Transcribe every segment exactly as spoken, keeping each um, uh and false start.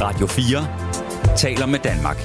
Radio fire taler med Danmark.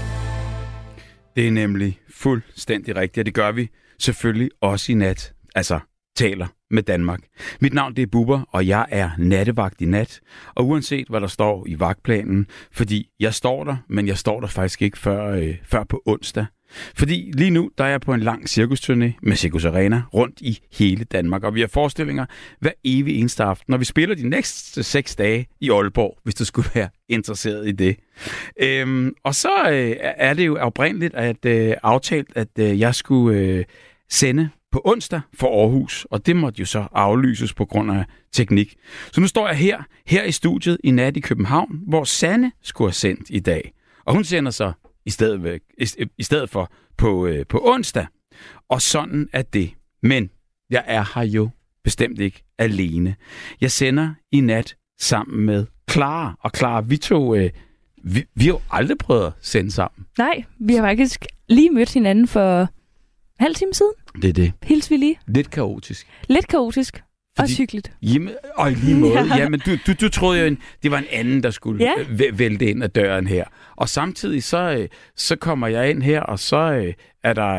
Det er nemlig fuldstændig rigtigt, og det gør vi selvfølgelig også i nat. Altså, taler med Danmark. Mit navn det er Bubber, og jeg er nattevagt i nat. Og uanset hvad der står i vagtplanen, fordi jeg står der, men jeg står der faktisk ikke før, øh, før på onsdag. Fordi lige nu, der er jeg på en lang cirkusturné med Cirkus Arena rundt i hele Danmark. Og vi har forestillinger hver evig eneste aften. Og vi spiller de næste seks dage i Aalborg, hvis du skulle være interesseret i det. Øhm, og så øh, er det jo oprindeligt at øh, aftalt, at øh, jeg skulle øh, sende på onsdag for Aarhus, og det måtte jo så aflyses på grund af teknik. Så nu står jeg her, her i studiet i nat i København, hvor Sanne skulle have sendt i dag. Og hun sender så i stedet, i, i stedet for på, øh, på onsdag. Og sådan er det. Men jeg er her jo bestemt ikke alene. Jeg sender i nat sammen med Clara. Og Clara, vi to, øh, vi, vi har jo aldrig prøvet at sende sammen. Nej, vi har faktisk lige mødt hinanden for en halv time siden. Det er det. Hils vi lige. Lidt kaotisk. Lidt kaotisk. Fordi, og hyggeligt. Jamen, og i lige måde. Ja. Jamen, du, du, du troede jo, en, det var en anden, der skulle ja. vælte ind ad døren her. Og samtidig så, så kommer jeg ind her, og så er der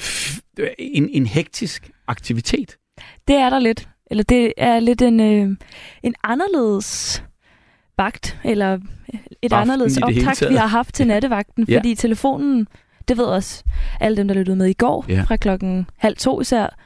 en, en hektisk aktivitet. Det er der lidt. Eller det er lidt en, øh, en anderledes vagt, eller et Aften anderledes optakt, vi har haft til nattevagten. Ja. Fordi telefonen, det ved også alle dem, der lyttede med i går, ja. fra klokken halv to især,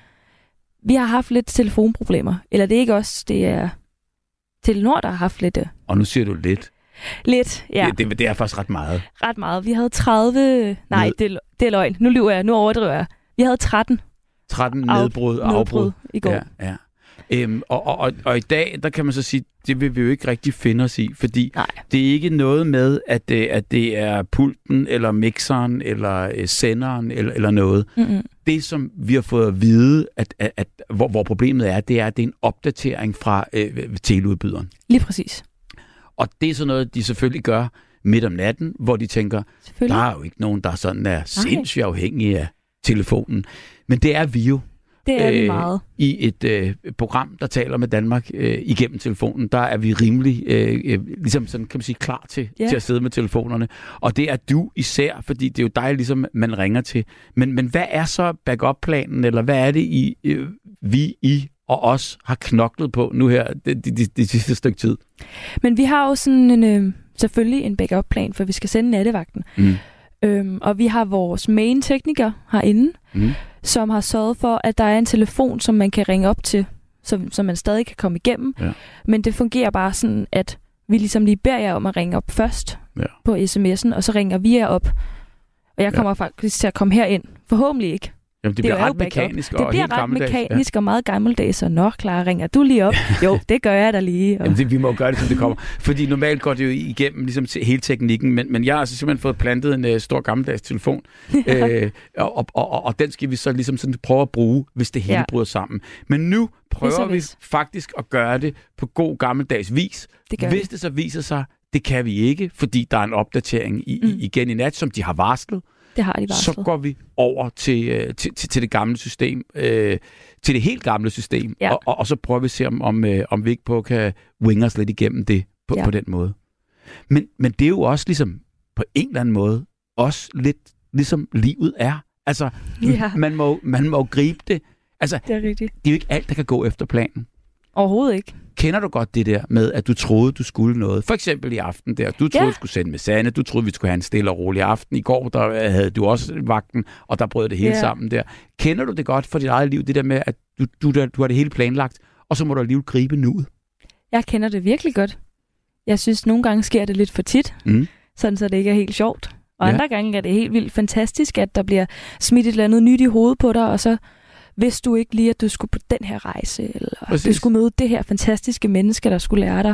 vi har haft lidt telefonproblemer. Eller det er ikke os, det er Telenor, der har haft lidt. Og nu siger du lidt. Lidt, ja. Det, det, det er faktisk ret meget. Red meget. Vi havde tredive... Nej, Ned... det, det er løgn. Nu lyver jeg. Nu overdriver jeg. Vi havde tretten. tretten nedbrud og afbrud. I går. Ja, ja. Øhm, og, og, og, og i dag, der kan man så sige, det vil vi jo ikke rigtig finde os i, fordi Nej. det er ikke noget med, at det, at det er pulten, eller mixeren, eller øh, senderen, eller, eller noget. Mm-hmm. Det, som vi har fået at vide, at, at, at, hvor, hvor problemet er, det er, at det er en opdatering fra øh, teleudbyderen. Lige præcis. Og det er sådan noget, de selvfølgelig gør midt om natten, hvor de tænker, der er jo ikke nogen, der sådan er sindssygt afhængige af telefonen. Men det er vi jo. Det er vi meget. I et øh, program, der taler med Danmark øh, igennem telefonen, der er vi rimelig øh, øh, ligesom sådan, kan man sige, klar til, yeah. til at sidde med telefonerne. Og det er du især, fordi det er jo dig, ligesom man ringer til. Men, men hvad er så backup-planen, eller hvad er det, I, øh, vi, I og os har knoklet på nu her det, det, det, det sidste stykke tid? Men vi har jo sådan en, øh, selvfølgelig en backup-plan, for vi skal sende nattevagten. Mm. Øhm, og vi har vores main-tekniker herinde, mm. som har sørget for, at der er en telefon, som man kan ringe op til, som, som man stadig kan komme igennem. Ja. Men det fungerer bare sådan, at vi ligesom lige beder jer om at ringe op først ja. på sms'en, og så ringer vi jer op. Og jeg kommer ja. faktisk til at komme herind. Forhåbentlig ikke. Jamen, det, det bliver ret mekanisk og Det bliver ret mekanisk ja. og meget gammeldags, og nå, Clara, ringer du lige op? Jo, det gør jeg da lige. Og... Jamen, det, vi må gøre det, som det kommer. Fordi normalt går det jo igennem ligesom, hele teknikken, men, men jeg har altså simpelthen fået plantet en uh, stor gammeldags telefon, øh, og, og, og, og den skal vi så ligesom sådan prøve at bruge, hvis det hele ja. bryder sammen. Men nu prøver vi faktisk at gøre det på god gammeldags vis. Det hvis vi. det så viser sig, det kan vi ikke, fordi der er en opdatering i, mm. i, igen i nat, som de har varslet. Det har de varslet. Så går vi over til, til, til, til det gamle system, øh, til det helt gamle system, ja. og, og, og så prøver vi at se, om, om, øh, om vi ikke på kan winge os lidt igennem det på, ja. på den måde. Men, men det er jo også ligesom, på en eller anden måde, også lidt ligesom livet er. Altså, ja. man, må, man må gribe det. Altså, det er rigtigt. Det er jo ikke alt, der kan gå efter planen. Overhovedet ikke. Kender du godt det der med, at du troede, du skulle noget? For eksempel i aften der. Du troede, ja. du skulle sende med Sanne. Du troede, vi skulle have en stille og rolig aften. I går der havde du også vagten, og der brød det hele ja. sammen der. Kender du det godt for dit eget liv? Det der med, at du, du, du har det hele planlagt, og så må du alligevel gribe nuet. Jeg kender det virkelig godt. Jeg synes, nogle gange sker det lidt for tit, mm. sådan så det ikke er helt sjovt. Og ja. andre gange er det helt vildt fantastisk, at der bliver smidt et eller andet nyt i hovedet på dig, og så hvis du ikke lige, at du skulle på den her rejse, eller Præcis. du skulle møde det her fantastiske menneske, der skulle lære dig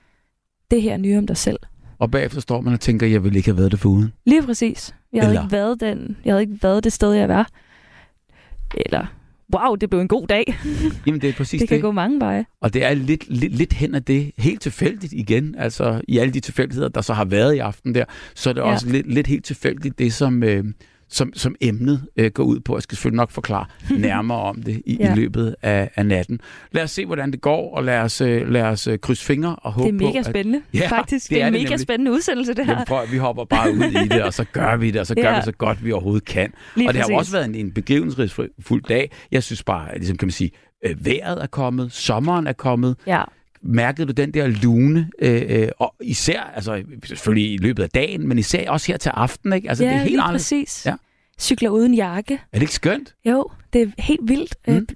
det her nye om dig selv. Og bagefter står man og tænker, jeg ville ikke have været det foruden. Lige præcis. Jeg havde, ikke været den, jeg havde ikke været det sted, jeg var. Eller, wow, det blev en god dag. Jamen, det er præcis det. Det kan gå mange veje. Og det er lidt, lidt, lidt hen af det, helt tilfældigt igen. Altså, i alle de tilfældigheder, der så har været i aften der, så er det ja. også lidt, lidt helt tilfældigt, det som, øh, som, som emnet øh, går ud på. Jeg skal selvfølgelig nok forklare nærmere om det i, ja. i løbet af, af natten. Lad os se, hvordan det går, og lad os, øh, lad os øh, krydse fingre og håbe på... Det er mega på, spændende, at, ja, faktisk. Det, det er en mega nemlig. spændende udsendelse, det her. Jamen, prøv, vi hopper bare ud i det, og så gør vi det, og så gør ja. vi så godt, vi overhovedet kan. Lige og det præcis. har jo også været en, en begivenhedsfuld dag. Jeg synes bare, ligesom kan man sige, øh, vejret er kommet, sommeren er kommet. Ja. Mærkede du den der lune, øh, øh, og især, altså selvfølgelig i løbet af dagen, men især også her til aften, ikke? Altså, ja, det er helt lige anderledes. præcis. Ja. Cykler uden jakke. Er det ikke skønt? Jo, det er helt vildt. Mm.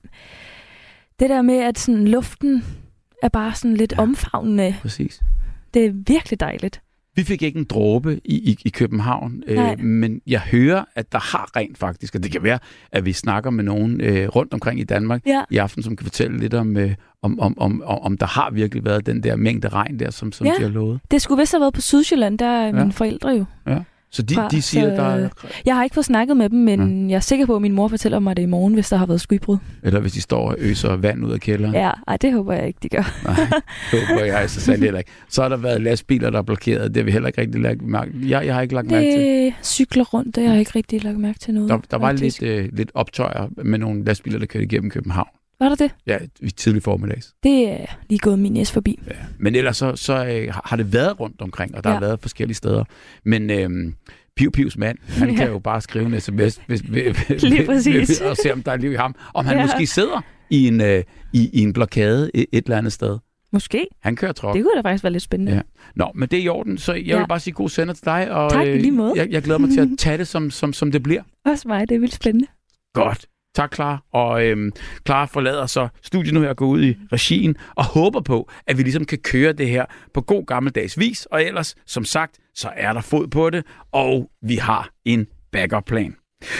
Det der med, at sådan, luften er bare sådan lidt ja. omfavnende. Præcis. Det er virkelig dejligt. Vi fik ikke en dråbe i, i, i København, øh, men jeg hører, at der har rent faktisk, og det kan være, at vi snakker med nogen øh, rundt omkring i Danmark ja. i aften, som kan fortælle lidt om, øh, om, om, om, om der har virkelig været den der mængde regn der, som, som ja. de har lovet. Det skulle vist have været på Sydsjælland, der er ja. mine forældre jo. Ja. Så de, de siger, så, der er... Jeg har ikke fået snakket med dem, men ja. jeg er sikker på, at min mor fortæller mig det i morgen, hvis der har været skybrud. Eller hvis de står og øser vand ud af kælderen. Ja, ej, det håber jeg ikke, de gør. Nej, det håber jeg så sandelig heller ikke. Så har der været lastbiler, der er blokeret. Det har vi heller ikke rigtig lagt mærke til. Jeg, jeg har ikke lagt mærke til. Det cykler rundt, det har jeg ikke rigtig lagt mærke til noget. Der, der var lidt, øh, lidt optøjer med nogle lastbiler, der kørte igennem København. Var der det? Ja, i tidlig formiddags. Det er lige gået min næse forbi. Ja. Men ellers så, så øh, har det været rundt omkring, og der ja. har været forskellige steder. Men øh, Piv Pivs mand, han ja. kan jo bare skrive en sms hvis, hvis, lige præcis. og se, om der er liv i ham. Om han ja. måske sidder i en, øh, i, i en blokade et, et eller andet sted. Måske. Han kører truck. Det kunne da faktisk være lidt spændende. Ja. Nå, men det er i orden, så jeg ja. vil bare sige god sender til dig. Og, tak, lige måde. Jeg, jeg glæder mig til at tage det, som, som, som det bliver. Også mig, det er vildt spændende. Godt. Tak, Clara. Og øhm, Clara forlader så studiet nu her og går ud i regien og håber på, at vi ligesom kan køre det her på god gammeldags vis. Og ellers, som sagt, så er der fod på det, og vi har en backup-plan.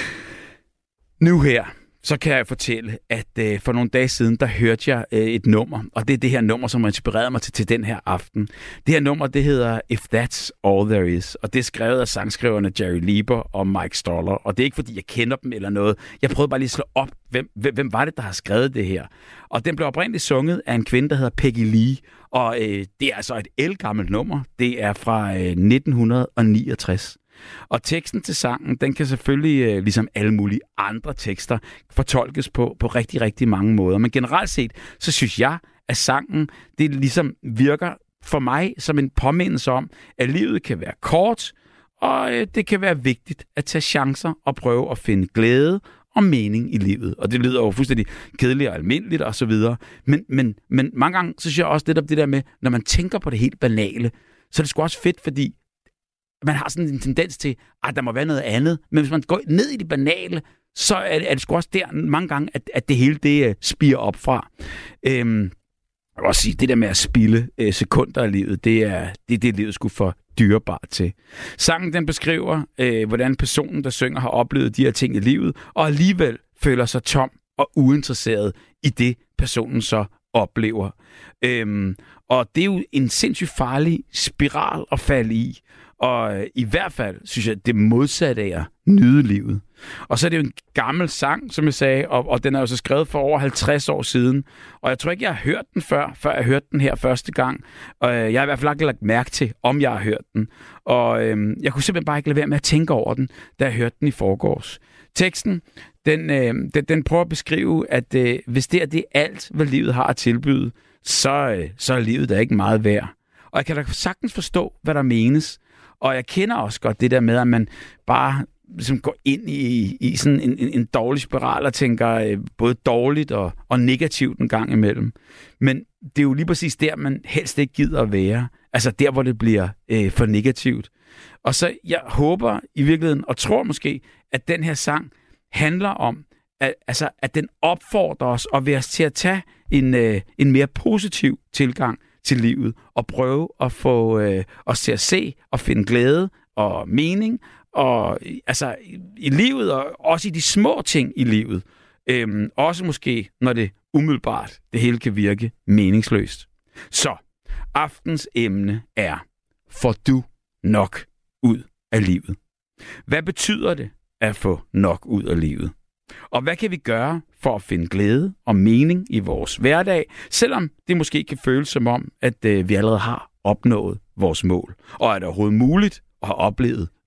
Nu her, så kan jeg fortælle, at øh, for nogle dage siden, der hørte jeg øh, et nummer, og det er det her nummer, som har inspireret mig til, til den her aften. Det her nummer, det hedder If That's All There Is, og det er skrevet af sangskriverne Jerry Lieber og Mike Stoller, og det er ikke, fordi jeg kender dem eller noget. Jeg prøvede bare lige at slå op, hvem, hvem, hvem var det, der har skrevet det her? Og den blev oprindeligt sunget af en kvinde, der hedder Peggy Lee, og øh, det er altså et ældgammelt nummer. Det er fra øh, nitten niogtres. Og teksten til sangen, den kan selvfølgelig, øh, ligesom alle mulige andre tekster, fortolkes på, på rigtig, rigtig mange måder. Men generelt set, så synes jeg, at sangen, det ligesom virker for mig som en påmindelse om, at livet kan være kort, og øh, det kan være vigtigt at tage chancer og prøve at finde glæde og mening i livet. Og det lyder jo fuldstændig kedeligt og almindeligt og så videre. Men, men, men mange gange, så synes jeg også lidt om det der med, når man tænker på det helt banale, så er det sgu også fedt, fordi man har sådan en tendens til, at der må være noget andet. Men hvis man går ned i det banale, så er det, er det sgu også der mange gange, at, at det hele det uh, spirer op fra. Øhm, jeg vil også sige, det der med at spilde uh, sekunder af livet, det er det, det livet skulle for dyrebart til. Sangen den beskriver, uh, hvordan personen, der synger, har oplevet de her ting i livet, og alligevel føler sig tom og uinteresseret i det, personen så oplever. Øhm, og det er jo en sindssygt farlig spiral at falde i. Og i hvert fald, synes jeg, det modsatte er at nyde livet. Og så er det jo en gammel sang, som jeg sagde, og, og den er jo så skrevet for over halvtreds år siden. Og jeg tror ikke, jeg har hørt den før, før jeg hørte den her første gang. Og jeg har i hvert fald ikke lagt mærke til, om jeg har hørt den. Og øhm, jeg kunne simpelthen bare ikke lade være med at tænke over den, da jeg hørte den i forgårs. Teksten, den, øh, den, den prøver at beskrive, at øh, hvis det er det alt, hvad livet har at tilbyde, så, øh, så er livet da ikke meget værd. Og jeg kan da sagtens forstå, hvad der menes. Og jeg kender også godt det der med, at man bare ligesom går ind i, i sådan en, en, en dårlig spiral og tænker øh, både dårligt og, og negativt en gang imellem. Men det er jo lige præcis der, man helst ikke gider at være. Altså der, hvor det bliver øh, for negativt. Og så jeg håber i virkeligheden, og tror måske, at den her sang handler om, at, altså, at den opfordrer os og vil os til at tage en, øh, en mere positiv tilgang til livet, og prøve at få øh, os til at se og finde glæde og mening, og altså i, i livet, og også i de små ting i livet. Øhm, også måske, når det umiddelbart, det hele kan virke meningsløst. Så, aftens emne er, får du nok ud af livet? Hvad betyder det at få nok ud af livet? Og hvad kan vi gøre for at finde glæde og mening i vores hverdag, selvom det måske kan føles som om, at øh, vi allerede har opnået vores mål? Og er det overhovedet muligt at have oplevet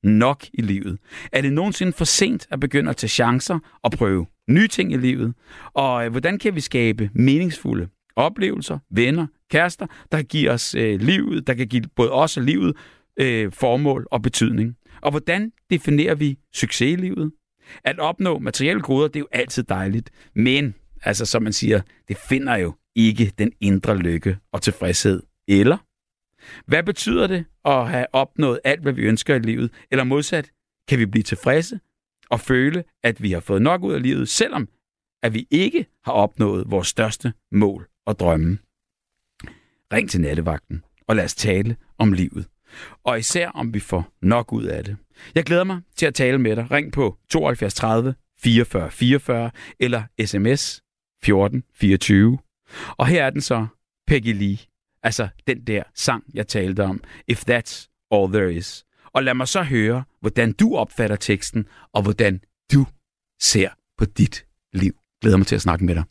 nok i livet? Er det nogensinde for sent at begynde at tage chancer og prøve nye ting i livet? Og øh, hvordan kan vi skabe meningsfulde oplevelser, venner, kærester, der giver os øh, livet, der kan give både os og livet øh, formål og betydning? Og hvordan definerer vi succes i livet? At opnå materielle goder, det er jo altid dejligt, men altså som man siger, det finder jo ikke den indre lykke og tilfredshed. Eller? Hvad betyder det at have opnået alt, hvad vi ønsker i livet? Eller modsat, kan vi blive tilfredse og føle, at vi har fået nok ud af livet, selvom at vi ikke har opnået vores største mål og drømme? Ring til Nattevagten, og lad os tale om livet. Og især om vi får nok ud af det. Jeg glæder mig til at tale med dig. Ring på tooghalvfjerds tredive fireogfyrre fireogfyrre eller sms fjorten fireogtyve. Og her er den så, Peggy Lee. Altså den der sang, jeg talte om. If That's All There Is. Og lad mig så høre, hvordan du opfatter teksten, og hvordan du ser på dit liv. Glæder mig til at snakke med dig.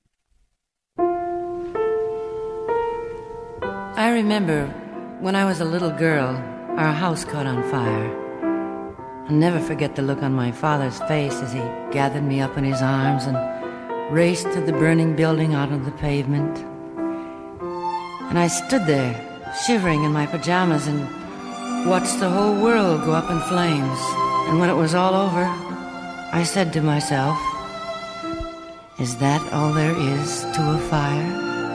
I remember when I was a little girl, our house caught on fire. I'll never forget the look on my father's face as he gathered me up in his arms and raced to the burning building out on the pavement. And I stood there, shivering in my pajamas, and watched the whole world go up in flames. And when it was all over, I said to myself, is that all there is to a fire?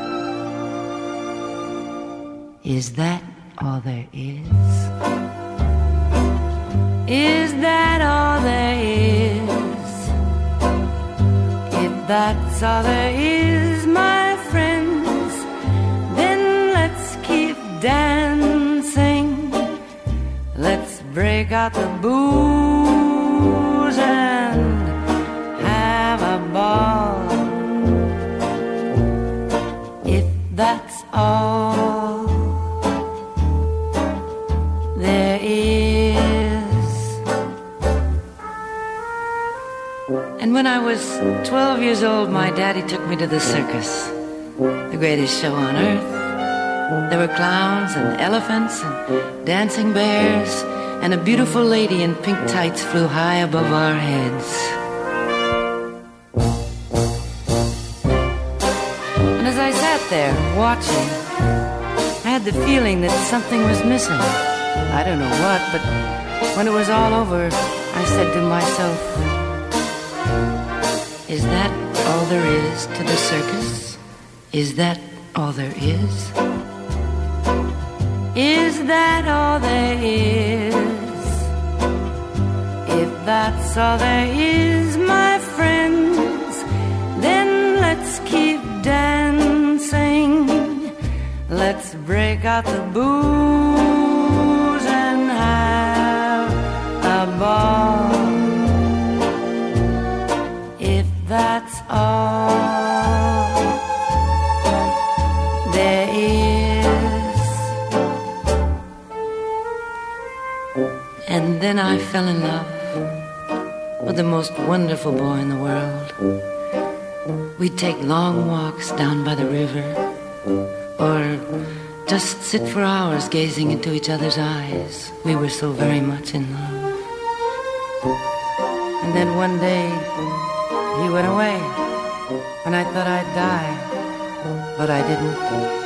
Is that all there is? Is that all there is? If that's all there is, my friends, then let's keep dancing. Let's break out the booze and have a ball. If that's all there is. And when I was twelve years old, my daddy took me to the circus, the greatest show on earth. There were clowns and elephants and dancing bears, and a beautiful lady in pink tights flew high above our heads. And as I sat there watching, I had the feeling that something was missing. I don't know what, but when it was all over, I said to myself, is that all there is to the circus? Is that all there is? Is that all there is? If that's all there is, my friends, then let's keep dancing. Let's break out the booze and have a ball. If that's all there is. And then I fell in love with the most wonderful boy in the world. We'd take long walks down by the river, or just sit for hours gazing into each other's eyes. We were so very much in love. And then one day, he went away, and I thought I'd die, but I didn't.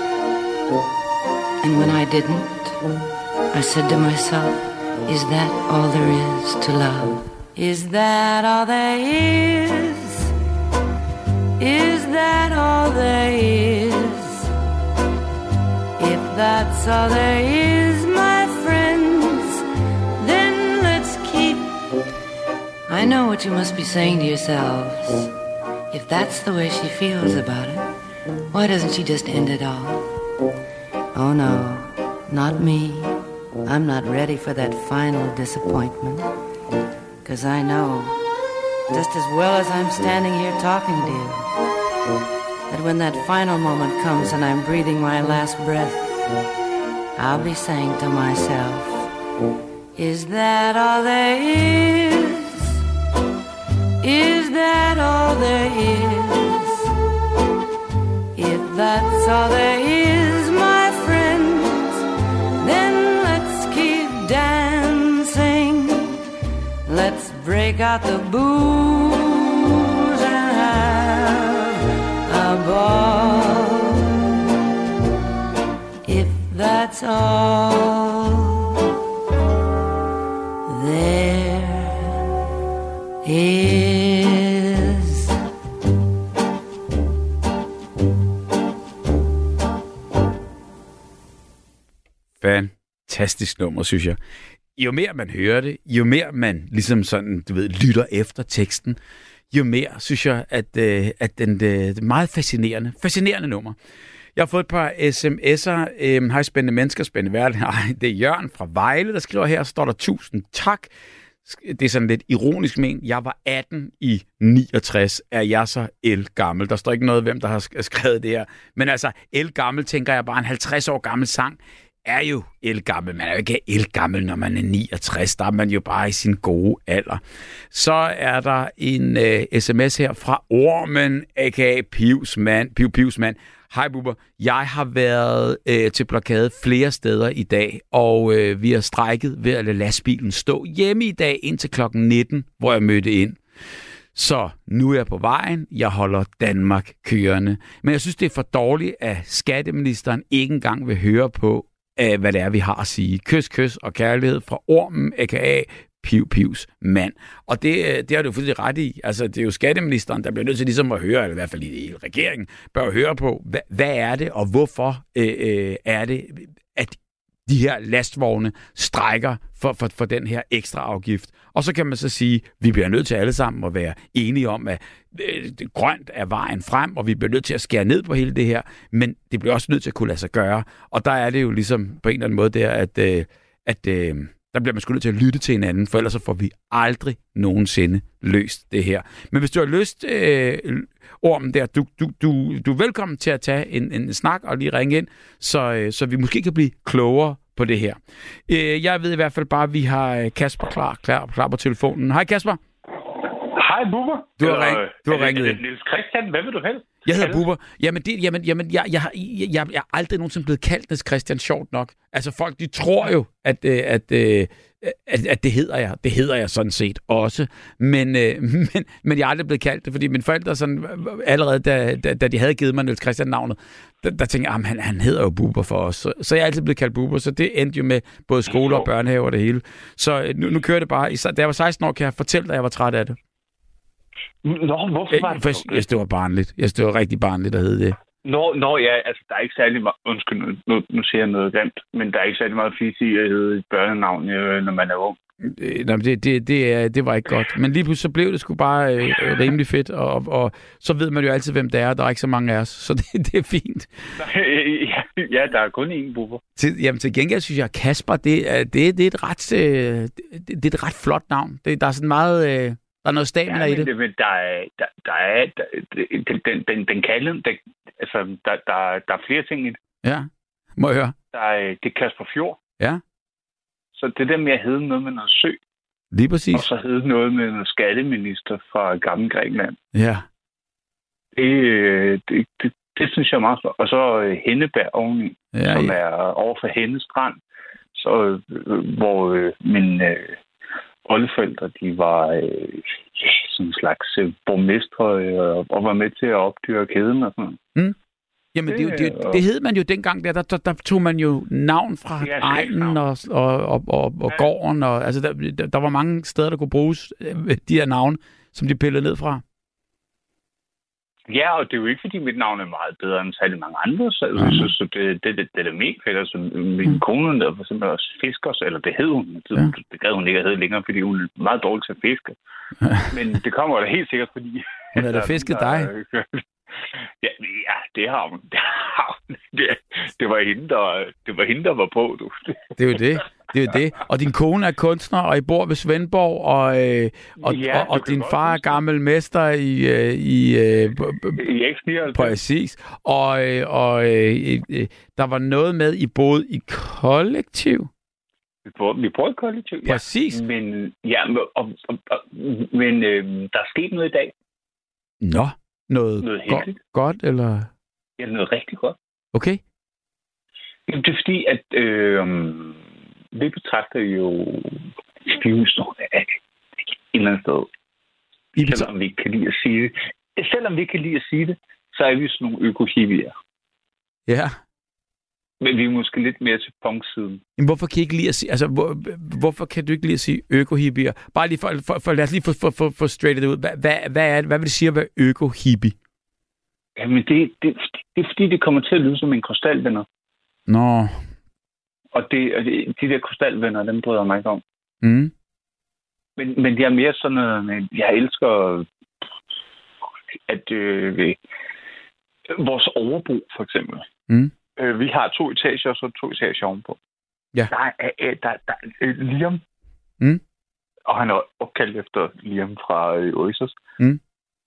And when I didn't, I said to myself, is that all there is to love? Is that all there is? Is that all there is? If that's all there is, my friends, then let's keep. I know what you must be saying to yourselves. If that's the way she feels about it, why doesn't she just end it all? Oh no, not me. I'm not ready for that final disappointment. 'Cause I know, just as well as I'm standing here talking to you, that when that final moment comes and I'm breathing my last breath, I'll be saying to myself, is that all there is? Is that all there is? If that's all there is, my friends, then let's keep dancing. break out the booze and have a ball. If that's all there is. Fantastisk nummer, synes jeg. Jo mere man hører det, jo mere man ligesom sådan, du ved, lytter efter teksten, jo mere synes jeg, at, øh, at den, det er meget fascinerende. Fascinerende nummer. Jeg har fået et par sms'er. Øh, Hej spændende mennesker, spændende verden. Ej, det er Jørgen fra Vejle, der skriver her, står der tusind tak. Det er sådan lidt ironisk ment. Jeg var atten i niogtres. Er jeg så elgammel? Der står ikke noget, hvem der har skrevet det her. Men altså, elgammel, tænker jeg bare, en halvtreds år gammel sang er jo elgammel. Man er jo ikke elgammel, når man er niogtres. Der er man jo bare i sin gode alder. Så er der en uh, sms her fra Ormen, a k a. Pivsmand. Piv Pivsmand. Hej Bubber, jeg har været øh, til blokade flere steder i dag, og øh, vi har strækket ved at lade lastbilen stå hjemme i dag indtil klokken nitten, hvor jeg mødte ind. Så nu er jeg på vejen, jeg holder Danmark kørende. Men jeg synes, det er for dårligt, at skatteministeren ikke engang vil høre på, øh, hvad det er, vi har at sige. Kys, kys og kærlighed fra Ormen, a k a. Piv Pivs mand. Og det, det har du fuldstændig ret i. Altså, det er jo skatteministeren, der bliver nødt til ligesom at høre, eller i hvert fald i regeringen, bør høre på, hvad, hvad er det, og hvorfor øh, øh, er det, at de her lastvogne strækker for, for, for den her ekstra afgift. Og så kan man så sige, at vi bliver nødt til alle sammen at være enige om, at øh, grønt er vejen frem, og vi bliver nødt til at skære ned på hele det her, men det bliver også nødt til at kunne lade sig gøre. Og der er det jo ligesom på en eller anden måde der, at, øh, at øh, der bliver man sgu nødt til at lytte til hinanden, for ellers så får vi aldrig nogensinde løst det her. Men hvis du har lyst, øh, Ormen der, du, du, du, du er velkommen til at tage en, en snak og lige ringe ind, så, øh, så vi måske kan blive klogere på det her. Øh, jeg ved i hvert fald bare, at vi har Kasper klar, klar, klar på telefonen. Hej Kasper. Hej Bubber. Du har, ring, du har ringet ind. Niels Christian, hvad vil du helst? Jeg hedder Bubber. Jamen, det, jamen, jamen jeg, jeg, jeg, jeg, jeg er aldrig nogensinde blevet kaldt Niels Christian, sjovt nok. Altså folk, de tror jo, at, at, at, at, at det hedder jeg. Det hedder jeg sådan set også. Men, men, men jeg er aldrig blevet kaldt det, fordi mine forældre sådan, allerede, da, da, da de havde givet mig Niels Christian-navnet, der, der tænkte jeg, at han, han hedder jo Bubber for os. Så, så jeg er altid blevet kaldt Bubber, så det endte jo med både skole og børnehave og det hele. Så nu, nu kører det bare. Da jeg var seksten år, kan jeg fortælle dig, at jeg var træt af det. Nå, hvorfor var det? Jeg synes, det var barnligt. Jeg synes, det var rigtig barnligt at hedde det. Nå, nå ja, altså, der er ikke særlig meget... Undskyld, nu, nu siger jeg noget grimt, men der er ikke særlig meget fisk i at hedde et børnenavn, når man er ung. Nej, det, det, det, det var ikke godt. Men lige pludselig så blev det sgu bare øh, rimelig fedt, og, og, og så ved man jo altid, hvem det er. Der er ikke så mange af os, så det, det er fint. Ja, der er kun én Bubber. Til, jamen til gengæld synes jeg, at Kasper, det, det, det, er et ret, øh, det, det er et ret flot navn. Det, der er sådan meget... Øh, der er noget stamina ja, i det. det men der er... Der, der er der, den, den, den, den kalde... Den, altså, der, der, der er flere ting i det. Ja, må jeg høre. Der er, det er Kasper Fjord. Ja. Så det der med at hedde noget med noget sø. Lige præcis. Og så hedde noget med noget skatteminister fra Gamle Grækenland. Ja. Det, det, det, det synes jeg er meget flot. Og så Henneberg oveni, ja, som ja. er over for Henne Strand. Så, øh, hvor øh, min øh, oldeforældre, de var øh, sådan en slags øh, borgmestre øh, og var med til at opdyre kæden og sådan noget. Mm. Jamen, det, det, det, det hed man jo dengang, der, der, der, der tog man jo navn fra ja, egnen og, og, og, og, og ja. gården. Og, altså, der, der var mange steder, der kunne bruges de her navne, som de pillede ned fra. Ja, og det er jo ikke, fordi mit navn er meget bedre end særlig mange andre, så, mm. så, så det, det, det, det er det mest fedt. Altså, min mm. kone der for eksempel også fisker, eller det hed hun. Ja. Det gad hun ikke at hedde længere, fordi hun er meget dårlig til at fiske. Men det kommer da helt sikkert, fordi... Hun har da fisket dig. Ja, ja, det har hun. Det, har hun. Det, det, var hende, der, det var hende, der var på, du. Det er jo det. Det er jo det. Og din kone er kunstner, og I bor ved Svendborg, og, øh, og, ja, og, og din far er gammel mester i... Øh, i øh, I X nioghalvfems. Præcis. Og, øh, og øh, øh, der var noget med, I boede i kollektiv. Vi bor, vi bor i kollektiv, ja. Præcis. Men, ja, og, og, og, men øh, der er sket noget i dag. Nå. Noget, noget go- godt, eller? Ja, noget rigtig godt. Okay. Det er fordi, at øh, vi betragter jo spionhistorien af eller andet sted. Ibiza. Selvom vi ikke kan lide at sige det. Selvom vi ikke kan lide at sige det, så er vi sådan nogle øko-hippier. Ja. Men vi er måske lidt mere til punk-siden. Men hvorfor kan I ikke lide at sige, altså, hvor, hvorfor kan du ikke lide at sige øko-hippier? Bare lige for, for, for lad os lige få, for, for, for straightet ud. Hvad, hvad, hvad, er det, hvad vil det sige at være øko-hippie? Jamen, det, det, det er fordi, det kommer til at lyde som en krystalvenner. Nå. Og, det, og det, de der krystalvenner, dem bryder jeg mig ikke om. Mm. Men, men det er mere sådan noget, jeg elsker, at øh, vores overbo, for eksempel. Mm. Øh, vi har to etager, og så to etager ovenpå. Ja. Der er, der, der, der er Liam. Mm. Og han er opkaldt efter Liam fra øh, Oasis. Mm.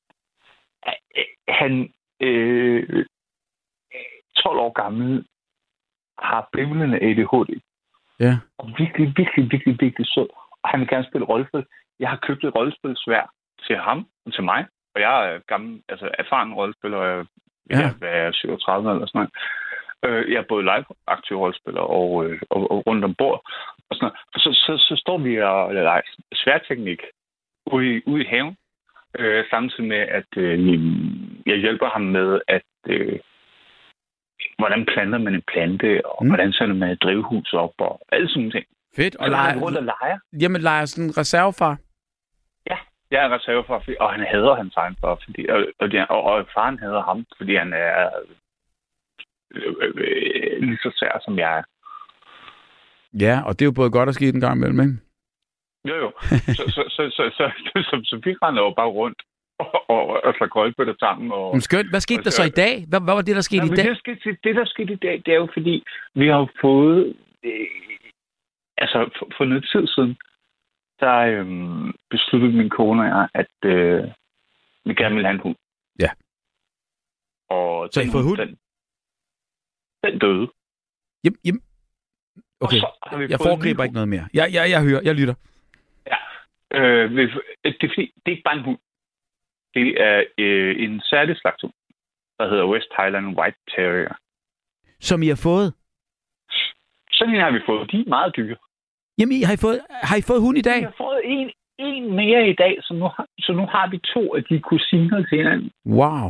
Han øh, tolv år gammel har bimlende A D H D. Ja. Og virkelig, virkelig, virkelig, virkelig sød. Og han vil gerne spille rollespil. Jeg har købt et rollespilsværd til ham og til mig. Og jeg er gammel, altså erfaren rollespiller, og jeg, ja. jeg er syvogtredive eller sådan noget. Jeg er både live-aktiv rollespiller og, øh, og, og rundt om bord. Og sådan noget. Så, så, så står vi og laver sværteknik ude i, ude i haven. Øh, samtidig med, at øh, jeg hjælper ham med, at øh, hvordan planter man en plante, og mm. hvordan sætter man et drivhus op, og alle sådan ting. Fedt. Og leger rundt og leger. Jamen, leger sådan en reservefar? Ja, jeg er reservefar, og han hader hans egen far, fordi, og, og, og, og faren hader ham, fordi han er øh, øh, øh, lige så sær, som jeg er. Ja, og det er jo både godt og skidt en gang imellem, ikke? Jo, jo. Så, så, så, så, så, så, så, så vi render jo bare rundt og, og, og slår koldbøtter sammen. Og, Men skønt. Hvad skete der så i dag? Hvad, hvad var det, der skete ja, i dag? Det, skete, det, der skete i dag, det er jo fordi, vi har fået, øh, altså for, for noget tid siden, der øh, besluttede min kone og jeg, at øh, vi gerne ville have en hund. Ja. Og så I har fået hund? Den, den døde. Jamen, jamen. Okay, jeg foregriber ikke noget mere. Jeg, jeg, jeg hører, jeg lytter. Ja, øh, det, er fordi, det er ikke bare en hund. Det er øh, en særlig slags hund, der hedder West Highland White Terrier. Som I har fået? Sådan en har vi fået. De er meget dyre. Jamen, har I fået, har I fået hund i dag? Vi har fået en, en mere i dag, så nu, har, så nu har vi to af de kusiner til hinanden. Wow.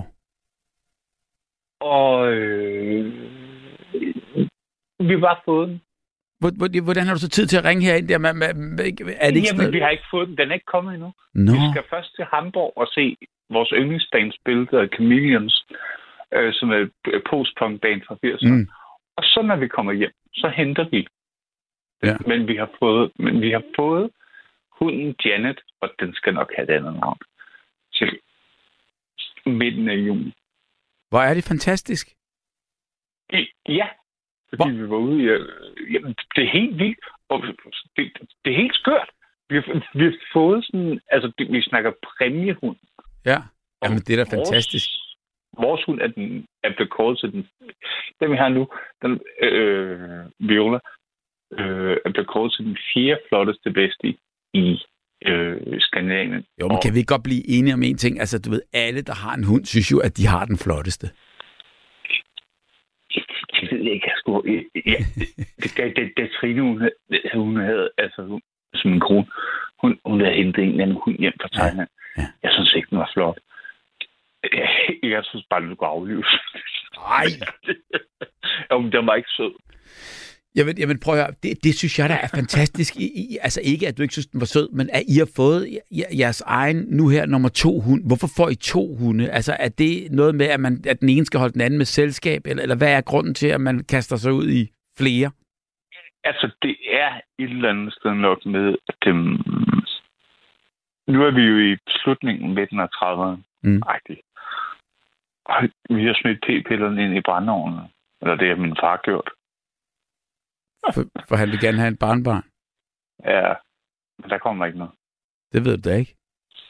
Og øh, vi har bare fået den. Hvordan har du så tid til at ringe herind? Der? Er det ikke Jamen, stadig? vi har ikke fået den. Den er ikke kommet endnu. No. Vi skal først til Hamburg og se vores yndlingsband spille, der Chameleons, øh, som er et post-punk-band fra firserne. Mm. Og så når vi kommer hjem, så henter vi. Ja. Men vi har fået, men vi har fået hunden Janet, og den skal nok have et andet navn, til midten af juni. Hvor er det fantastisk. Ja, fordi Hvor? vi var ude i... Jamen, det er helt vildt. Og det, det er helt skørt. Vi har, vi har fået sådan... Altså, det, vi snakker præmiehund. Ja, jamen det er da fantastisk. Vores, vores hund er, den, er blevet kåret til den... Den vi har nu, den øh, Viola, øh, er blevet kåret til den fjerde flotteste bedste i øh, Skandinavien. Jo, men kan vi ikke godt blive enige om en ting? Altså, du ved, alle, der har en hund, synes jo, at de har den flotteste. Jeg ved ikke, jeg skulle... Ja, det, det, det, det Trine, hun havde, hun havde altså, hun, som en kone, hun, hun havde hentet en eller anden hund hjem fra Thailand. Ja, ja. Jeg synes ikke, den var flot. Jeg, jeg synes bare, den kunne aflives. Nej. Jamen, den var ikke sød. Jeg vil, jeg vil prøve at høre, det, det synes jeg, der er fantastisk. I, I, altså ikke, at du ikke synes, den var sød, men at I har fået jeres egen, nu her, nummer to hund. Hvorfor får I to hunde? Altså er det noget med, at, man, at den ene skal holde den anden med selskab, eller, eller hvad er grunden til, at man kaster sig ud i flere? Altså, det er et eller andet sted nok med, at dem... nu er vi jo i slutningen midten af trediverne. Mm. Og vi har smidt p-pillerne ind i brændeovnen. Eller det har min far gjort. For, for han vil gerne have en barnbarn? Ja, men der kommer ikke noget. Det ved du da ikke?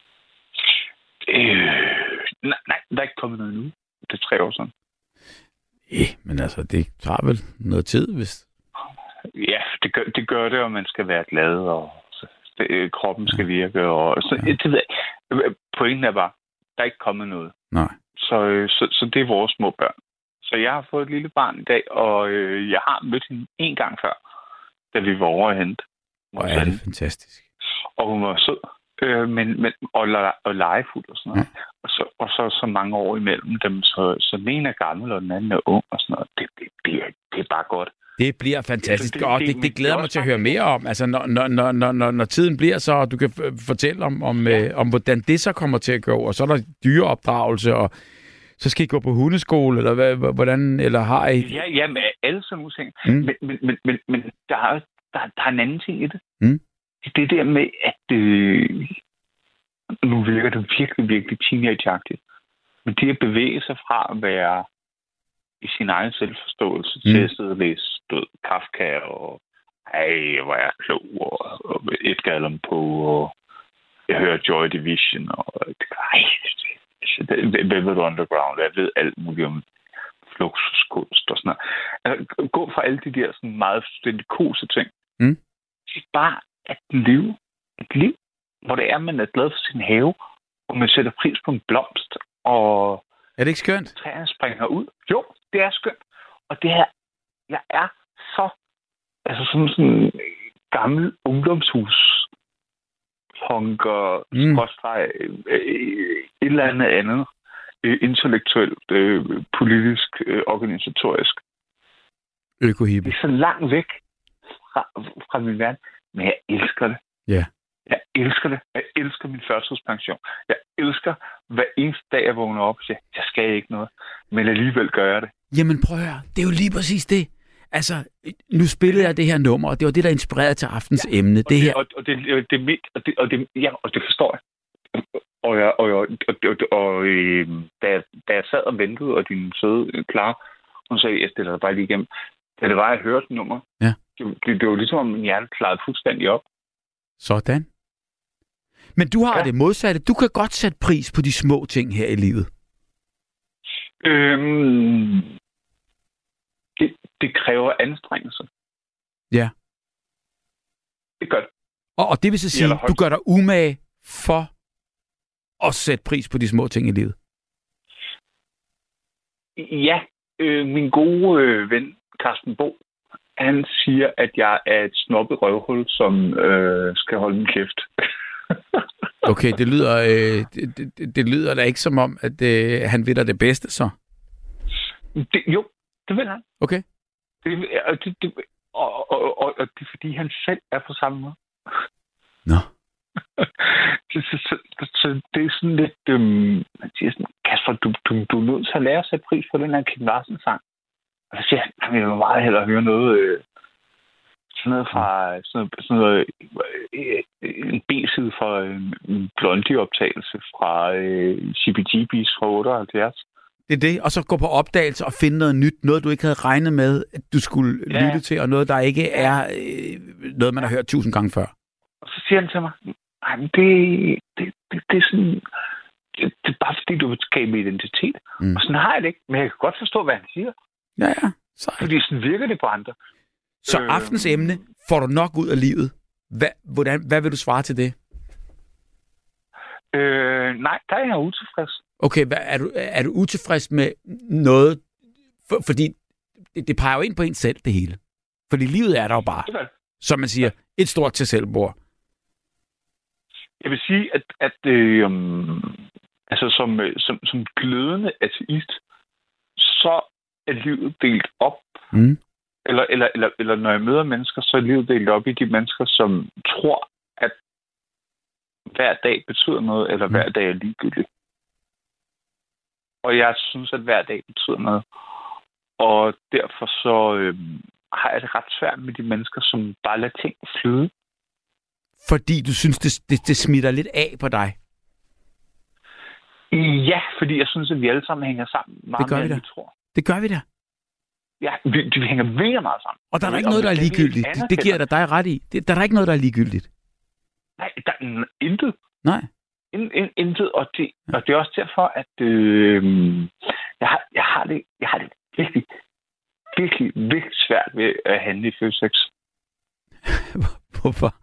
Øh, nej, nej, der er ikke kommet noget endnu. Det er tre år siden. Ja, men altså, det tager vel noget tid, hvis... Ja, det gør det, gør det og man skal være glad, og så, det, kroppen skal virke. Og, så, ja. det, pointen er bare, der er ikke kommet noget. Nej. Så, så, så det er vores små børn. Så jeg har fået et lille barn i dag, og øh, jeg har mødt hende en gang før, da vi var over at hente. Og er det fantastisk. Og hun var sød. Øh, men, men, og, og legefuld og sådan noget. Ja. Og, så, og så så mange år imellem dem, så, så den ene er gammel, og den anden er ung og sådan noget. Det, det, det, er, det er bare godt. Det bliver fantastisk, det, og det, det, det, det glæder mig til at høre mere om. Altså, når, når, når, når, når tiden bliver så, og du kan fortælle om, om, ja. øh, om, hvordan det så kommer til at gå, og så er der dyreopdragelse, og så skal I gå på hundeskole, eller hvad, hvordan, eller har I... Ja, ja, med alle sådan nogle ting. Mm. Men, men, men, men, men der, er, der, der er en anden ting i det. Mm. Det der med, at øh, nu virker det virkelig, virkelig teenageagtigt. Men det at bevæge sig fra at være i sin egen selvforståelse mm. til at sidde og læse død Kafka, og ej, hvor er jeg klog, og, og Edgar Allan Poe, og jeg hører Joy Division, og ej, Velvet Underground, jeg ved alt muligt om fluxuskunst og sådan noget. Altså, gå fra alle de der sådan meget kose ting. Mm. Det er bare at leve et liv, hvor det er, man er glad for sin have, og man sætter pris på en blomst, og er det ikke skønt? Træerne springer ud. Jo, det er skønt. Og det her, jeg er så, altså sådan sådan en gammel ungdomshus, punker, mm. skråstreg, et eller andet andet, intellektuelt, politisk, organisatorisk. Økohippe. Det er så langt væk fra, fra min verden, men jeg elsker det. Ja. Yeah. Jeg elsker det. Jeg elsker min førtidspension. Jeg elsker hver eneste dag, jeg vågner op og siger, jeg skal ikke noget, men alligevel gør jeg det. Jamen prøv at høre, det er jo lige præcis det. Altså, nu spillede jeg det her nummer, og det var det, der inspirerede til aftens ja, emne. Det, det her... Og, og det, det, det, mit, og det, og det, ja, og det forstår jeg. Og, jeg, og, og, og, og, og øh, da, jeg, da jeg sad og ventede, og din søde Clara, hun sagde, jeg stiller dig bare lige igennem. Da det var, jeg hørte det nummer, ja. det, det, det var ligesom, om min hjerte klarede fuldstændig op. Sådan. Men du har ja. det modsatte. Du kan godt sætte pris på de små ting her i livet. Øhm, det, det kræver anstrengelse. Ja. Det gør det. Og, og det vil så sige, du gør dig umage for at sætte pris på de små ting i livet. Ja. Øh, min gode øh, ven, Carsten Bo, han siger, at jeg er et snobbet røvhul, som øh, skal holde min kæft. Okay, det lyder, øh, det, det, det lyder da ikke som om, at øh, han vil dig det bedste, så? Det, jo, det vil han. Okay. Det, og, det, det, og, og, og, og det er, fordi han selv er på samme måde. Nå. så, så, så, så det er sådan lidt... Øhm, man siger sådan, Kasper, du, du, du er nødt til at lære at sætte pris på den her Kim Larsen-sang. Og så siger han, jeg vil meget hellere høre noget... Øh, sådan noget fra... Sådan, sådan noget, øh, en B-side fra en Blondie-optagelse fra øh, C B G B's fra otteoghalvfjerds. Det er det, og så gå på opdagelse og finde noget nyt, noget du ikke havde regnet med, at du skulle ja. lytte til, og noget, der ikke er øh, noget, man har hørt tusind gange før. Og så siger han til mig, nej, men det, det, det, det er sådan, det, det er bare fordi, du vil skabe identitet. Mm. Og sådan har jeg det ikke, men jeg kan godt forstå, hvad han siger. Ja, ja. Sejt. Fordi sådan virker det på andre. Så øh, aftens emne, får du nok ud af livet? Hvad, hvordan, hvad vil du svare til det? Øh, nej, der er jeg utilfreds. Okay, hvad, er, du, er du utilfreds med noget? For, fordi det, det peger jo ind på en selv, det hele. Fordi livet er der jo bare. Okay. Som man siger, et stort til selvbord. Jeg vil sige, at, at øh, altså som, som, som glødende ateist, så er livet delt op. Mm. Eller, eller, eller, eller når jeg møder mennesker, så er livet delt op i de mennesker, som tror, at hver dag betyder noget, eller mm. hver dag er ligegyldigt. Og jeg synes, at hver dag betyder noget. Og derfor så øh, har jeg det ret svært med de mennesker, som bare lader ting flyde. Fordi du synes, det, det, det smitter lidt af på dig? Ja, fordi jeg synes, at vi alle sammen hænger sammen meget mere, end vi tror. Det gør vi da. Ja, vi, vi hænger mega meget sammen. Og der er der ikke noget, der er ligegyldigt. Det, det giver dig dig ret i. Det, der er der ikke noget, der er ligegyldigt. Nej, der er intet. Nej. In, in, intet, og det, ja. og det er også derfor, at øh, jeg, har, jeg, har det, jeg har det virkelig, virkelig, virkelig svært ved at handle i Føtex. Hvorfor?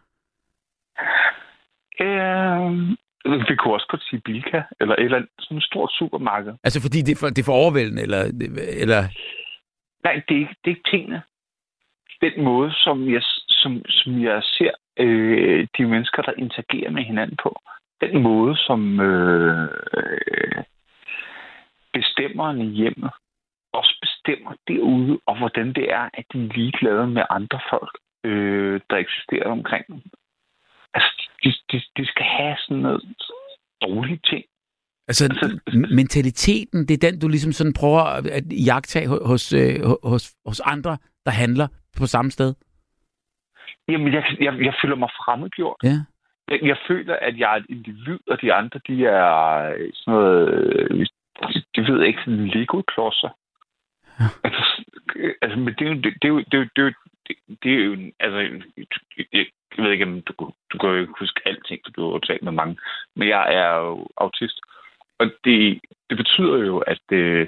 Øh, vi kunne også godt sige Bilka, eller et eller andet sådan et stort supermarked. Altså fordi det er for, det er for overvældende, eller... eller... Nej, det er, ikke, det er ikke tingene. Den måde, som jeg, som, som jeg ser øh, de mennesker, der interagerer med hinanden på. Den måde, som øh, øh, bestemmerne i hjemmet også bestemmer derude, og hvordan det er, at de er ligeglade med andre folk, øh, der eksisterer omkring dem. Altså, de, de, de skal have sådan noget dårlige ting. Altså, altså, mentaliteten, det er den, du ligesom sådan prøver at jagtage hos, øh, hos, hos andre, der handler på samme sted? Jamen, jeg, jeg, jeg føler mig fremmedgjort. Ja. Jeg, jeg føler, at jeg er et individ, og de andre, de er sådan noget... De, de ved ikke, sådan Lego-klodser. Ja. Altså, altså, men det er jo... Det, det er jo, det er jo, det er jo, det er jo altså, jeg, jeg ved ikke, om du, du kan jo ikke huske alting, for du har talt med mange. Men jeg er jo autist. Og det, det betyder jo, at,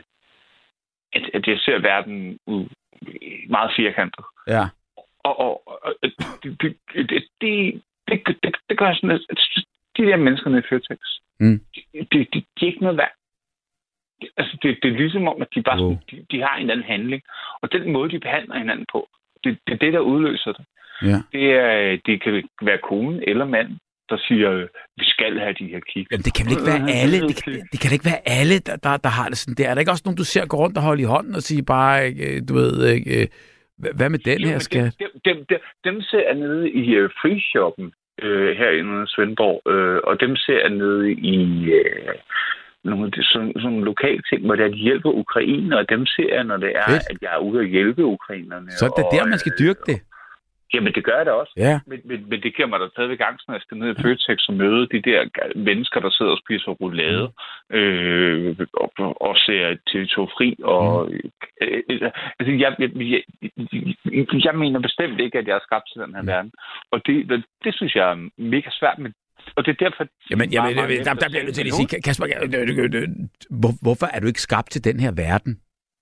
at, at jeg ser verden meget firkantet. Ja. Og, og, og det, det, det, det, det, det, det gør sådan, at de der mennesker nede i Føtex, mm. de, de, de, de er ikke noget værd. Altså, det, det er ligesom om, at de bare wow. de, de har en anden handling. Og den måde, de behandler hinanden på, det, det er det, der udløser det. Ja. Det, er, det kan være konen eller manden, der siger, vi skal have de her kiks. Jamen, det kan vel ikke være alle, det kan, det kan ikke være alle, der, der, der har det sådan der. Er der ikke også nogen, du ser gå rundt og holde i hånden og sige bare, øh, du ved, øh, hvad med den jo, her skat? Dem, dem, dem, dem ser jeg nede i uh, Free Shoppen uh, herinde i Svendborg, uh, og dem ser jeg nede i uh, nogle sådan, sådan lokale ting, hvor de hjælper ukrainer, og dem ser jeg, når det er, Fedt. At jeg er ude og hjælpe ukrainerne. Så det er der, man skal dyrke det? Jamen, det gør jeg da også. Ja. Men, men, men det giver mig da stadigvæk angst, når jeg skal ned i Føtex og møde de der mennesker, der sidder og spiser roulade, mm. øh, og, og ser T V to Fri. Og, mm. øh, altså, jeg, jeg, jeg, jeg mener bestemt ikke, at jeg er skabt til den her mm. verden. Og det, det, det synes jeg er mega svært, men og det er derfor... Jamen, jamen der, der, der bliver jeg nødt til at sige, Kasper, hvor, hvorfor er du ikke skabt til den her verden?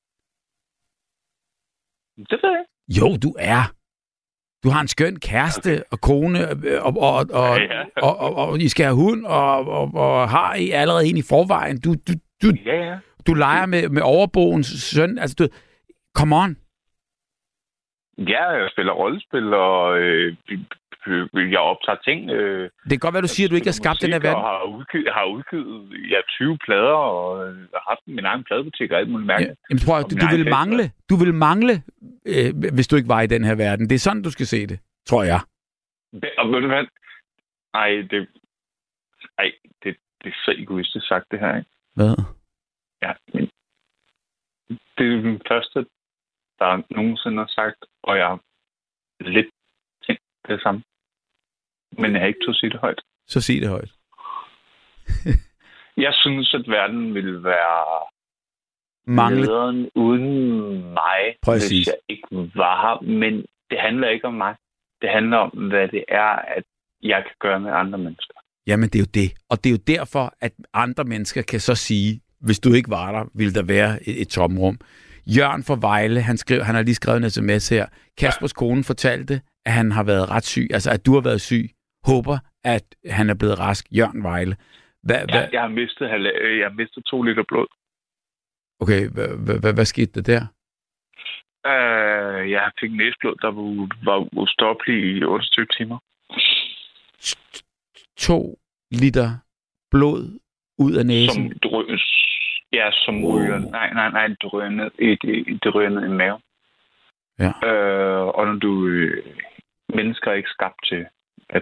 Det ved jeg. Jo, du er. Du har en skøn kæreste okay. og kone, og, og, og, ja, ja. og, og, og, og I skal have hund, og, og, og har I allerede en i forvejen. Du, du, du, ja, ja. du leger med, med overboens søn. Altså, du, come on. Ja, jeg spiller rollespil, og øh, jeg optager ting. Øh, det kan godt være, du siger, at du ikke har skabt den her verden. Jeg har udgivet, har udgivet ja, tyve plader, og har haft min egen pladebutik og alt muligt mærkeligt. Ja, jamen, prøv, du, du vil mangle, du vil mangle øh, hvis du ikke var i den her verden. Det er sådan, du skal se det, tror jeg. Det, og ved du hvad? Ej, det, ej, det, det er så egoistisk sagt, det her, ikke? Hvad? Ja, men det er den første, der nogensinde har sagt, og jeg har lidt tænkt det samme. Men jeg har ikke turde sige det højt. Så sig det højt. Jeg synes, at verden ville være Mangle. lederen uden mig, Præcis. hvis jeg ikke var her. Men det handler ikke om mig. Det handler om, hvad det er, at jeg kan gøre med andre mennesker. Jamen, det er jo det. Og det er jo derfor, at andre mennesker kan så sige, hvis du ikke var der, ville der være et, et tomrum. Jørgen fra Vejle, han, skrev, han har lige skrevet en sms her. Kaspers ja. kone fortalte, at han har været ret syg. Altså, at du har været syg. Håber, at han er blevet rask. Jørgen Vejle. Hva, ja, hva? Jeg, har mistet, jeg har mistet to liter blod. Okay, hvad hva, hva, hva skete der der? Uh, jeg fik næsblod, der var, var ustoppelig i otteogtyve timer. To liter blod ud af næsen? Som drøs. Ja, som wow. ryger. Nej, nej, nej, det ryger ned i, det, det ryger ned i maven. Ja. Øh, og når du øh, mennesker er ikke skabt til at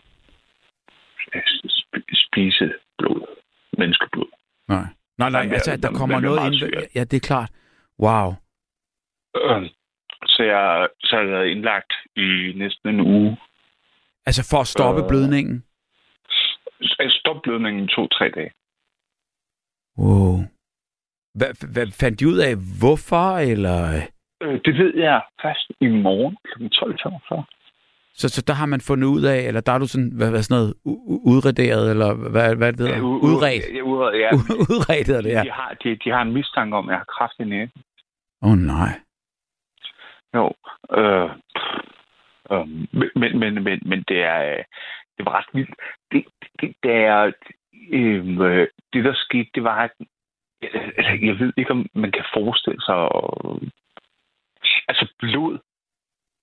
spise blod, menneskeblod. Nej, nej, nej, altså der kommer noget ind. Ja, det er klart. Wow. Øh, så jeg så har jeg været indlagt i næsten en uge. Altså for at stoppe øh, blødningen? Stoppe blødningen i to-tre dage. Wow. Hvad, hvad fandt de ud af? Hvorfor, eller? Øh, det ved jeg først i morgen kl. tolv femogfyrre. Så, så der har man fundet ud af, eller der er du sådan, hvad, hvad sådan noget, udrederet, eller hvad, hvad det hedder? Ja, u- udredt? Ja, udredt, ja. udredt hedder det, ja. De har, de, de har en mistanke om, at jeg har kræft i næsen. Åh, oh, nej. Jo. Øh, øh, men, men, men, men det er, det var ret vildt. Det, det, det er, øh, det der skete, det var, at jeg, jeg ved ikke, om man kan forestille sig, og, altså blod.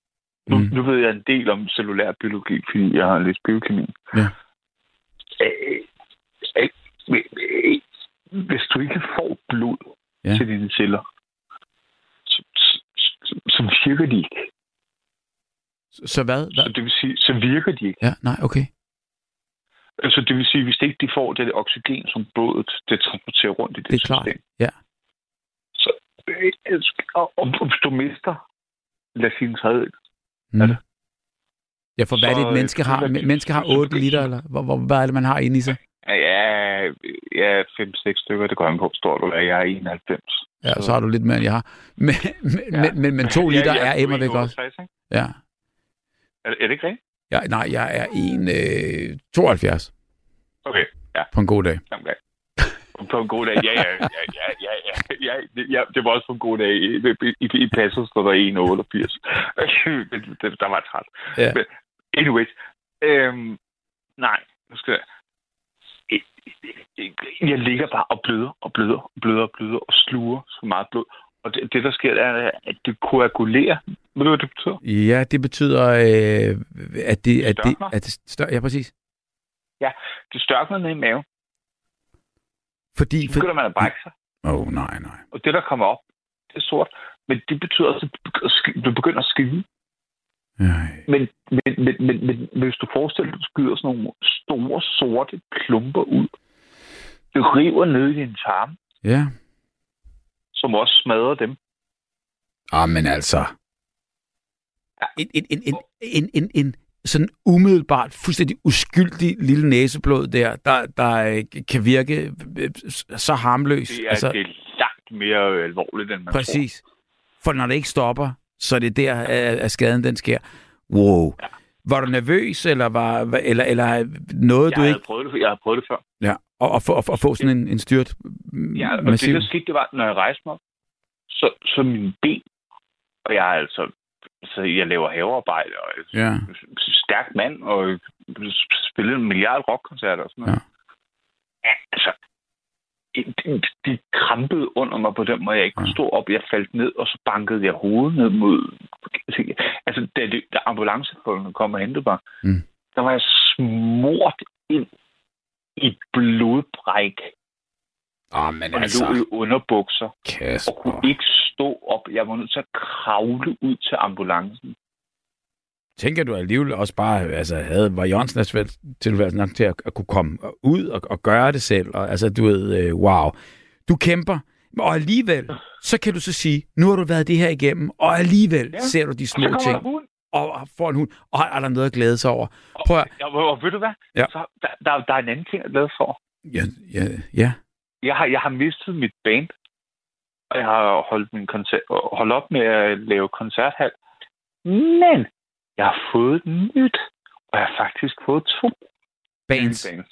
Nu, Mm. nu ved jeg en del om cellulær biologi, fordi jeg har læst biokemi. Ja. Øh, øh, øh, hvis du ikke får blod Ja. til dine celler, så, så, så, så virker de ikke. Så, så hvad? Så hvad? det vil sige, så virker de ikke. Ja, nej, okay. Altså det vil sige, hvis det ikke de får det oxygen, som blodet det transporterer rundt i det, Det er klart, system. ja. Så, øh, og, og hvis du mister, lad os sige en tredjedel. Mm. Er det? Ja, for hvad er det, Så, et menneske øh, har? så- Menneske har otte liter, eller hvor, hvor, hvad er det, man har inde i sig? Ja, ja fem seks stykker, det går an på, hvor stor du er. Jeg er enoghalvfems. Ja, så har du lidt mere, end jeg har. Men, men, Ja. men, men, men to liter ja, er immer væk også. otteogtres, ikke? Ja. Er, er det ikke rigtigt? Ja, nej, jeg er en øh, tooghalvfjerds Okay, ja. på en god dag. Jamen, ja. På en god dag, ja, ja, ja, ja, ja, ja, ja, ja, ja det var også på en god dag. I, i, i passet stod der en komma otteogfirs. det, der var træt. Ja. Men, anyways, øhm, nej, nu skal jeg... Jeg ligger bare og bløder og bløder og bløder og bløder og sluger så meget blod. Og det, det der sker, er, at det koagulerer. Ved du, hvad det betyder? Ja, det betyder, øh, at det... At det, Størkner? at det stør, ja, præcis. Det størkner ned i maven. Fordi... Så begynder man at brække sig. Åh, oh, nej, nej. Og det, der kommer op, det er sort. Men det betyder også, at du begynder at skide. Nej. Men, men, men, men, men hvis du forestiller dig, at du skyder sådan nogle store, sorte klumper ud, det river ned i din tarm, Ja. som også smadrer dem. Ah, men altså... En, en, en, en, en, en, en sådan umiddelbart, fuldstændig uskyldig lille næseblod der, der, der øh, kan virke øh, så harmløs. Det er, altså, det er langt mere øh, alvorligt, end man præcis. Tror. For når det ikke stopper, så er det der, at, at skaden den sker. Wow. Ja. Var du nervøs, eller var eller, eller noget, jeg du ikke... Prøvet det, jeg har prøvet det før. Ja, og, og, og, og få sådan en, en styrt ja, og massiv... det, der skete, det var, når jeg rejste mig op, så, så mine ben, og jeg er altså... Så jeg laver havearbejde, og jeg er ja. en stærk mand, og spiller en milliard rockkoncerter og sådan noget. Ja, ja altså, de, de krampede under mig på den måde, jeg ikke kunne stå op. Jeg faldt ned, og så bankede jeg hovedet ned mod... Altså, da, det, da ambulancefolkene kom og hentede mig, mm. der var jeg smurt ind i blodbræk. Oh, men og altså... lå i underbukser. Kasper. Og kunne ikke stå op. Jeg var nødt til at kravle ud til ambulancen. Tænker du alligevel også bare, altså havde, var Jørgensen tilværelsen nok til at, at kunne komme ud og, og gøre det selv? Og, altså, du ved, øh, wow. Du kæmper, og alligevel, så kan du så sige, nu har du været det her igennem, og alligevel ja. ser du de små og ting. Og får en hund, og er der noget at glæde sig over? Prøv at... og, og, og ved du hvad? Ja. Så, der, der, der er en anden ting at glæde sig over. Ja, ja, ja. Jeg har, jeg har mistet mit band, og jeg har holdt, min koncert, holdt op med at lave koncerthal. Men jeg har fået et nyt, og jeg har faktisk fået to bands. bands.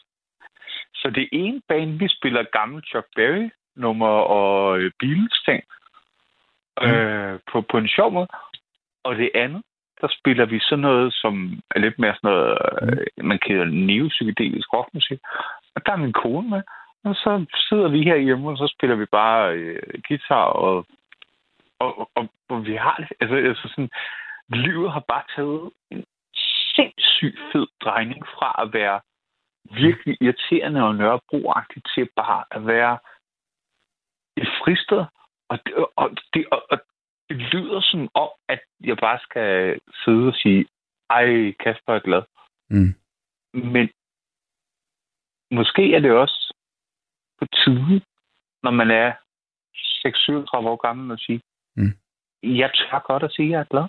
Så det ene band, vi spiller gammel Chuck Berry-nummer og øh, Beatles-ting mm. øh, på, på en sjov måde. Og det andet, der spiller vi sådan noget, som er lidt mere sådan noget, øh, man kalder neopsykedelisk rockmusik. Og der er min kone med. Og så sidder vi herhjemme, og så spiller vi bare øh, guitar, og, og, og, og, og vi har det. Altså, altså sådan, livet har bare taget en sindssygt fed drejning fra at være virkelig irriterende og nørrebroagtigt til bare at være et fristed. Og det, og, det, og, og det lyder som om, at jeg bare skal sidde og sige, ej, Kasper er glad. Mm. Men måske er det også på tide, når man er seks syvogtredive år gammel, at sige, mm. jeg tør godt at sige, at jeg er glad.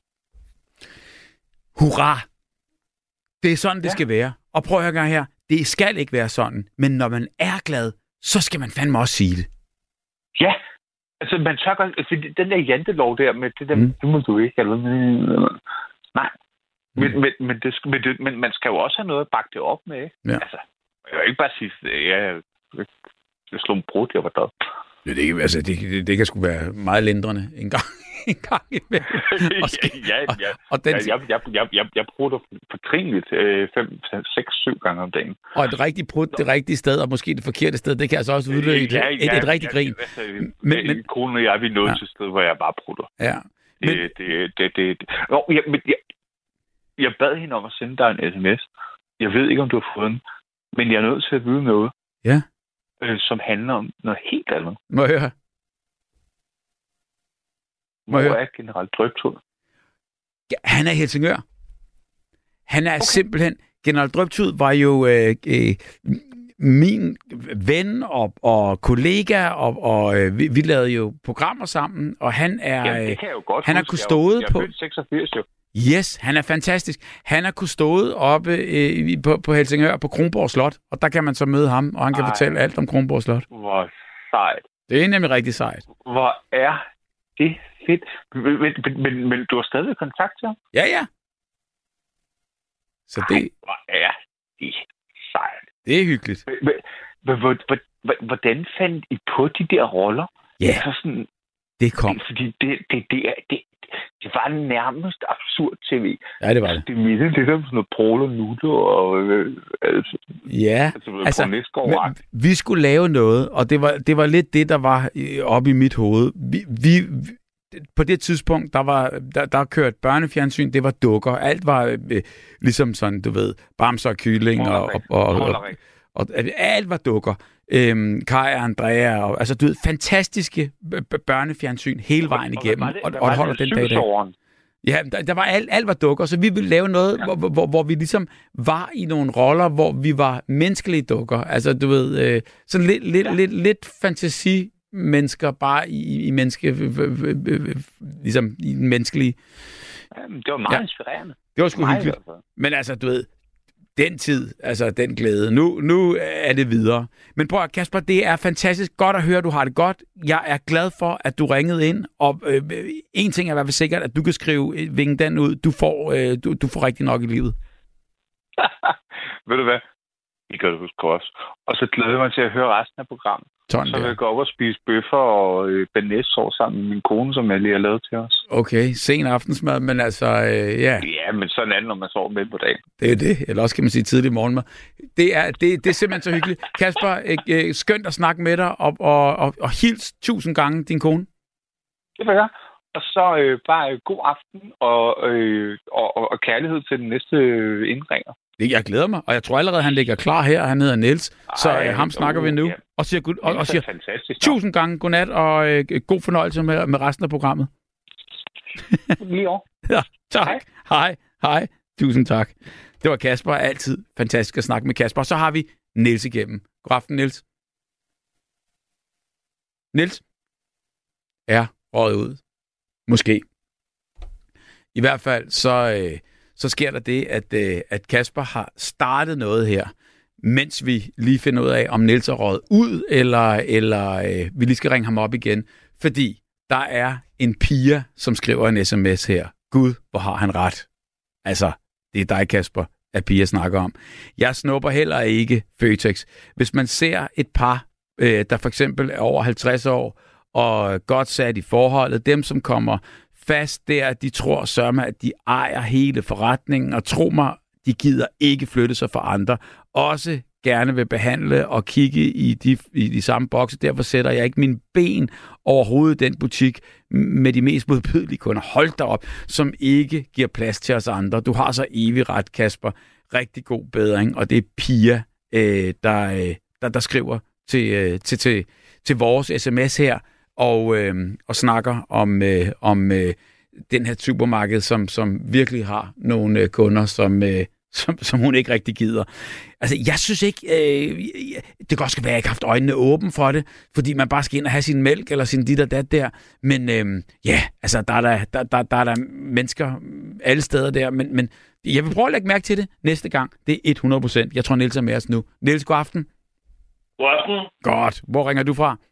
Hurra! Det er sådan, det ja. skal være. Og prøv at høre her, det skal ikke være sådan, men når man er glad, så skal man fandme også sige det. Ja, altså man tør godt, altså den der jantelov der med det der, mm. det må du ikke, eller nej. Mm. Men, men, men, det, men, det, men man skal jo også have noget at bakke det op med, ikke? Ja. Altså, jeg vil ikke bare sige, at jeg, jeg slog en brud, jeg var død. Ja, det, altså, det, det, det kan sgu være meget lindrende en gang, en gang imellem. ja, ja, ja. Og den... jeg, jeg, jeg, jeg, jeg bruger det fortrinligt øh, fem, seks, syv gange om dagen. Og et rigtigt brud det rigtige sted, og måske det forkerte sted, det kan altså også udløse et, ja, ja, et, et rigtigt ja, grin. Altså, men, men konen og jeg, vi er nået ja. til et sted, hvor jeg bare prutter. Ja. Men... Det, det, det, det, det. Oh, ja, men, ja. jeg bad hende om at sende dig en sms. Jeg ved ikke, om du har fået den, men jeg er nødt til at vide noget, Ja. øh, som handler om noget helt andet. Må jeg høre? Må Hvor jeg høre? er generelt Drøbtod? Ja, han er i Helsingør. Han er okay. simpelthen... General Drøbtud var jo øh, øh, min ven og, og kollega, og, og øh, vi, vi lavede jo programmer sammen, og han er... Jamen, det kan jeg jo godt han huske. er kustode jeg er på... født seksogfirs, jo. Yes, han er fantastisk. Han er kustode oppe øh, på, på Helsingør på Kronborg Slot, og der kan man så møde ham, og han kan Ej. fortælle alt om Kronborg Slot. Hvor sejt. Det er nemlig rigtig sejt. Hvor er det fedt. Men, men, men, men du har stadig kontakt til ham? Ja, ja. Så det... Ej, hvor er det sejt. Det er hyggeligt. Hvordan fandt I på de der roller? Ja, altså sådan, det kom. Fordi det, det, det, er, det, det var nærmest absurd tv. Ja, det var det. Det mindede lidt om sådan noget Prolo Nudo og... Øh, altså, ja, altså, men, vi skulle lave noget, og det var, det var lidt det, der var oppe i mit hoved. Vi... vi På det tidspunkt, der var der, der kørte børnefjernsyn, det var dukker. Alt var øh, ligesom sådan, du ved, bamser og kylling, og, og, og, og, og, og alt var dukker. Øhm, Kaj og Andrea, og, altså du ved, fantastiske børnefjernsyn hele vejen igennem, og, og, og det holder den dag i dag. Ja, der, der var alt, alt var dukker, så vi ville lave noget, ja. hvor, hvor, hvor vi ligesom var i nogle roller, hvor vi var menneskelige dukker. Altså du ved, øh, sådan lidt, lidt, ja. lidt, lidt fantasi, mennesker bare i, i menneske, ligesom i den menneskelige. Jamen, det var meget ja. inspirerende. Det var sgu hyggeligt. Men altså, du ved, den tid, altså den glæde, nu, nu er det videre. Men prøv at, Kasper, det er fantastisk godt at høre, at du har det godt. Jeg er glad for, at du ringede ind, og øh, en ting er i hvert fald sikkert, at du kan skrive Vingen den ud. Du får, øh, du, du får rigtig nok i livet. Ved du hvad? I gør det huske også. Og så glæder jeg mig til at høre resten af programmet. Sådan så vil der. jeg gå op og spise bøffer og øh, bearnaisesauce sammen med min kone, som jeg lige har lavet til os. Okay, sen aftensmad, men altså, øh, ja. Ja, men sådan er det, når man sover midt på dagen. Det er det, eller også kan man sige tidlig morgenmad. Det er, det, det er simpelthen så hyggeligt. Kasper, øh, øh, skønt at snakke med dig, og, og, og, og hils tusind gange din kone. Det vil jeg. Og så øh, bare øh, god aften og, øh, og, og, og kærlighed til den næste øh, indringer. Jeg glæder mig, og jeg tror allerede, han ligger klar her. Han hedder Niels, så Ej, ham snakker uh, vi nu. Ja. Og siger, god, og, og siger tusind gange godnat, og øh, god fornøjelse med, med resten af programmet. Lige over. Ja, tak. Hej. Hej. Hej. Tusind tak. Det var Kasper. Altid fantastisk at snakke med Kasper. Så har vi Niels igennem. God aften, Niels. Niels er røget ud. Måske. I hvert fald, så... Øh, så sker der det, at, øh, at Kasper har startet noget her, mens vi lige finder ud af, om Niels er røget ud, eller, eller øh, vi lige skal ringe ham op igen. Fordi der er en Pia, som skriver en sms her. Gud, hvor har han ret. Altså, det er dig, Kasper, at Pia snakker om. Jeg snupper heller ikke Føtex. Hvis man ser et par, øh, der for eksempel er over halvtreds år, og godt sat i forholdet, dem som kommer fast der, de tror sørme, at de ejer hele forretningen, og tro mig, de gider ikke flytte sig for andre. Også gerne vil behandle og kigge i de, i de samme bokse. Derfor sætter jeg ikke mine ben overhovedet i den butik med de mest modbydelige kunder. Hold da op, som ikke giver plads til os andre. Du har så evig ret, Kasper. Rigtig god bedring, og det er Pia, øh, der, øh, der, der skriver til, øh, til, til, til vores sms her, og, øh, og snakker om, øh, om øh, den her supermarked, som, som virkelig har nogle øh, kunder, som, øh, som, som hun ikke rigtig gider. Altså, jeg synes ikke, øh, det kan også være, at jeg ikke har haft øjnene åbne for det, fordi man bare skal ind og have sin mælk, eller sin dit og dat der. Men øh, ja, altså, der er der, der, der, der er der mennesker alle steder der, men, men jeg vil prøve at lægge mærke til det næste gang. Det er hundrede procent. Jeg tror, Niels er med os nu. Niels, god aften. God aften. Godt. Hvor ringer du fra?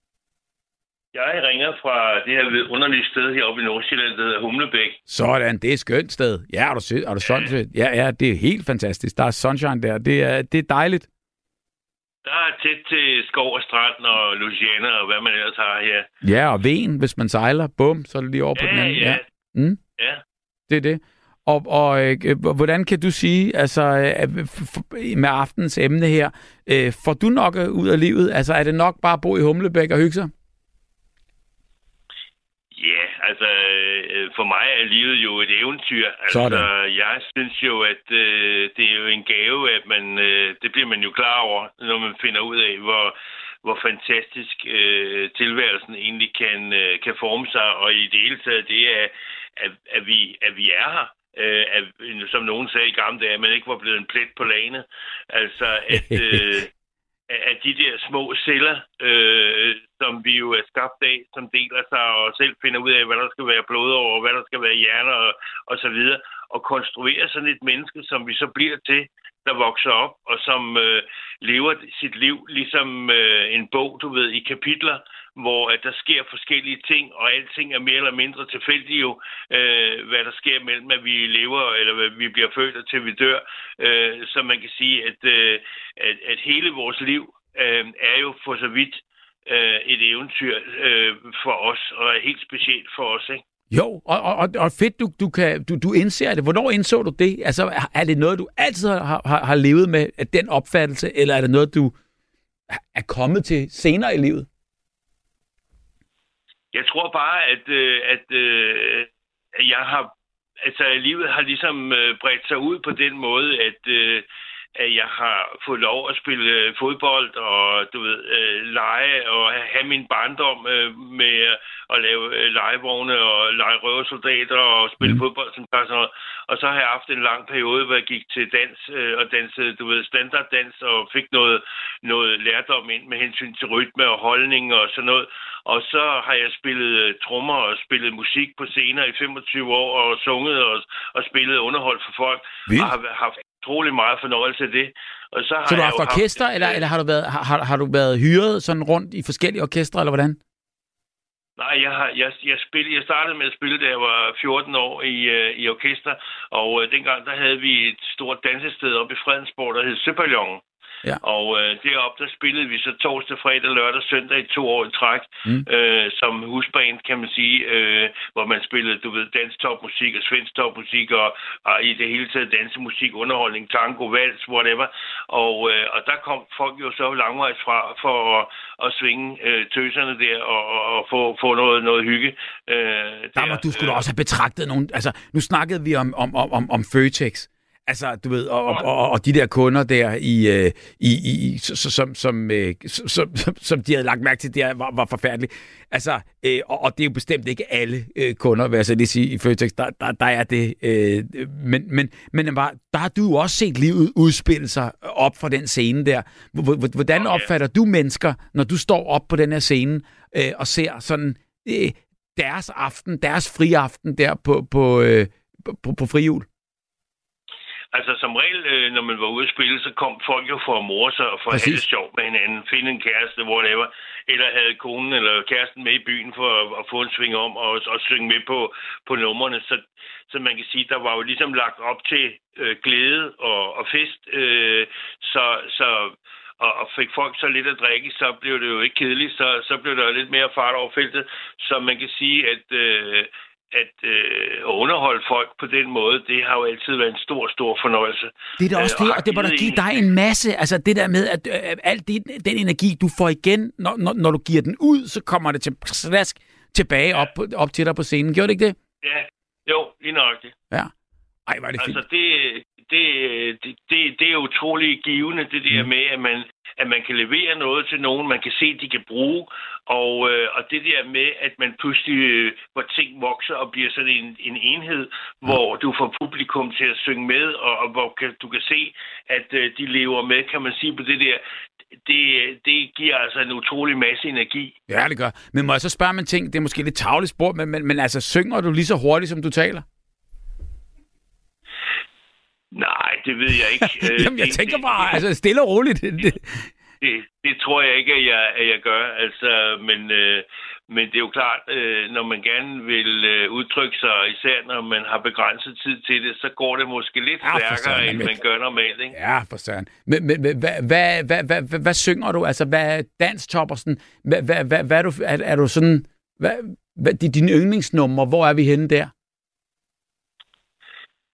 Jeg ringer fra det her underlige sted heroppe i Nordsjælland, der hedder Humlebæk. Sådan, det er et skønt sted. Ja, er du, er du sådan? Ja, ja, det er helt fantastisk. Der er sunshine der. Det er, det er dejligt. Der er tæt til skov og strand og Louisiana og hvad man ellers har her. Ja, og Ven, hvis man sejler. Bum, så er det lige over på ja, den anden. Ja, ja. Mm? ja. Det er det. Og, og øh, hvordan kan du sige, altså øh, med aftens emne her, øh, får du nok ud af livet? Altså er det nok bare at bo i Humlebæk og hygge sig? Ja, Altså, for mig er livet jo et eventyr. Altså, Sådan. jeg synes jo, at øh, det er jo en gave, at man, øh, det bliver man jo klar over, når man finder ud af, hvor, hvor fantastisk øh, tilværelsen egentlig kan, øh, kan forme sig. Og i det hele taget, det er, at, at, vi, at vi er her. Øh, at, som nogen sagde i gamle dage, at man ikke var blevet en plet på lagene. Altså, at... Øh, af de der små celler, øh, som vi jo er skabt af, som deler sig og selv finder ud af, hvad der skal være blodårer, hvad der skal være hjerner og, og så videre, og konstruere sådan et menneske, som vi så bliver til, der vokser op, og som øh, lever sit liv ligesom øh, en bog, du ved, i kapitler, hvor at der sker forskellige ting, og alting er mere eller mindre tilfældigt jo, øh, hvad der sker mellem, at vi lever, eller hvad vi bliver født, og til vi dør. Øh, så man kan sige, at, øh, at, at hele vores liv øh, er jo for så vidt øh, et eventyr øh, for os, og er helt specielt for os, ikke? Jo, og, og, og fedt, du, du, kan, du, du indser det. Hvornår indså du det? Altså, er det noget, du altid har, har, har levet med, at den opfattelse, eller er det noget, du er kommet til senere i livet? Jeg tror bare, at, at, at jeg har, altså livet har ligesom bredt sig ud på den måde, at, at jeg har fået lov at spille fodbold og du ved, lege og have min barndom med at lave legevogne og lege røversoldater og spille mm. fodbold som sådan noget. Og så har jeg haft en lang periode, hvor jeg gik til dans og dansede, du ved, standarddans og fik noget, noget lærdom ind med hensyn til rytme og holdning og sådan noget. Og så har jeg spillet trommer og spillet musik på scener i femogtyve år og sunget og, og spillet underhold for folk. Vildt. Og har haft utrolig meget fornøjelse af det. Og så har så du har jeg haft orkester, haft, eller, eller har, du været, har, har du været hyret sådan rundt i forskellige orkestre, eller hvordan? Nej, jeg, har, jeg, jeg, spillede, jeg startede med at spille, da jeg var fjorten år i, uh, i orkester, og uh, dengang der havde vi et stort dansested oppe i Fredensborg, der hed Søpavillon. Ja. Og øh, deroppe, der spillede vi så torsdag, fredag, lørdag, søndag i to år i træk, mm. øh, som husband, kan man sige, øh, hvor man spillede, du ved, dansk topmusik og svensk topmusik, og, og i det hele taget dansemusik, underholdning, tango, vals, whatever. Og, øh, og der kom folk jo så langvejs fra for at, at svinge øh, tøserne der, og, og, og få, få noget, noget hygge. Øh, der, der må du skulle øh, også have betragtet nogen, altså nu snakkede vi om, om, om, om Føtex. Altså, du ved, og, og, og, og de der kunder der, i, i, i, som, som, som, som, som de havde lagt mærke til, det var, var forfærdeligt. Altså, øh, og, og det er jo bestemt ikke alle øh, kunder, vil jeg så lige sige, i Føtex, der, der, der er det. Øh, men men, men var, der har du jo også set livet udspille sig op fra den scene der. Hvordan opfatter du mennesker, når du står op på den her scene øh, og ser sådan øh, deres aften, deres friaften der på, på, øh, på, på frihjul? Altså som regel, øh, når man var ude at spille, så kom folk jo for at more sig og for at have det sjovt med hinanden, finde en kæreste, whatever, eller havde konen eller kæresten med i byen for at, at få en sving om og, og synge med på, på numrene. Så, så man kan sige, der var jo ligesom lagt op til øh, glæde og, og fest, øh, så... så Og, og fik folk så lidt at drikke, så blev det jo ikke kedeligt, så, så blev der lidt mere fart over feltet. Så man kan sige, at, øh, at øh, underholde folk på den måde, det har jo altid været en stor, stor fornøjelse. Det er da også øh, det, og det må da give dig en masse, altså det der med, at øh, alt det, den energi, du får igen, når, når, når du giver den ud, så kommer det til slask tilbage op, op til dig på scenen. Gjorde det ikke det? Ja, jo, lige nøjagtigt. Ja. Ej, var det fint. Altså, det, det, det, det, det er utroligt givende, det der mm. med, at man, at man kan levere noget til nogen, man kan se, at de kan bruge, og, øh, og det der med, at man pludselig, øh, hvor ting vokser og bliver sådan en, en enhed, mm. hvor du får publikum til at synge med, og, og hvor kan, du kan se, at øh, de lever med, kan man sige på det der. Det, det giver altså en utrolig masse energi. Ja, det gør. Men må jeg så spørge mig en ting, det er måske lidt tarveligt spurgt, men, men, men altså, synger du lige så hurtigt, som du taler? Nej, det ved jeg ikke. Jamen, jeg det, tænker bare, det, altså stille og roligt. Det, det, det tror jeg ikke, at jeg, at jeg gør. Altså, men, øh, men det er jo klart, øh, når man gerne vil øh, udtrykke sig, især når man har begrænset tid til det, så går det måske lidt ja, stærkere, end man gør normalt. Ikke? Ja, for søren. Men, men hvad, hvad, hvad, hvad, hvad, hvad synger du? Altså, hvad er danstopper? Hvad, hvad, hvad, hvad er du, er, er du sådan... Hvad, hvad, dine yndlingsnumre, hvor er vi henne der?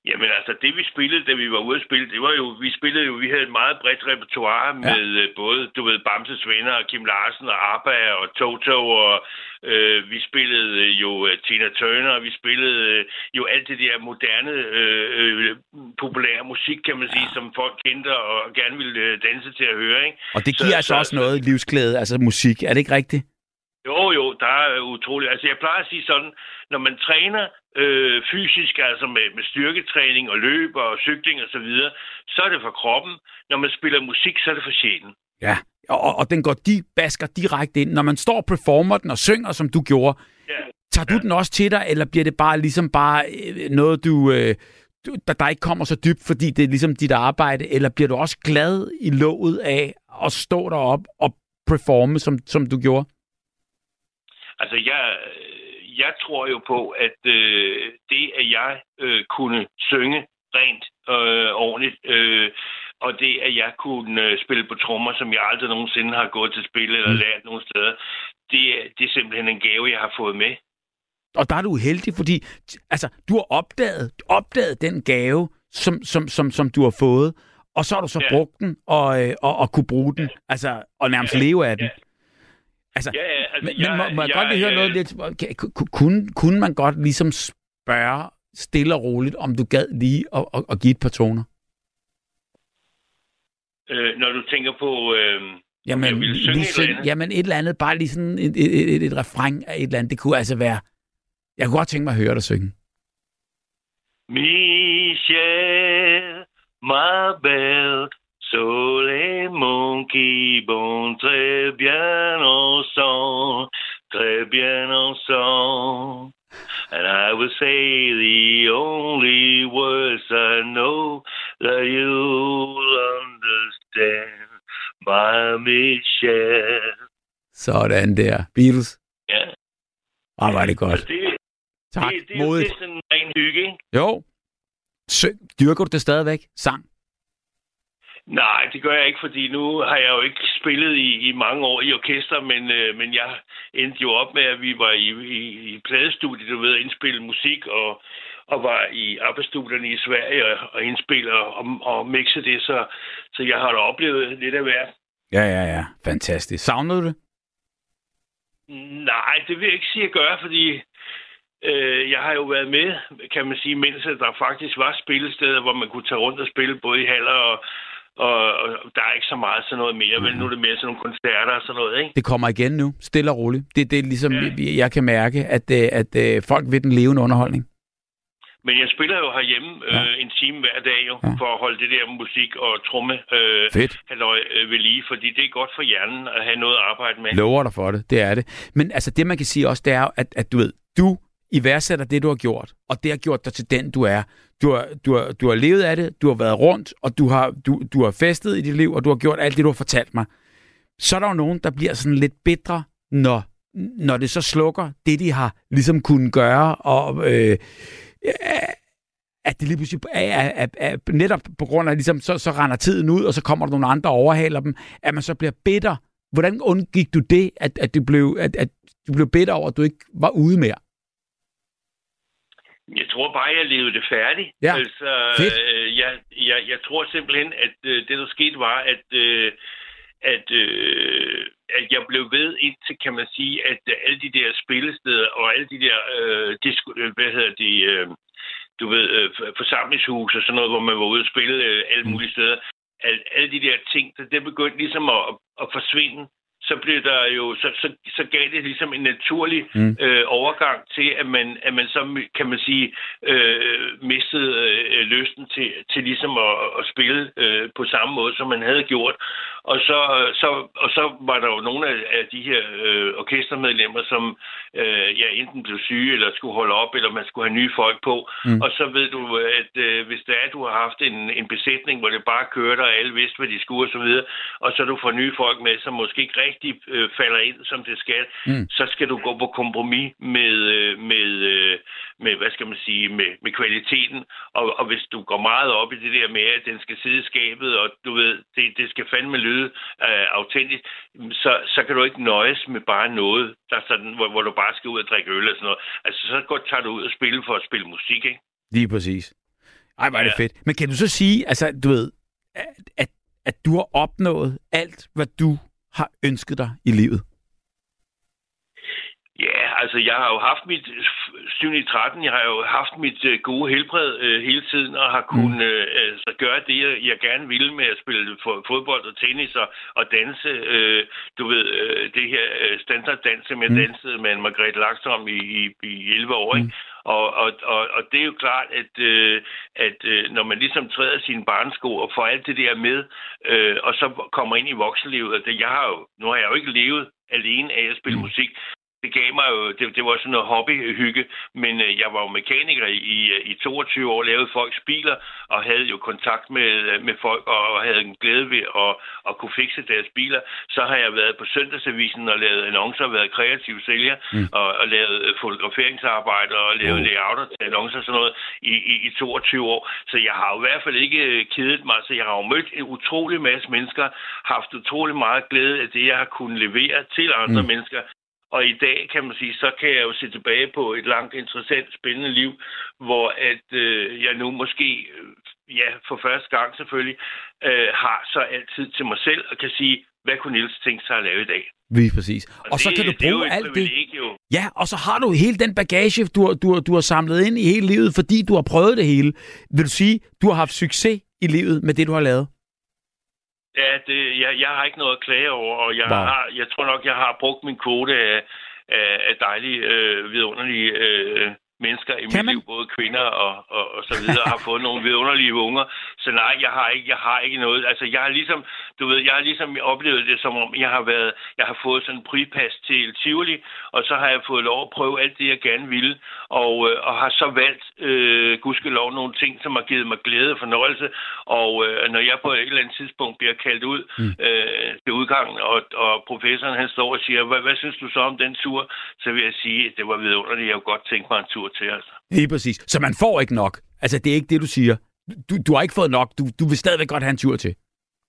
Jamen altså, det vi spillede, da vi var ude at spille, det var jo, vi spillede jo, vi havde et meget bredt repertoire med ja. både, du ved, Bamses Venner og Kim Larsen og ABBA og Toto, og øh, vi spillede jo uh, Tina Turner, og vi spillede øh, jo alt det der moderne, øh, øh, populære musik, kan man sige, ja. som folk kendte og gerne ville øh, danse til at høre, ikke? Og det giver så, altså så, også noget livsglæde, altså musik, er det ikke rigtigt? Jo, jo, der er utroligt. Altså, jeg plejer at sige sådan, når man træner øh, fysisk, altså med, med styrketræning og løb og cykling og så videre, så er det for kroppen. Når man spiller musik, så er det for sjælen. Ja, og, og den går de basker direkte ind. Når man står og performer den og synger, som du gjorde, ja. tager du ja. den også til dig, eller bliver det bare ligesom bare noget, du, øh, du, der, der ikke kommer så dybt, fordi det er ligesom dit arbejde, eller bliver du også glad i låget af at stå derop og performe, som, som du gjorde? Altså, jeg, jeg tror jo på, at øh, det, at jeg øh, kunne synge rent øh, ordentligt, øh, og det, at jeg kunne øh, spille på trommer, som jeg aldrig nogensinde har gået til spil eller lært nogen steder, det, det er simpelthen en gave, jeg har fået med. Og der er du heldig, fordi altså, du har opdaget, opdaget den gave, som, som, som, som du har fået, og så har du så ja. brugt den og, og, og kunne bruge den, ja. altså, og nærmest ja. leve af den. Ja. Altså, ja, ja, altså, men, jeg, må, må jeg, jeg godt lige høre jeg, noget lidt? Kunne, kunne man godt ligesom spørge stille og roligt, om du gad lige at, at, at give et par toner? Øh, når du tænker på... Øh, jamen, jeg vil synge lige, et eller andet? Jamen, et eller andet, bare lige sådan et, et, et, et refræng af et eller andet. Det kunne altså være... Jeg kunne godt tænke mig at høre dig synge. Michel, ma belle, soleil, mon qui bon, très bien ensemble, très bien ensemble. And I will say the only words I know that you'll understand, my Michel. Sådan der. Beatles. Ja. Ah, var det godt. Det, tak. Det, det, det, det er sådan en ren hygge, ikke? Jo. Sø- Dyrker du det stadigvæk? Sang? Nej, det gør jeg ikke, fordi nu har jeg jo ikke spillet i, i mange år i orkester, men, øh, men jeg endte jo op med, at vi var i, i, i pladestudiet, du ved, at indspille musik, og, og var i arbejdsstudierne i Sverige og, og indspille og, og, og mixe det, så, så jeg har da oplevet lidt af hvert. Ja, ja, ja. Fantastisk. Savnede du det? Nej, det vil jeg ikke sige at gøre, fordi øh, jeg har jo været med, kan man sige, mens der faktisk var spillesteder, hvor man kunne tage rundt og spille både i haller og Og, og der er ikke så meget sådan noget mere, men nu er det mere sådan nogle koncerter og sådan noget, ikke? Det kommer igen nu, stille og roligt. Det, det er ligesom, ja. jeg kan mærke, at, at, at folk vil den levende underholdning. Men jeg spiller jo herhjemme ja. øh, en time hver dag jo, ja. for at holde det der musik og tromme øh, halløj, øh, ved lige, fordi det er godt for hjernen at have noget at arbejde med. Lover dig for det, det er det. Men altså det, man kan sige også, det er at, at du ved, du iværksætter det, du har gjort, og det har gjort dig til den, du er. Du har, du, har, du har levet af det, du har været rundt, og du har, du, du har festet i dit liv, og du har gjort alt det, du har fortalt mig. Så er der jo nogen, der bliver sådan lidt bitre, når, når det så slukker det, de har ligesom kunnet gøre, og øh, at det lige pludselig er, er, er, er netop på grund af, ligesom, så, så render tiden ud, og så kommer der nogle andre og overhaler dem, at man så bliver bitter. Hvordan undgik du det, at, at, du blev, at, at du blev bitter over, at du ikke var ude mere? Jeg tror bare, jeg levede det færdigt. Ja, altså, øh, jeg, jeg, jeg tror simpelthen, at øh, det, der skete, var, at, øh, at, øh, at jeg blev ved indtil, kan man sige, at øh, alle de der spillesteder og alle de der, øh, disco, hvad hedder de, øh, du ved, øh, forsamlingshuse og sådan noget, hvor man var ude og spille øh, alle mulige steder, al, alle de der ting, det, det begyndte ligesom at, at forsvinde. Så blev der jo, så, så, så gav det ligesom en naturlig mm. øh, overgang til, at man, at man så, kan man sige, øh, mistede øh, lysten til, til ligesom at, at spille øh, på samme måde, som man havde gjort. Og så, så, og så var der jo nogle af, af de her øh, orkestermedlemmer, som øh, ja, enten blev syge, eller skulle holde op, eller man skulle have nye folk på. Mm. Og så ved du, at øh, hvis det er, at du har haft en, en besætning, hvor det bare kørte, og alle vidste, hvad de skulle, og så videre, og så du får nye folk med, som måske ikke rigtig øh, falder ind, som det skal, mm. så skal du gå på kompromis med, øh, med, øh, med, hvad skal man sige, med, med kvaliteten. Og, og hvis du går meget op i det der med, at den skal sidde i skabet, og du ved, det, det skal fandme lyde øh, autentisk, så, så kan du ikke nøjes med bare noget, der sådan, hvor, hvor du bare skal ud og drikke øl og sådan noget. Altså, så godt tager du ud og spille for at spille musik, ikke? Lige præcis. Ej, hvor er det Ja. fedt. Men kan du så sige, altså, du ved, at, at, at du har opnået alt, hvad du har ønsket dig i livet? Ja, altså jeg har jo haft mit syv i tretten, jeg har jo haft mit uh, gode helbred uh, hele tiden, og har kunnet uh, altså, gøre det, jeg, jeg gerne ville med at spille fodbold og tennis og, og danse. Uh, du ved, uh, det her uh, standarddans, som jeg mm. dansede med Margrethe Lakstrøm i, i, i elleve år, ikke? Mm. Og, og, og, og det er jo klart, at, øh, at øh, når man ligesom træder sine barnesko og får alt det der med, øh, og så kommer ind i voksenlivet, og det, jeg har jo, nu har jeg jo ikke levet alene af at spille mm. musik. Det gav mig jo, det, det var sådan noget hobbyhygge, men øh, jeg var jo mekaniker i, i toogtyve år, lavede folks biler, og havde jo kontakt med, med folk, og, og havde en glæde ved at, at kunne fikse deres biler. Så har jeg været på Søndagsavisen og lavet annoncer, været kreativ sælger, mm. og, og lavet fotograferingsarbejde, og lavet mm. layouter til annoncer og sådan noget i, i, i toogtyve år. Så jeg har jo i hvert fald ikke kedet mig, så jeg har jo mødt en utrolig masse mennesker, haft utrolig meget glæde af det, jeg har kunnet levere til andre mm. mennesker. Og i dag, kan man sige, så kan jeg jo se tilbage på et langt, interessant, spændende liv, hvor at øh, jeg nu måske, øh, ja, for første gang selvfølgelig, øh, har så altid til mig selv og kan sige, hvad kunne Niels tænke sig at lave i dag? Lige præcis. Og, og det, så kan du bruge alt det. Jo. Ja, og så har du hele den bagage, du, du, du har samlet ind i hele livet, fordi du har prøvet det hele. Vil du sige, du har haft succes i livet med det, du har lavet? Ja, det, jeg, jeg har ikke noget at klage over, og jeg, wow. har, jeg tror nok, jeg har brugt min kvote af, af, af dejlige, øh, vidunderlige øh, mennesker i mit liv, både kvinder og, og, og så videre, har fået nogle vidunderlige unger. Så nej, jeg har ikke, jeg har ikke noget. Altså, jeg har ligesom, du ved, jeg har ligesom oplevet det, som om jeg har været, jeg har fået sådan en fripas til Tivoli, og så har jeg fået lov at prøve alt det, jeg gerne ville, og, og har så valgt, øh, gudskelov, nogle ting, som har givet mig glæde og fornøjelse, og øh, når jeg på et eller andet tidspunkt bliver kaldt ud mm. øh, til udgangen, og, og professoren han står og siger, hvad, hvad synes du så om den tur? Så vil jeg sige, at det var vidunderligt, jeg kunne godt tænke mig en tur til, altså. Lige præcis. Så man får ikke nok. Altså, det er ikke det, du siger. Du, du har ikke fået nok. Du, du vil stadigvæk godt have en tur til.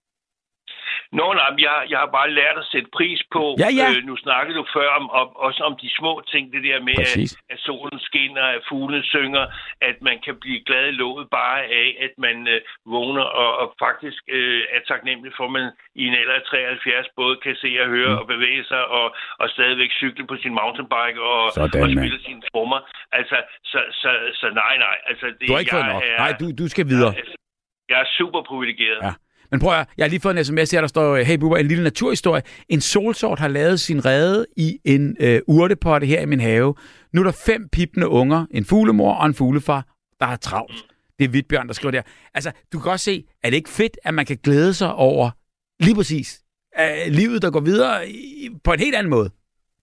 Nå, nej, jeg, jeg har bare lært at sætte pris på. Ja, ja. Øh, nu snakkede du før om, om, også om de små ting, det der med, at, at solen skinner, at fuglene synger, at man kan blive glad i låget bare af, at man øh, vågner og, og faktisk øh, er taknemmelig for, at man i en alder af treoghalvfjerds både kan se og høre mm. og bevæge sig og, og stadigvæk cykle på sin mountainbike og, Sådan, og spille man. sine trommer. Altså, så, så, så nej, nej. Altså, det, du har ikke jeg fået nok. Er, nej, du, du skal videre. Jeg, altså, jeg er super privilegeret. Ja. Men prøv at, jeg har lige fået en sms her, der står, hey Bubber, en lille naturhistorie. En solsort har lavet sin rede i en øh, urtepotte her i min have. Nu er der fem pipende unger, en fuglemor og en fuglefar, der har travlt. Det er Hvidbjørn, der skriver der. Altså, du kan godt se, er det ikke fedt, at man kan glæde sig over lige præcis øh, livet, der går videre i, på en helt anden måde?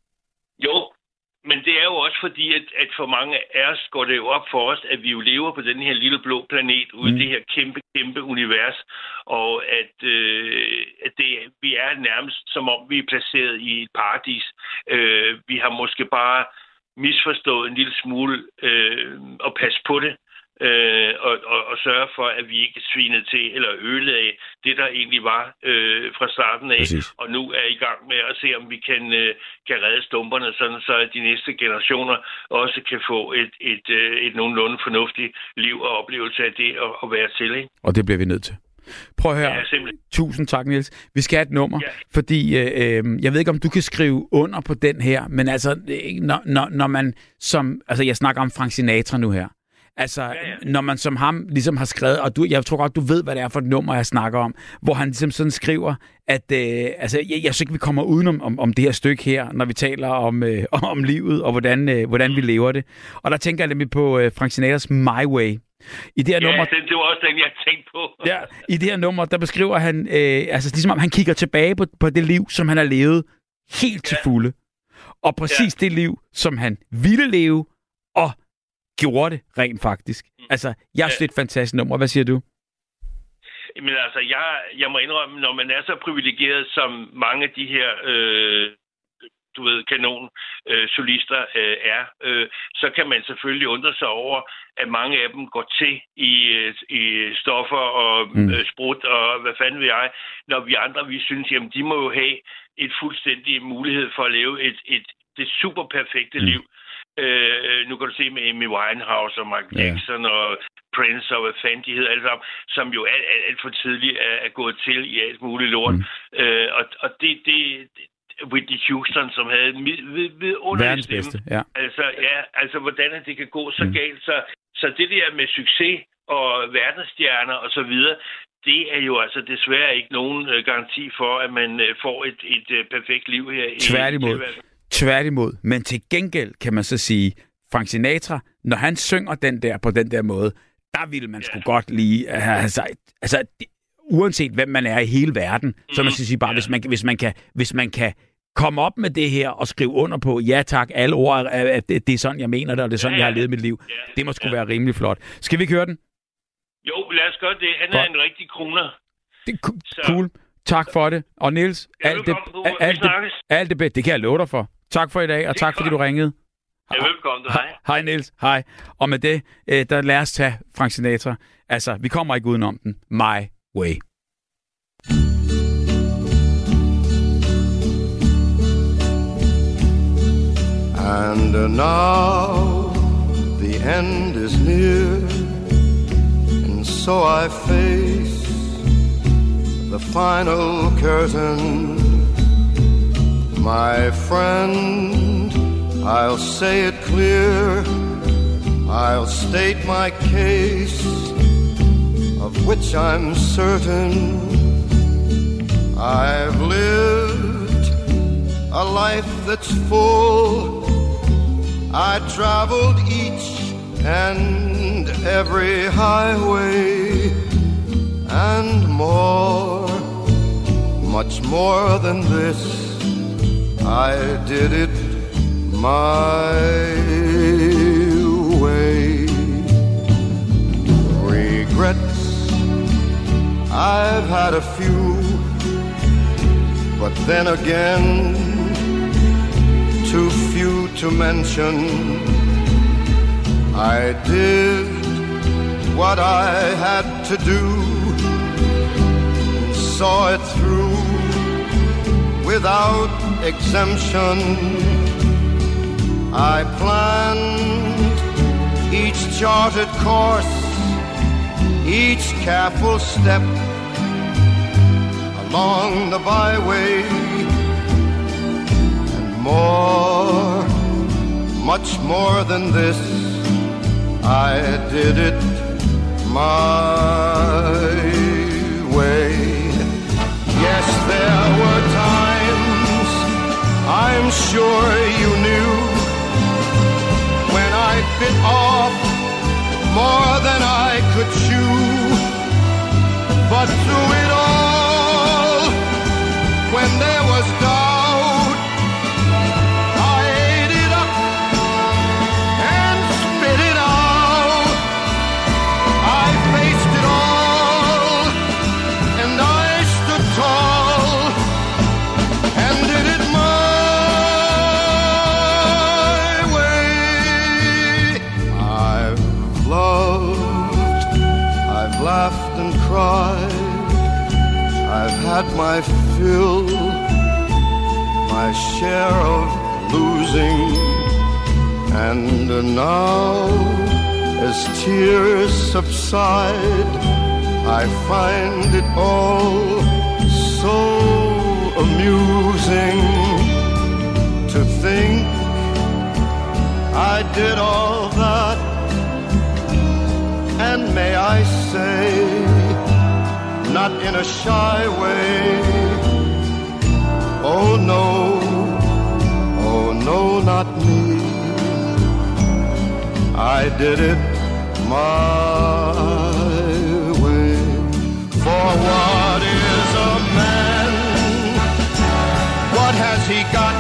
Jo. Men det er jo også fordi, at, at for mange af os går det jo op for os, at vi jo lever på den her lille blå planet ude i mm. det her kæmpe, kæmpe univers. Og at, øh, at det, vi er nærmest som om, vi er placeret i et paradis. Øh, vi har måske bare misforstået en lille smule øh, og passe på det. Øh, og, og, og sørge for, at vi ikke svinede til eller ødelagde det, der egentlig var øh, fra starten af. Præcis. Og nu er i gang med at se, om vi kan, øh, kan redde stumperne, sådan så at de næste generationer også kan få et, et, øh, et nogenlunde fornuftigt liv og oplevelse af det at, at være til. Ikke? Og det bliver vi nødt til. Prøv at høre. Ja, tusind tak, Niels. Vi skal have et nummer, ja. fordi øh, jeg ved ikke, om du kan skrive under på den her, men altså, når, når, når man som... Altså, jeg snakker om Frank Sinatra nu her. Altså, ja, ja. Når man som ham ligesom har skrevet, og du, jeg tror godt, du ved, hvad det er for et nummer, jeg snakker om, hvor han ligesom sådan skriver, at øh, altså, jeg, jeg synes ikke, vi kommer udenom om, om det her stykke her, når vi taler om, øh, om livet, og hvordan, øh, hvordan vi lever det. Og der tænker jeg nemlig på øh, Frank Sinatras My Way. I det her ja, nummer, det, det var også den, jeg tænkte på. ja, i det her nummer, der beskriver han, øh, altså ligesom om han kigger tilbage på, på det liv, som han har levet helt til ja. fulde. Og præcis ja. det liv, som han ville leve, og gjorde det rent faktisk. Altså, jeg synes, det er et fantastisk nummer. Hvad siger du? Men altså, jeg, jeg må indrømme, når man er så privilegeret, som mange af de her, øh, du ved, kanon-solister øh, er, øh, så kan man selvfølgelig undre sig over, at mange af dem går til i, i stoffer og mm. øh, sprut og hvad fanden vil jeg, når vi andre, vi synes, jamen, de må jo have et fuldstændig mulighed for at leve et, et, det super perfekte mm. liv. Uh, nu kan du se med Amy Winehouse og Michael Jackson yeah. og Prince og hvad fanden de hedder alle sammen, som jo alt, alt, alt for tidligt er, er gået til i alt muligt lort. Mm. Øh, og og det, det, det Whitney Houston, som havde en vidunderlig stemme. Bedste, ja. Altså, ja, altså, hvordan det kan gå så mm. galt. Så, så det der med succes og verdensstjerner og så videre, det er jo altså desværre ikke nogen uh, garanti for, at man uh, får et, et uh, perfekt liv her. Tværtimod. I Tværtimod. Men til gengæld kan man så sige, Frank Sinatra, når han synger den der på den der måde, der vil man ja. sgu godt lige... Altså, altså det, uanset hvem man er i hele verden, mm. så man skal sige bare, ja. hvis, man, hvis, man kan, hvis man kan komme op med det her og skrive under på, ja tak, alle ord, at det, det er sådan, jeg mener det, og det er sådan, ja, ja. jeg har levet mit liv. Ja. Det må sgu ja. være rimelig flot. Skal vi ikke høre den? Jo, lad os gøre det. Han er en rigtig kroner. Det er cool. Tak for det. Og Niels, alt det, alt, det, alt det bedste, det kan jeg love dig for. Tak for i dag, og tak fordi du ringede. Ja, velkommen. Hej. Hej Niels, hej. Og med det, der lad os tage Frank Sinatra. Altså, vi kommer ikke udenom den. My Way. And uh, now the end is near, and so I face the final curtain. My friend, I'll say it clear, I'll state my case, of which I'm certain. I've lived a life that's full. I traveled each and every highway and more, much more than this. I did it my way. Regrets, I've had a few, but then again, too few to mention. I did what I had to do, and saw it through without exemption. I planned each charted course, each careful step along the byway. More, much more than this, I did it my way. Yes, there were times, I'm sure you knew, when I bit off more than I could chew. But through it all, when there was doubt, I've had my fill, my share of losing, and now as tears subside, I find it all so amusing to think I did all that, and may I say, not in a shy way, oh no, oh no, not me, I did it my way. For what is a man, what has he got,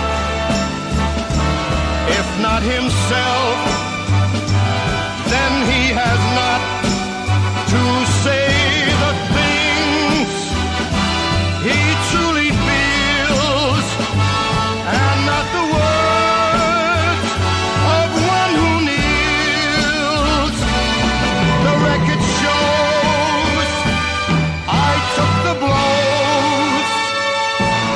if not himself, then he has not to say the things he truly feels, and not the words of one who kneels. The record shows I took the blows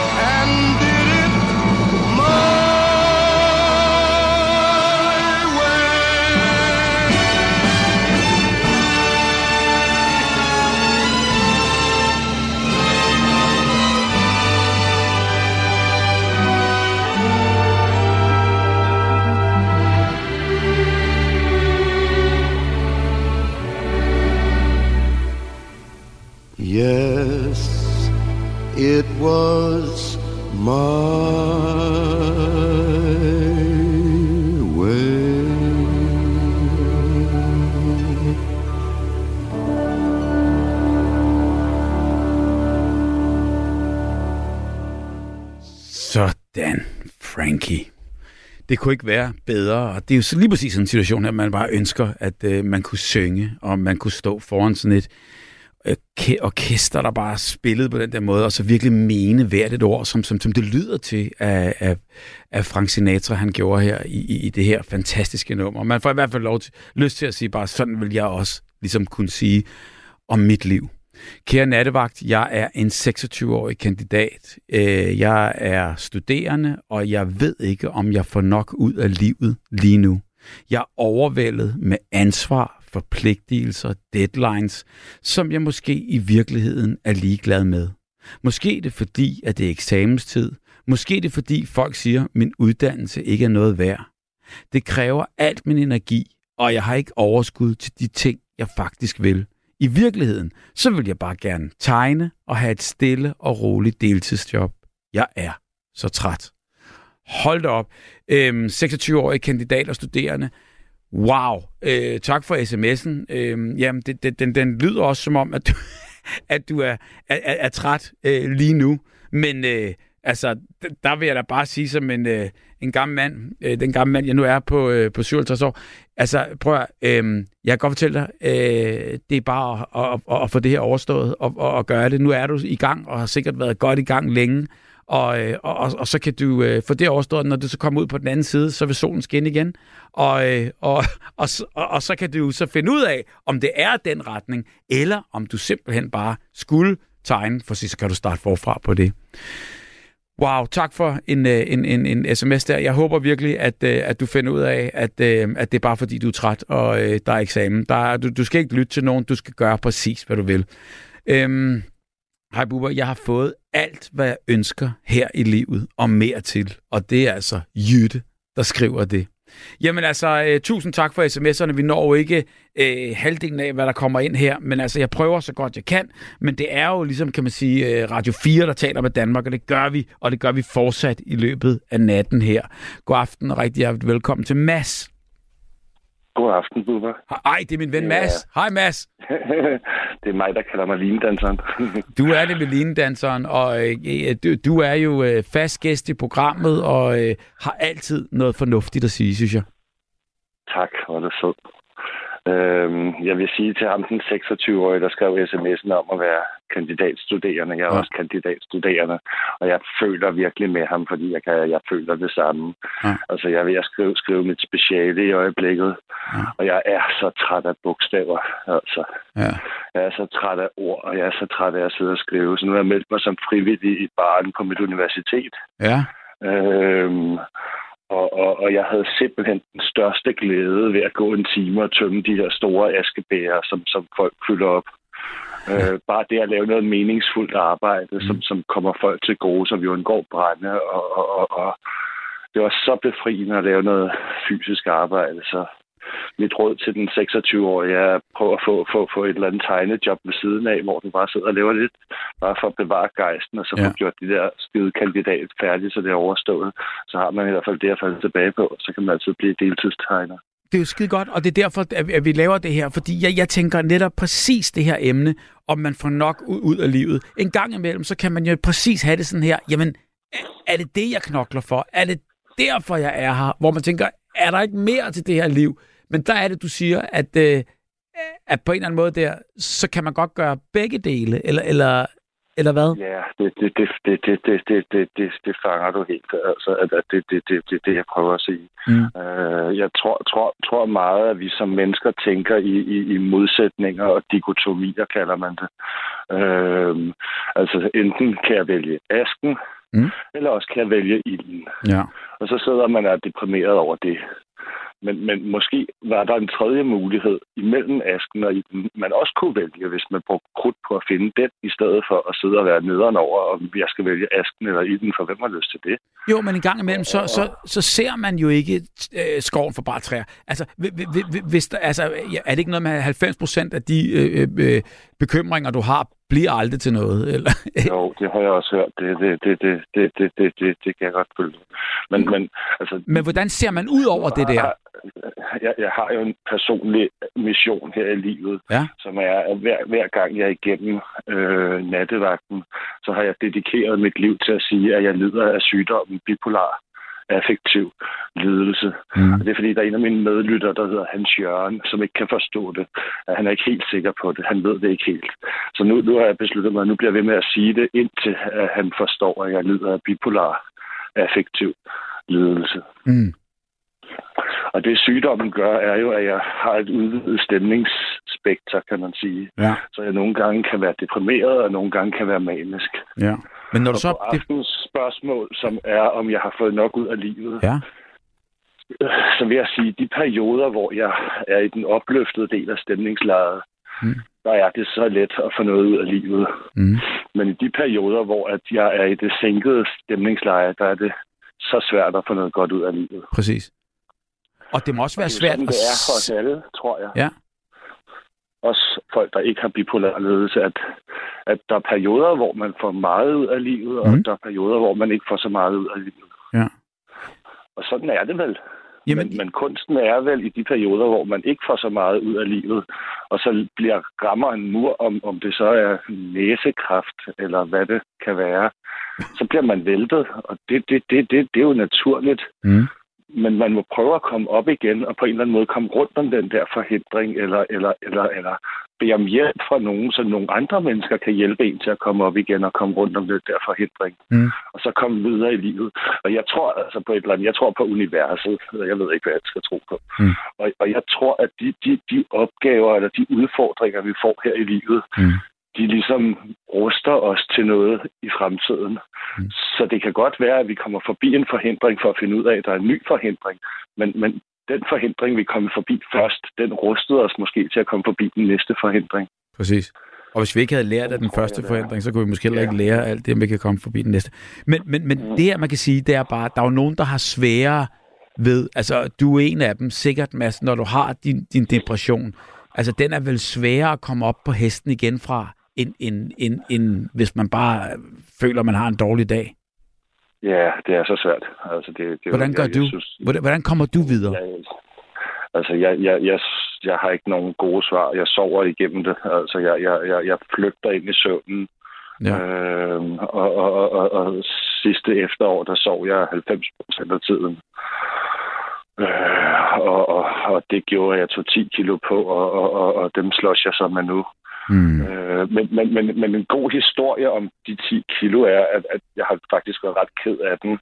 and did it my way. Yes, it was my way. Sådan, Frankie. Det kunne ikke være bedre, og det er jo så lige præcis en situation, at man bare ønsker, at øh, man kunne synge, og man kunne stå foran sådan et øh, orkester, der bare spillede på den der måde, og så virkelig mene hvert et ord, som, som, som det lyder til, af, af, af Frank Sinatra, han gjorde her i, i, i det her fantastiske nummer. Man får i hvert fald lov til, lyst til at sige bare, sådan vil jeg også ligesom kunne sige om mit liv. Kære nattevagt, jeg er en seksogtyve-årig kandidat. Jeg er studerende, og jeg ved ikke, om jeg får nok ud af livet lige nu. Jeg er overvældet med ansvar, forpligtelser, deadlines, som jeg måske i virkeligheden er ligeglad med. Måske er det fordi, at det er eksamenstid. Måske er det fordi, folk siger, at min uddannelse ikke er noget værd. Det kræver alt min energi, og jeg har ikke overskud til de ting, jeg faktisk vil. I virkeligheden, så vil jeg bare gerne tegne og have et stille og roligt deltidsjob. Jeg er så træt. Hold da op. Øhm, seksogtyve-årig kandidat og studerende. Wow. Øh, tak for sms'en. Øh, jamen, det, det, den, den lyder også som om, at du, at du er, er, er træt øh, lige nu. Men øh, altså, der vil jeg da bare sige som en, øh, en gammel mand, øh, den gamle mand, jeg nu er på, øh, på syvoghalvtreds år. Altså, prøv at, øh, jeg kan godt fortælle dig, øh, det er bare at, at, at få det her overstået og, og at gøre det. Nu er du i gang og har sikkert været godt i gang længe. Og, og, og, og så kan du øh, få det overstået, når du så kommer ud på den anden side, så vil solen skinne igen. Og, øh, og, og, og, og så kan du så finde ud af, om det er den retning, eller om du simpelthen bare skulle tegne, for så kan du starte forfra på det. Wow, tak for en, en, en, en sms der. Jeg håber virkelig, at, at du finder ud af, at, at det er bare fordi, du er træt, og der er eksamen. Der er, du, du skal ikke lytte til nogen, du skal gøre præcis, hvad du vil. Øhm, Hej Bubber, jeg har fået alt, hvad jeg ønsker her i livet, og mere til. Og det er altså Jytte, der skriver det. Jamen altså, øh, tusind tak for sms'erne. Vi når jo ikke øh, halvdelen af, hvad der kommer ind her, men altså, jeg prøver så godt jeg kan. Men det er jo ligesom, kan man sige, Radio fire, der taler med Danmark, og det gør vi, og det gør vi fortsat i løbet af natten her. God aften, og rigtig hjertelig velkommen til Mads. God aften, Bubber. Ej, det er min ven Mads. Ja. Hej Mads. Det er mig, der kalder mig linedanseren. Du er det med linedanseren, og øh, du, du er jo øh, fast gæst i programmet, og øh, har altid noget fornuftigt at sige, synes jeg. Tak, hvor er det sød. Øhm, jeg vil sige til ham, den seksogtyve-årige, der skrev sms'en om at være kandidatstuderende. Jeg er ja. også kandidatstuderende, og jeg føler virkelig med ham, fordi jeg, kan, jeg føler det samme. Ja. Altså, jeg er ved at skrive, skrive mit speciale i øjeblikket, ja. og jeg er så træt af bogstaver. Altså. Ja. Jeg er så træt af ord, og jeg er så træt af at sidde og skrive. Så nu har jeg meldt mig som frivillig i baren på mit universitet. Ja. Øhm, Og, og, og jeg havde simpelthen den største glæde ved at gå en time og tømme de her store askebæger, som, som folk fylder op. Øh, bare det at lave noget meningsfuldt arbejde, mm. som, som kommer folk til gode, så vi undgår brænde. Og, og, og, og det var så befriende at lave noget fysisk arbejde. Så mit råd til den seksogtyve-årige er at prøve at få, få, få et eller andet tegnejob ved siden af, hvor du bare sidder og laver lidt, bare for at bevare gejsten, og så ja. få gjort de der skide kandidat færdige, så det er overstået. Så har man i hvert fald det at falde tilbage på, så kan man altid blive deltidstegner. Det er jo skide godt, og det er derfor, at vi laver det her, fordi jeg, jeg tænker netop præcis det her emne, om man får nok ud, ud af livet. En gang imellem, så kan man jo præcis have det sådan her, jamen, er det det, jeg knokler for? Er det derfor, jeg er her? Hvor man tænker, er der ikke mere til det her liv? Men der er det, du siger, at, øh, at på en eller anden måde der, så kan man godt gøre begge dele, eller, eller, eller hvad? Ja, det, det, det, det, det, det, det, det, det, det fanger du helt. Altså, at det er det, det, det, det, jeg prøver at sige. Mm. Uh, jeg tror, tror, tror meget, at vi som mennesker tænker i, i, i modsætninger og dikotomier, kalder man det. Uh, altså, enten kan jeg vælge asken, mm. eller også kan jeg vælge ilden. Ja. Og så sidder man og er deprimeret over det. Men, men måske var der en tredje mulighed imellem asken og ilden, man også kunne vælge, hvis man brugte krudt på at finde den, i stedet for at sidde og være nederen over, om jeg skal vælge asken eller ilden, for hvem har lyst til det? Jo, men en gang imellem, så, så, så ser man jo ikke øh, skoven for bare træer. Altså, hvis der, altså, er det ikke noget med halvfems procent af de øh, øh, bekymringer, du har, bliver aldrig til noget, eller? Jo, det har jeg også hørt. Det, det, det, det, det, det, det, det, det kan jeg godt følge. Men, men, altså, men hvordan ser man ud over det der? Jeg, jeg har jo en personlig mission her i livet, ja. som er, at hver, hver gang jeg er igennem øh, nattevagten, så har jeg dedikeret mit liv til at sige, at jeg lider af sygdommen bipolar affektiv lidelse. Mm. Og det er fordi, der er en af mine medlyttere, der hedder Hans Jørgen, som ikke kan forstå det. At han er ikke helt sikker på det. Han ved det ikke helt. Så nu, nu har jeg besluttet mig, at nu bliver jeg ved med at sige det, indtil at han forstår, at jeg lider af bipolar affektiv lidelse. Mm. Og det sygdommen gør, er jo, at jeg har et udvidet stemningsspekter, kan man sige. Ja. Så jeg nogle gange kan være deprimeret, og nogle gange kan være manisk. Ja. Men når du og så... på aftens spørgsmål, som er, om jeg har fået nok ud af livet, ja. så vil jeg sige, de perioder, hvor jeg er i den opløftede del af stemningslejet, mm. der er det så let at få noget ud af livet. Mm. Men i de perioder, hvor at jeg er i det sænkede stemningsleje, der er det så svært at få noget godt ud af livet. Præcis. Og det må også være det svært sådan, at... Det er for os alle, tror jeg. Ja. Også folk, der ikke har bipolar ledelse, at, at der er perioder, hvor man får meget ud af livet, mm. og der er perioder, hvor man ikke får så meget ud af livet. Ja. Og sådan er det vel. Jamen... Men, men kunsten er vel i de perioder, hvor man ikke får så meget ud af livet, og så bliver rammer en mur, om, om det så er næsekræft, eller hvad det kan være, så bliver man væltet, og det, det, det, det, det er jo naturligt. Mm. Men man må prøve at komme op igen, og på en eller anden måde komme rundt om den der forhindring, eller, eller, eller, eller bede om hjælp fra nogen, så nogle andre mennesker kan hjælpe en til at komme op igen og komme rundt om den der forhindring. Mm. Og så komme videre i livet. Og jeg tror altså på et eller andet, jeg tror på universet. Jeg ved ikke, hvad jeg skal tro på. Mm. Og, og jeg tror, at de, de, de opgaver, eller de udfordringer, vi får her i livet, mm. de ligesom ruster os til noget i fremtiden. Mm. Så det kan godt være, at vi kommer forbi en forhindring for at finde ud af, at der er en ny forhindring. Men, men den forhindring, vi kommer forbi først, den rustede os måske til at komme forbi den næste forhindring. Præcis. Og hvis vi ikke havde lært af den første jeg, forhindring, så kunne vi måske heller ikke lære alt det, om vi kan komme forbi den næste. Men, men, men mm. det her, man kan sige, det er bare, der er jo nogen, der har sværere ved, altså du er en af dem, sikkert Mads, når du har din, din depression. Altså den er vel sværere at komme op på hesten igen fra, end, end, end, end hvis man bare føler, man har en dårlig dag. Ja, det er så svært. Altså, det, det hvordan jo, gør jeg, du? Jeg synes, hvordan, hvordan kommer du videre? Jeg, altså, jeg, jeg, jeg, jeg har ikke nogen gode svar. Jeg sover igennem det. Altså, jeg, jeg, jeg, jeg flygter ind i søvnen. Ja. Øhm, og, og, og, og, og sidste efterår, der sov jeg halvfems procent af tiden. Øh, og, og, og det gjorde, at jeg tog ti kilo på, og, og, og, og dem slås jeg så med nu. Mm. Øh, men, men, men, men en god historie om de ti kilo er, at, at jeg har faktisk været ret ked af den.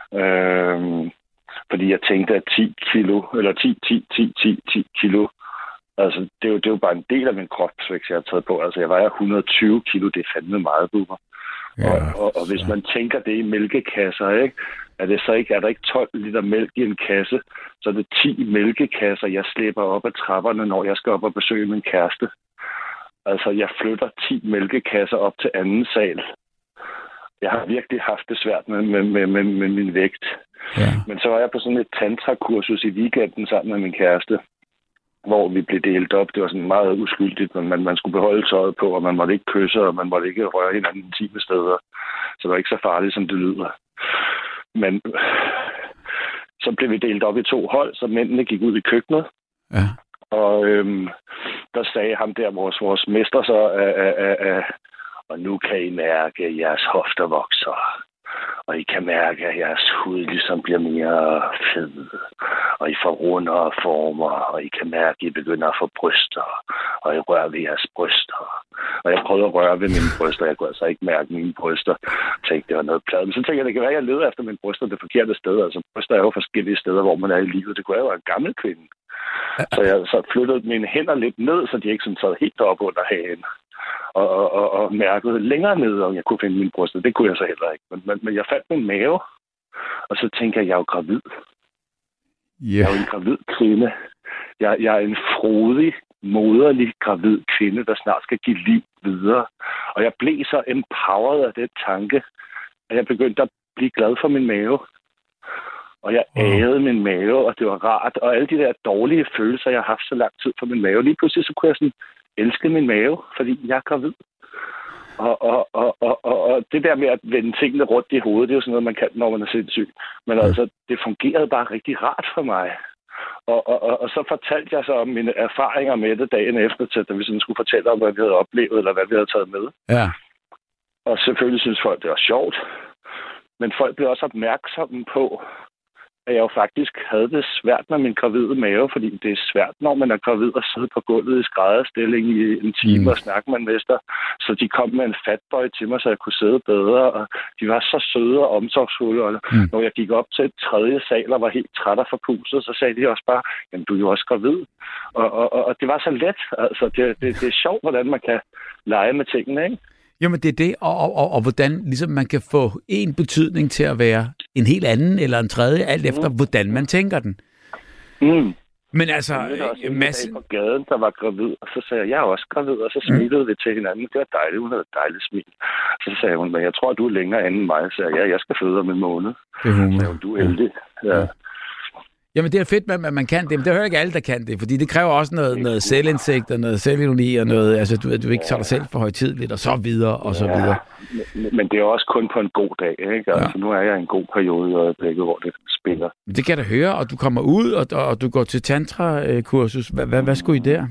Øh, fordi jeg tænkte, at ti kilo, eller ti, ti, ti, ti, ti kilo, altså det er, jo, det er jo bare en del af min kropsvægt, jeg har taget på. Altså jeg vejer et hundrede og tyve kilo, det er fandme meget, buber. Ja, og, og, og hvis man tænker det i mælkekasser, ikke? Er det så ikke, er der ikke tolv liter mælk i en kasse, så er det ti mælkekasser, jeg slæber op ad trapperne, når jeg skal op og besøge min kæreste. Altså, jeg flytter ti mælkekasser op til anden sal. Jeg har virkelig haft det svært med, med, med, med, med min vægt. Ja. Men så var jeg på sådan et tantra-kursus i weekenden sammen med min kæreste, hvor vi blev delt op. Det var sådan meget uskyldigt, men man, man skulle beholde tøjet på, og man måtte ikke kysse, og man måtte ikke røre hinanden intime steder. Så det var ikke så farligt, som det lyder. Men så blev vi delt op i to hold, så mændene gik ud i køkkenet. Ja. Og øhm, der sagde ham der, vores, vores mester, så, øh, øh, øh, og nu kan I mærke, at jeres hofter vokser. Og I kan mærke, at jeres hud ligesom bliver mere fed. Og I får rundere former, og I kan mærke, at I begynder at få bryster. Og I rører ved jeres bryster. Og jeg prøvede at røre ved mine bryster, jeg kunne altså ikke mærke mine bryster. Jeg tænkte, det var noget plade. Men så tænkte jeg, det kan være, at jeg leder efter mine bryster det forkerte sted. Altså bryster er jo forskellige steder, hvor man er i livet. Det kunne jo være en gammel kvinde. Så jeg så flyttede mine hænder lidt ned, så de ikke sådan sad helt op under hagen. Og, og, og, og mærkede længere ned, om jeg kunne finde mine bryster. Det kunne jeg så heller ikke. Men, men, men jeg fandt min mave, og så tænkte jeg, at jeg er jo gravid. Yeah. Jeg er jo en gravid kvinde. Jeg, jeg er en frodig, moderlig, gravid kvinde, der snart skal give liv videre. Og jeg blev så empowered af den tanke, at jeg begyndte at blive glad for min mave. Og jeg ægede min mave, og det var rart. Og alle de der dårlige følelser, jeg har haft så lang tid for min mave. Lige pludselig så kunne jeg sådan elske min mave, fordi jeg er gravid. Og, og, og, og, og, og det der med at vende tingene rundt i hovedet, det er jo sådan noget, man kan, når man er sindssyg. Men ja. altså, det fungerede bare rigtig rart for mig. Og, og, og, og så fortalte jeg så om mine erfaringer med det dagen efter, til, da vi sådan skulle fortælle om, hvad vi havde oplevet, eller hvad vi havde taget med. Ja. Og selvfølgelig synes folk, det var sjovt. Men folk blev også opmærksomme på, at jeg jo faktisk havde det svært med min gravide mave, fordi det er svært, når man er gravid og sidde på gulvet i skrædderstilling i en time mm. og snakke med en mester. Så de kom med en fatboy til mig, så jeg kunne sidde bedre, og de var så søde og omsorgsfulde. Og mm. når jeg gik op til et tredje sal og var helt træt og forpustet, så sagde de også bare, jamen du er jo også gravid. Og, og, og, og det var så let. Altså, det, det, det er sjovt, hvordan man kan lege med tingene, ikke? Jo, men det er det, og, og, og, og hvordan ligesom man kan få en betydning til at være en helt anden eller en tredje, alt efter, mm. hvordan man tænker den. Mm. Men altså, jeg også masse... på gaden, der var gravid, og så sagde jeg, jeg er også gravid, og så smilede mm. vi til hinanden. Det var dejligt, hun havde et dejligt smil. Så sagde hun, men jeg tror, du er længere end mig. Så sagde jeg, ja, jeg skal føde om en måned. Det er hun. Så sagde hun, du er heldig. Ja. ja. Jamen, det er fedt, at man kan det, men det er jo ikke alle, der kan det, fordi det kræver også noget, noget selvindsigt og noget selvironi og noget, altså du, du ikke tager dig selv for højtideligt og så videre og så videre. Ja, men, men det er også kun på en god dag, ikke? Altså, ja. Nu er jeg i en god periode i øjeblikket, hvor det spiller. Det kan jeg da høre, og du kommer ud, og, og du går til tantra-kursus. Hvad, hvad, hvad skulle I der?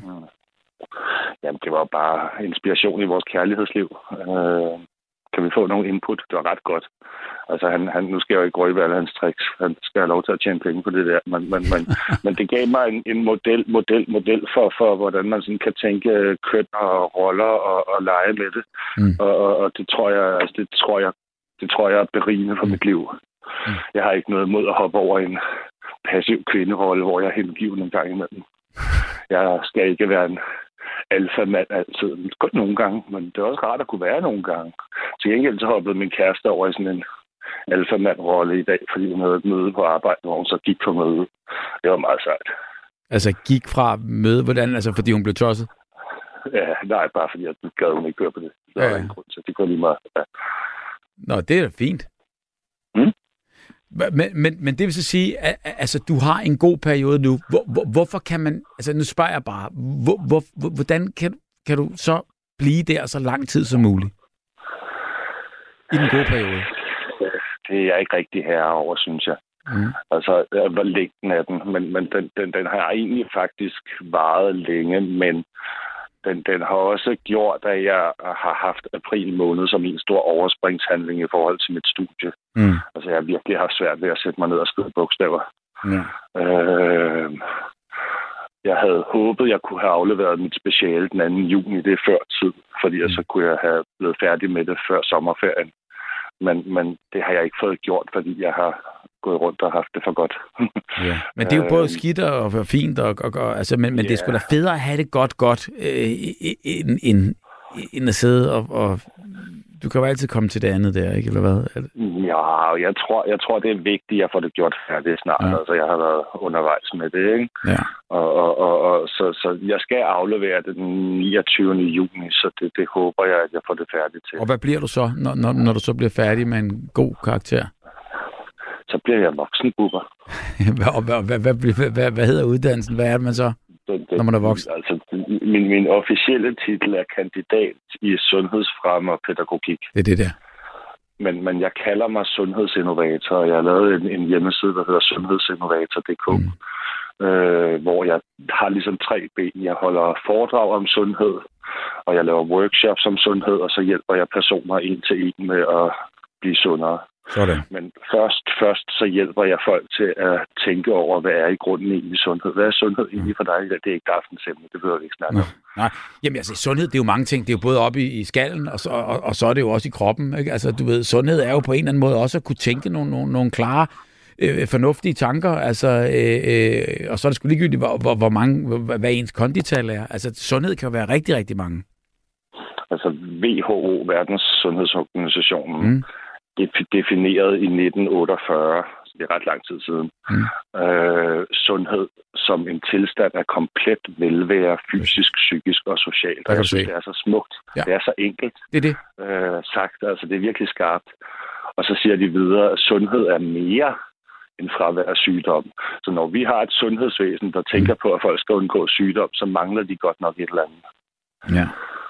Jamen, det var bare inspiration i vores kærlighedsliv. Øh, kan vi få nogle input? Det var ret godt. Altså, han, han, nu skal jeg jo ikke røbe alle hans tricks. Han skal have lov til at tjene penge på det der. Men, men, men, men det gav mig en, en model, model, model for, for, hvordan man sådan kan tænke køn og roller og, og lege med det. Mm. Og, og, og det tror jeg, altså, det tror jeg, det tror jeg er berigende for mit liv. Mm. Jeg har ikke noget mod at hoppe over en passiv kvinderolle, hvor jeg er hengiven en gang imellem. Jeg skal ikke være en alfamand altid. Kun nogle gange, men det er også rart at kunne være nogle gange. Til gengæld så hoppede min kæreste over i sådan en alfamand-rolle i dag, fordi hun havde et møde på arbejde, hvor hun så gik på møde. Det var meget sejt. Altså gik fra møde, hvordan? Altså fordi hun blev tosset? Ja, nej, bare fordi at gad hun ikke høre på det. Der var ja. ingen grund til, det går lige meget. Ja. Nå, det er da fint. Mm? Men, men, men det vil så sige, at altså, du har en god periode nu. Hvor, hvor, hvorfor kan man... Altså, nu spørger jeg bare. Hvor, hvor, hvordan kan, kan du så blive der så lang tid som muligt? I den gode periode. Det er jeg ikke rigtig herre over, synes jeg. Mm. Altså, hvor længden af den. Men, men den, den, den har egentlig faktisk varet længe, men den, den har også gjort, at jeg har haft april måned som en stor overspringshandling i forhold til mit studie. Mm. Altså, jeg har virkelig haft svært ved at sætte mig ned og skrive bogstaver. Mm. Øh, jeg havde håbet, jeg kunne have afleveret mit speciale den anden juni, det er før tid, fordi mm. så kunne jeg have blevet færdig med det før sommerferien. Men, men det har jeg ikke fået gjort, fordi jeg har gået rundt og haft det for godt. Ja. Men det er jo både skidt og fint, og, og, og, altså, men, men yeah. det er sgu da federe at have det godt, godt, øh, end, end, end at sidde og, og... Du kan jo altid komme til det andet der, ikke? Eller hvad? Ja, jeg tror, jeg tror, det er vigtigt, at jeg får det gjort færdigt snart. Ja. Altså, jeg har været undervejs med det, ikke? Ja. Og, og, og, og så, så jeg skal aflevere det den niogtyvende juni, så det, det håber jeg, at jeg får det færdigt til. Og hvad bliver du så, når, når, når du så bliver færdig med en god karakter? Så bliver jeg voksenbubber. hvad, hvad, hvad, hvad, hvad, hvad hedder uddannelsen? Hvad er det man så, den, den, når man er voksen? Altså, min, min officielle titel er kandidat i sundhedsfremme og pædagogik. Det er det der. Men, men jeg kalder mig sundhedsinnovator, og jeg har lavet en, en hjemmeside, der hedder sundhedsinnovator punktum d k, mm. øh, hvor jeg har ligesom tre ben. Jeg holder foredrag om sundhed, og jeg laver workshops om sundhed, og så hjælper jeg personer en til en med at blive sundere. Sådan. Men først, først så hjælper jeg folk til at tænke over, hvad er i grunden egentlig sundhed. Hvad er sundhed egentlig for dig? Det er ikke aftensemne, det behøver vi ikke snakke om. Nej, jamen altså sundhed, det er jo mange ting. Det er jo både oppe i, i skallen, og så, og, og så er det jo også i kroppen. Ikke? Altså du ved, sundhed er jo på en eller anden måde også at kunne tænke nogle, nogle, nogle klare, øh, fornuftige tanker. Altså, øh, øh, og så er det sgu ligegyldigt, hvor, hvor, hvor mange, hvad, hvad ens kondital er. Altså sundhed kan jo være rigtig, rigtig mange. Altså W H O, Verdens Sundhedsorganisationen, mm. defineret i nitten otteogfyrre, så det er ret lang tid siden, mm. øh, sundhed som en tilstand af komplet velvære, fysisk, psykisk og socialt. Jeg synes, det er så smukt. Ja. Det er så enkelt. Det er det. Øh, sagt, altså det er virkelig skarpt. Og så siger de videre, at sundhed er mere end fravær af sygdom. Så når vi har et sundhedsvæsen, der tænker mm. på, at folk skal undgå sygdom, så mangler de godt nok et eller andet. Ja.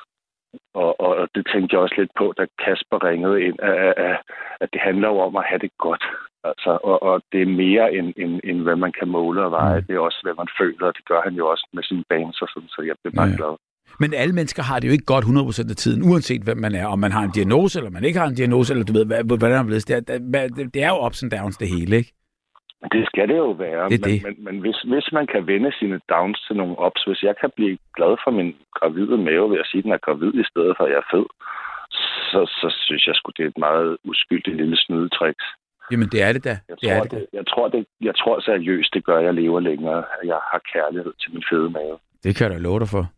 Og, og, og det tænkte jeg også lidt på, da Kasper ringede ind, at, at, at det handler jo om at have det godt. Altså, og, og det er mere end, end, end hvad man kan måle og veje. Mm. Det er også, hvad man føler, og det gør han jo også med sine bands og sådan, så jeg bliver bare ja. glad. Men alle mennesker har det jo ikke godt hundrede procent af tiden, uanset hvem man er. Om man har en diagnose, eller man ikke har en diagnose, eller du ved, hvordan man er blevet. Det er, det er jo ups and downs, det hele, ikke? Det skal det jo være. Det det. Men, men, men hvis, hvis man kan vende sine downs til nogle ups, hvis jeg kan blive glad for min gravide mave ved at sige, at den er gravid i stedet for, at jeg er fed, så, så synes jeg sgu, det er et meget uskyldigt lille snydetricks. Jamen, det er det da. Jeg, det tror, er det, det, jeg, tror, det, jeg tror seriøst, det gør, at jeg lever længere, at jeg har kærlighed til min fede mave. Det kan jeg da love dig for.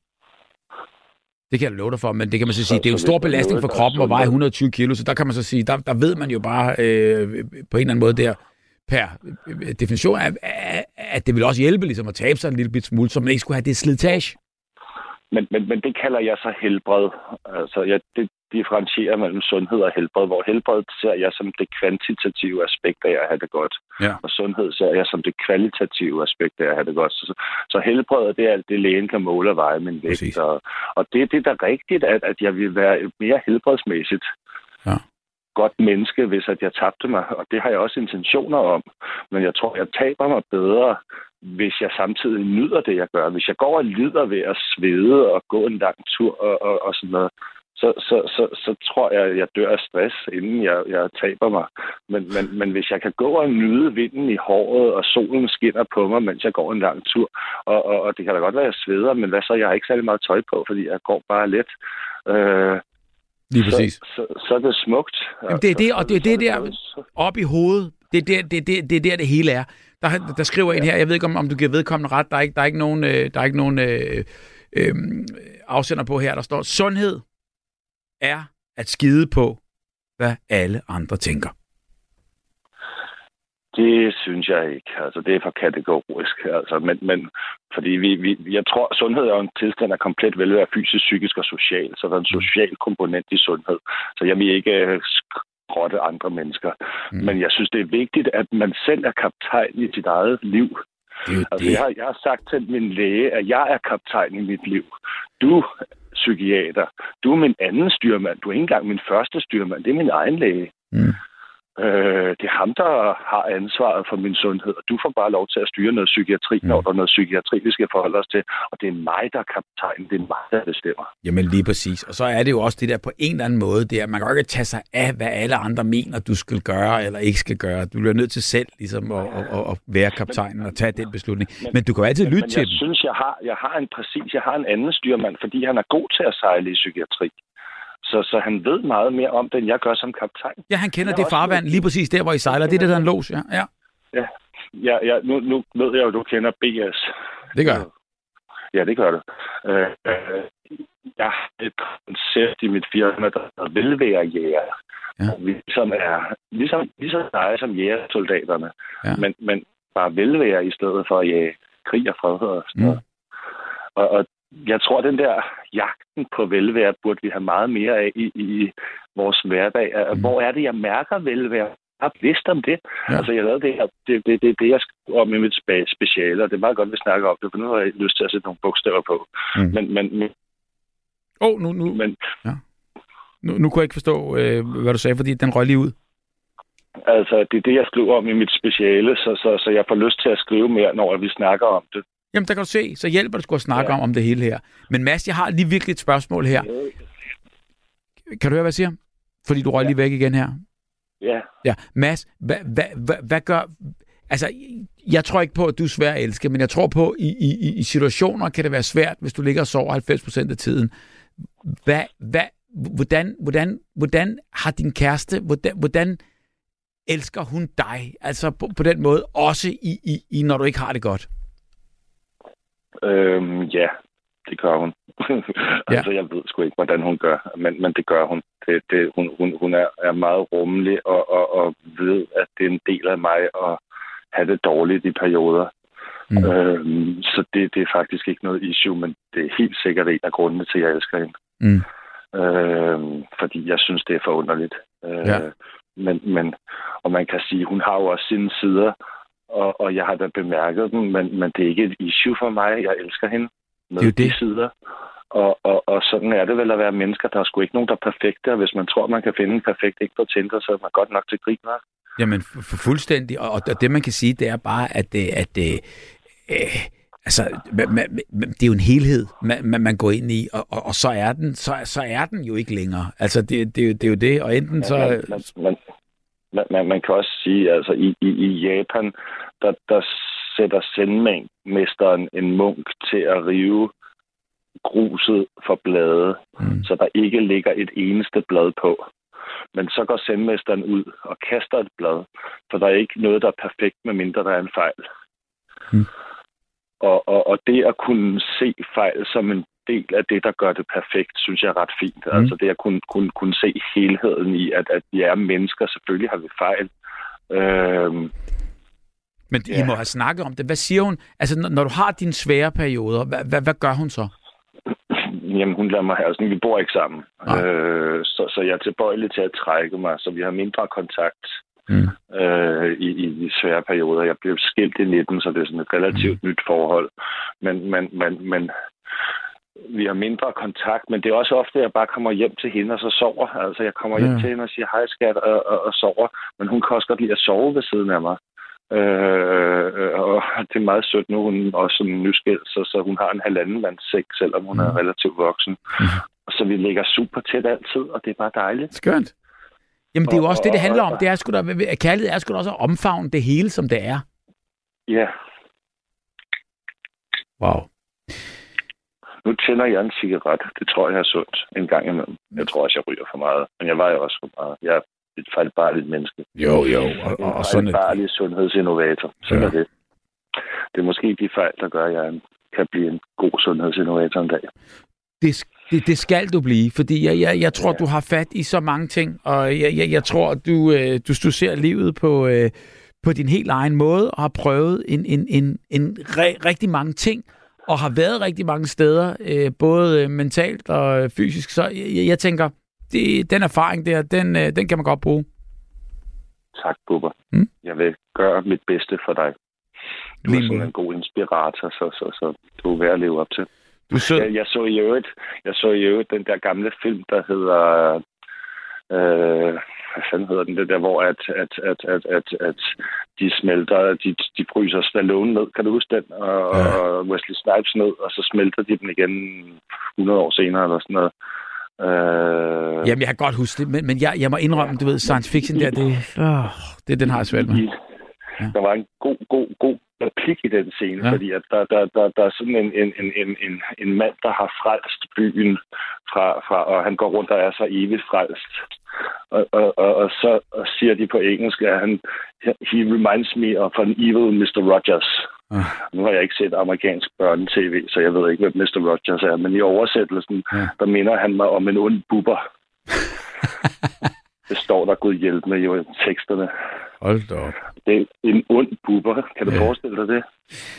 Det kan jeg love dig for, men det kan man så sige, så, det er jo en stor belastning for kroppen at veje et hundrede og tyve kilo, så der kan man så sige, der, der ved man jo bare øh, på en eller anden måde der, per definition, at, at det vil også hjælpe ligesom at tabe sig en lille bit smule, så man ikke skulle have det slitage. Men, men, men det kalder jeg så helbred. Altså, jeg, det differentierer mellem sundhed og helbred, hvor helbred ser jeg som det kvantitative aspekt af at have det godt. Ja. Og sundhed ser jeg som det kvalitative aspekt af at have det godt. Så, så helbred, det er alt det, lægen kan måle og veje min vægt. Og, og det, det er da rigtigt, at, at jeg vil være mere helbredsmæssigt. Ja. Godt menneske, hvis at jeg tabte mig, og det har jeg også intentioner om. Men jeg tror, jeg taber mig bedre, hvis jeg samtidig nyder det, jeg gør. Hvis jeg går og lider ved at svede og gå en lang tur og, og, og sådan noget, så, så, så, så tror jeg, at jeg dør af stress, inden jeg, jeg taber mig. Men, men, men hvis jeg kan gå og nyde vinden i håret, og solen skinner på mig, mens jeg går en lang tur, og, og, og det kan da godt være, at jeg sveder, men hvad så? Jeg har ikke særlig meget tøj på, fordi jeg går bare let. Øh, Lige præcis. Så, så, så er det smukt. Jamen, det er det, og det er det der op i hovedet. Det er der, det, det, det er der, det hele er. Der, der skriver en her, jeg ved ikke, om, om du giver vedkommende ret, der er ikke, der er ikke nogen, øh, der er ikke nogen øh, øh, afsender på her, der står, sundhed er at skide på, hvad alle andre tænker. Det synes jeg ikke. Altså, det er for kategorisk. Altså, men, men fordi vi, vi, jeg tror, sundhed er en tilstand af komplet velvære, fysisk, psykisk og social. Så der er en social komponent i sundhed. Så jeg vil ikke skrotte andre mennesker. Mm. Men jeg synes, det er vigtigt, at man selv er kaptajn i sit eget liv. Det altså, det. Jeg, har, jeg har sagt til min læge, at jeg er kaptajn i mit liv. Du, psykiater, du er min anden styrmand. Du er ikke engang min første styrmand. Det er min egen læge. Mm. Øh, det er ham, der har ansvaret for min sundhed, og du får bare lov til at styre noget psykiatri, mm. når der er noget psykiatri, vi skal forholde os til. Og det er mig, der er kaptajn. Det er mig, der bestemmer. Jamen lige præcis. Og så er det jo også det der på en eller anden måde, det er, at man kan jo ikke tage sig af, hvad alle andre mener, du skal gøre eller ikke skal gøre. Du bliver nødt til selv ligesom at, at, at, at være kaptajnen og tage den beslutning. Men, men du kan jo altid lytte men, til men jeg dem. synes, jeg har, jeg har en præcis, jeg har en anden styrmand, fordi han er god til at sejle i psykiatri. Så, så han ved meget mere om det, end jeg gør som kaptajn. Ja, han kender det farvand lige præcis der, hvor I sejler. Det er det, der er en los, ja. Ja, ja, ja, ja nu, nu ved jeg jo, du kender B S. Det gør jeg. Ja, det gør du. Øh, øh, jeg har et koncept i mit firma, der hedder velværejæger. Ja. Vi som er ligesom, ligesom dig som jægersoldaterne, ja. men, men bare velvære i stedet for at jage krig og fred og sådan noget. Mm. Og, og jeg tror, den der jagten på velvære burde vi have meget mere af i, i vores hverdag. Mm. Hvor er det, jeg mærker velvære? Jeg har vidst om det. Ja. Altså, jeg lavede det her. Det er det, det, det, jeg skriver om i mit speciale, og det er meget godt, at vi snakker om det, for nu har jeg lyst til at sætte nogle bogstaver på. Mm. Men, men, men... Åh, oh, nu, nu. Men, ja. nu, nu kunne jeg ikke forstå, øh, hvad du sagde, fordi den røg lige ud. Altså, det er det, jeg skriver om i mit speciale, så, så, så jeg får lyst til at skrive mere, når vi snakker om det. Jamen, der kan du se, så hjælper det sgu at snakke ja. om, om det hele her. Men Mads, jeg har lige virkelig et spørgsmål her. Kan du høre, hvad jeg siger? Fordi du røg ja. lige væk igen her. Ja. Ja, Mads, hvad, hvad, hvad, hvad gør... Altså, jeg tror ikke på, at du er svær at elske, men jeg tror på, at i, i, i situationer kan det være svært, hvis du ligger og sover halvfems procent af tiden. Hvad, hvad, hvordan, hvordan, hvordan har din kæreste... Hvordan, hvordan elsker hun dig? Altså på, på den måde, også i, i, i, når du ikke har det godt. Øhm, ja, det gør hun. altså, ja. Jeg ved sgu ikke, hvordan hun gør, men, men det gør hun. Det, det, hun hun, hun er, er meget rummelig og, og, og ved, at det er en del af mig at have det dårligt i perioder. Mm. Øhm, så det, det er faktisk ikke noget issue, men det er helt sikkert en af grundene til, at jeg elsker hende. Mm. Øhm, fordi jeg synes, det er forunderligt. Øh, ja. men, men, og man kan sige, hun har jo også sine sider, Og, og jeg har da bemærket den, men, men det er ikke et issue for mig. Jeg elsker hende med det er de det. sider. Og, og, og sådan er det vel at være mennesker. Der er sgu ikke nogen, der er perfekte, og hvis man tror, man kan finde en perfekt ikke på Tinder, så er man godt nok til grin. Jamen, for fuldstændig. Og, og det, man kan sige, det er bare, at, at øh, altså, man, man, det er jo en helhed, man, man går ind i, og, og, og så, er den, så, så er den jo ikke længere. Altså, det, det, det er jo det, og enten så... Man, man, man, man, man, man kan også sige, altså i, i, i Japan, der, der sætter zenmesteren en munk til at rive gruset for blade, mm. så der ikke ligger et eneste blad på. Men så går zenmesteren ud og kaster et blad, for der er ikke noget, der er perfekt, medmindre der er en fejl. Mm. Og, og, og det at kunne se fejl som en del af det, der gør det perfekt, synes jeg er ret fint. Mm. Altså det at kunne, kunne, kunne se helheden i, at, at vi er mennesker, selvfølgelig har vi fejl. Øhm, Men ja. I må have snakket om det. Hvad siger hun? Altså når, når du har dine svære perioder, hvad, hvad, hvad gør hun så? Jamen, hun lader mig have. Altså, vi bor ikke sammen. Øh, så, så jeg er tilbøjelig til at trække mig, så vi har mindre kontakt mm. øh, i, i, i svære perioder. Jeg blev skilt i nitten, så det er sådan et relativt mm. nyt forhold. Men, men, men, men vi har mindre kontakt, men det er også ofte, at jeg bare kommer hjem til hende og så sover. Altså, jeg kommer hjem ja. til hende og siger hej skat og, og, og sover. Men hun kan også godt lide at sove ved siden af mig. Øh, og det er meget sødt nu, hun også sådan nyskilt, så, så hun har en halvanden mands seng, selvom hun mm. er relativt voksen. Mm. Så vi ligger super tæt altid, og det er bare dejligt. Skønt. Jamen det er jo også det, det handler om. Det er sgu da, kærlighed er sgu da også at omfavne det hele, som det er. Ja. Wow. Nu tænder jeg en cigaret. Det tror jeg er sundt en gang imellem. Jeg tror også, jeg ryger for meget. Men jeg vejer også for meget. Jeg er et fejlbarligt menneske. Jo, jo. Og, og, og sådan et fejlbarlig sundhedsinnovator. Sådan ja. er det. Det er måske de fejl, der gør, at jeg kan blive en god sundhedsinnovator en dag. Det, det, det skal du blive, fordi jeg, jeg, jeg tror, ja. du har fat i så mange ting, og jeg, jeg, jeg tror, du, du, du ser livet på, på din helt egen måde, og har prøvet en, en, en, en re, rigtig mange ting, og har været rigtig mange steder, både mentalt og fysisk. Så jeg, jeg tænker, det, den erfaring der, den, den kan man godt bruge. Tak, Bubber. Hmm? Jeg vil gøre mit bedste for dig. Du er sådan en god inspirator, så, så, så du er værd at leve op til. Du så... jeg, jeg så i øvrigt, jeg så i øvrigt den der gamle film, der hedder, øh, hvad fanden hedder den, det der, hvor at, at, at, at, at, at de smelter, de, de fryser Stallone ned, kan du huske den? Og, ja. og Wesley Snipes ned, og så smelter de dem igen hundrede år senere, eller sådan noget. Øh... Jamen, jeg kan godt huske det, men, men jeg, jeg må indrømme, du ved, science fiction der, det, øh, det den har jeg svært med. Ja. Der var en god, god, god replik i den scene, ja. fordi at der, der, der, der er sådan en, en, en, en, en mand, der har frelst byen, fra, fra, og han går rundt og er så evigt frelst. Og, og, og, og så og siger de på engelsk, at han, he reminds me of an evil mister Rogers. Ja. Nu har jeg ikke set amerikansk børne-tv, så jeg ved ikke, hvem mister Rogers er, men i oversættelsen, ja. der minder han mig om en ond bubber. Det står der Gud hjælp med jo i teksterne. Hold da op. Det er en ond bubber. Kan du ja. forestille dig det?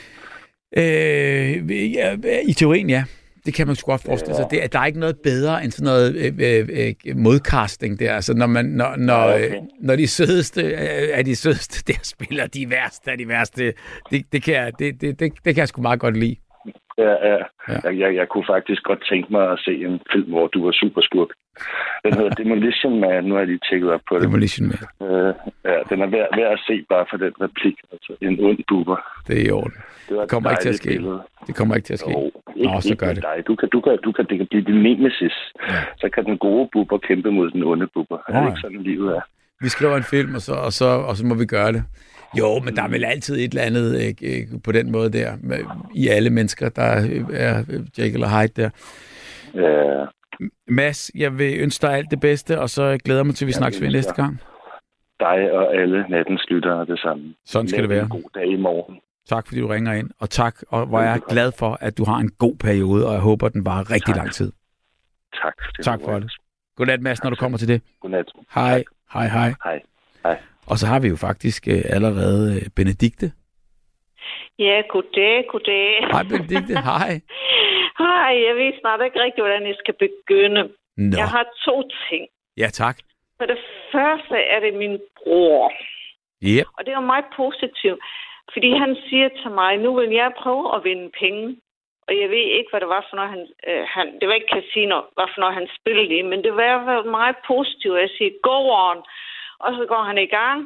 Øh, ja, i teorien, ja. Det kan man sgu godt forestille sig. Det, der er ikke noget bedre end sådan noget øh, øh, modcasting der. Altså, når, man, når, når, ja, okay. når de sødeste er de sødeste, der spiller de værste af de værste. Det, det, kan jeg, det, det, det, det kan jeg sgu meget godt lide. Ja, ja. ja. Jeg, jeg, jeg kunne faktisk godt tænke mig at se en film, hvor du var superskurk. Den hedder Demolition Man. Nu har jeg lige tjekket op på det. Demolition Man. Øh, ja, den er værd, værd at se bare for den replik. Altså, en ond buber. Det er i orden. Det, det kommer ikke til at ske. Billede. Det kommer ikke til at ske. Jo, ikke, Nå, så gør det. Dig. Du kan, du kan, du kan, det kan blive din nemesis. Ja. Så kan den gode buber kæmpe mod den onde buber. Ja. Er det ikke sådan, livet er? Vi skriver en film, og så, og så, og så må vi gøre det. Jo, men der er vel altid et eller andet ikke, på den måde der, med, i alle mennesker, der er Jekyll og Hyde der. Ja. Mads, jeg vil ønske dig alt det bedste, og så glæder jeg mig til, at vi snakkes ved næste gang. Dig og alle nattens lyttere det samme. Sådan skal det være. En god dag i morgen. Tak, fordi du ringer ind, og tak, og hvor jeg er glad for, at du har en god periode, og jeg håber, den varer rigtig tak. lang tid. Tak. Tak for det. Godnat, Mads, når du kommer til det. Godnat. Hej. Tak. Hej, hej. Hej. Hej. Og så har vi jo faktisk øh, allerede øh, Benedikte. Ja, goddag, goddag. Hej, Benedikte. Hej. Hej, jeg ved snart ikke rigtig, hvordan jeg skal begynde. Nå. Jeg har to ting. Ja, tak. For det første er det min bror. Yep. Og det er jo meget positivt, fordi han siger til mig, nu vil jeg prøve at vinde penge. Og jeg ved ikke, hvad det var for noget, han... Øh, han det var ikke casino, hvad for noget, han spillede i, men det var i hvert fald meget positivt. Jeg siger, go on. Og så går han i gang.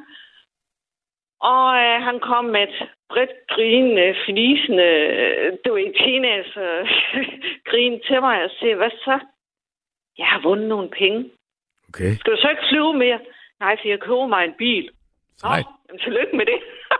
Og øh, han kom med et bredt grinende, fnisende, du ved, teenager-grin til mig og siger, hvad så? Jeg har vundet nogle penge. Okay. Skal du så ikke flyve mere? Nej, for jeg køber mig en bil. Nej. Jamen, tillykke med det.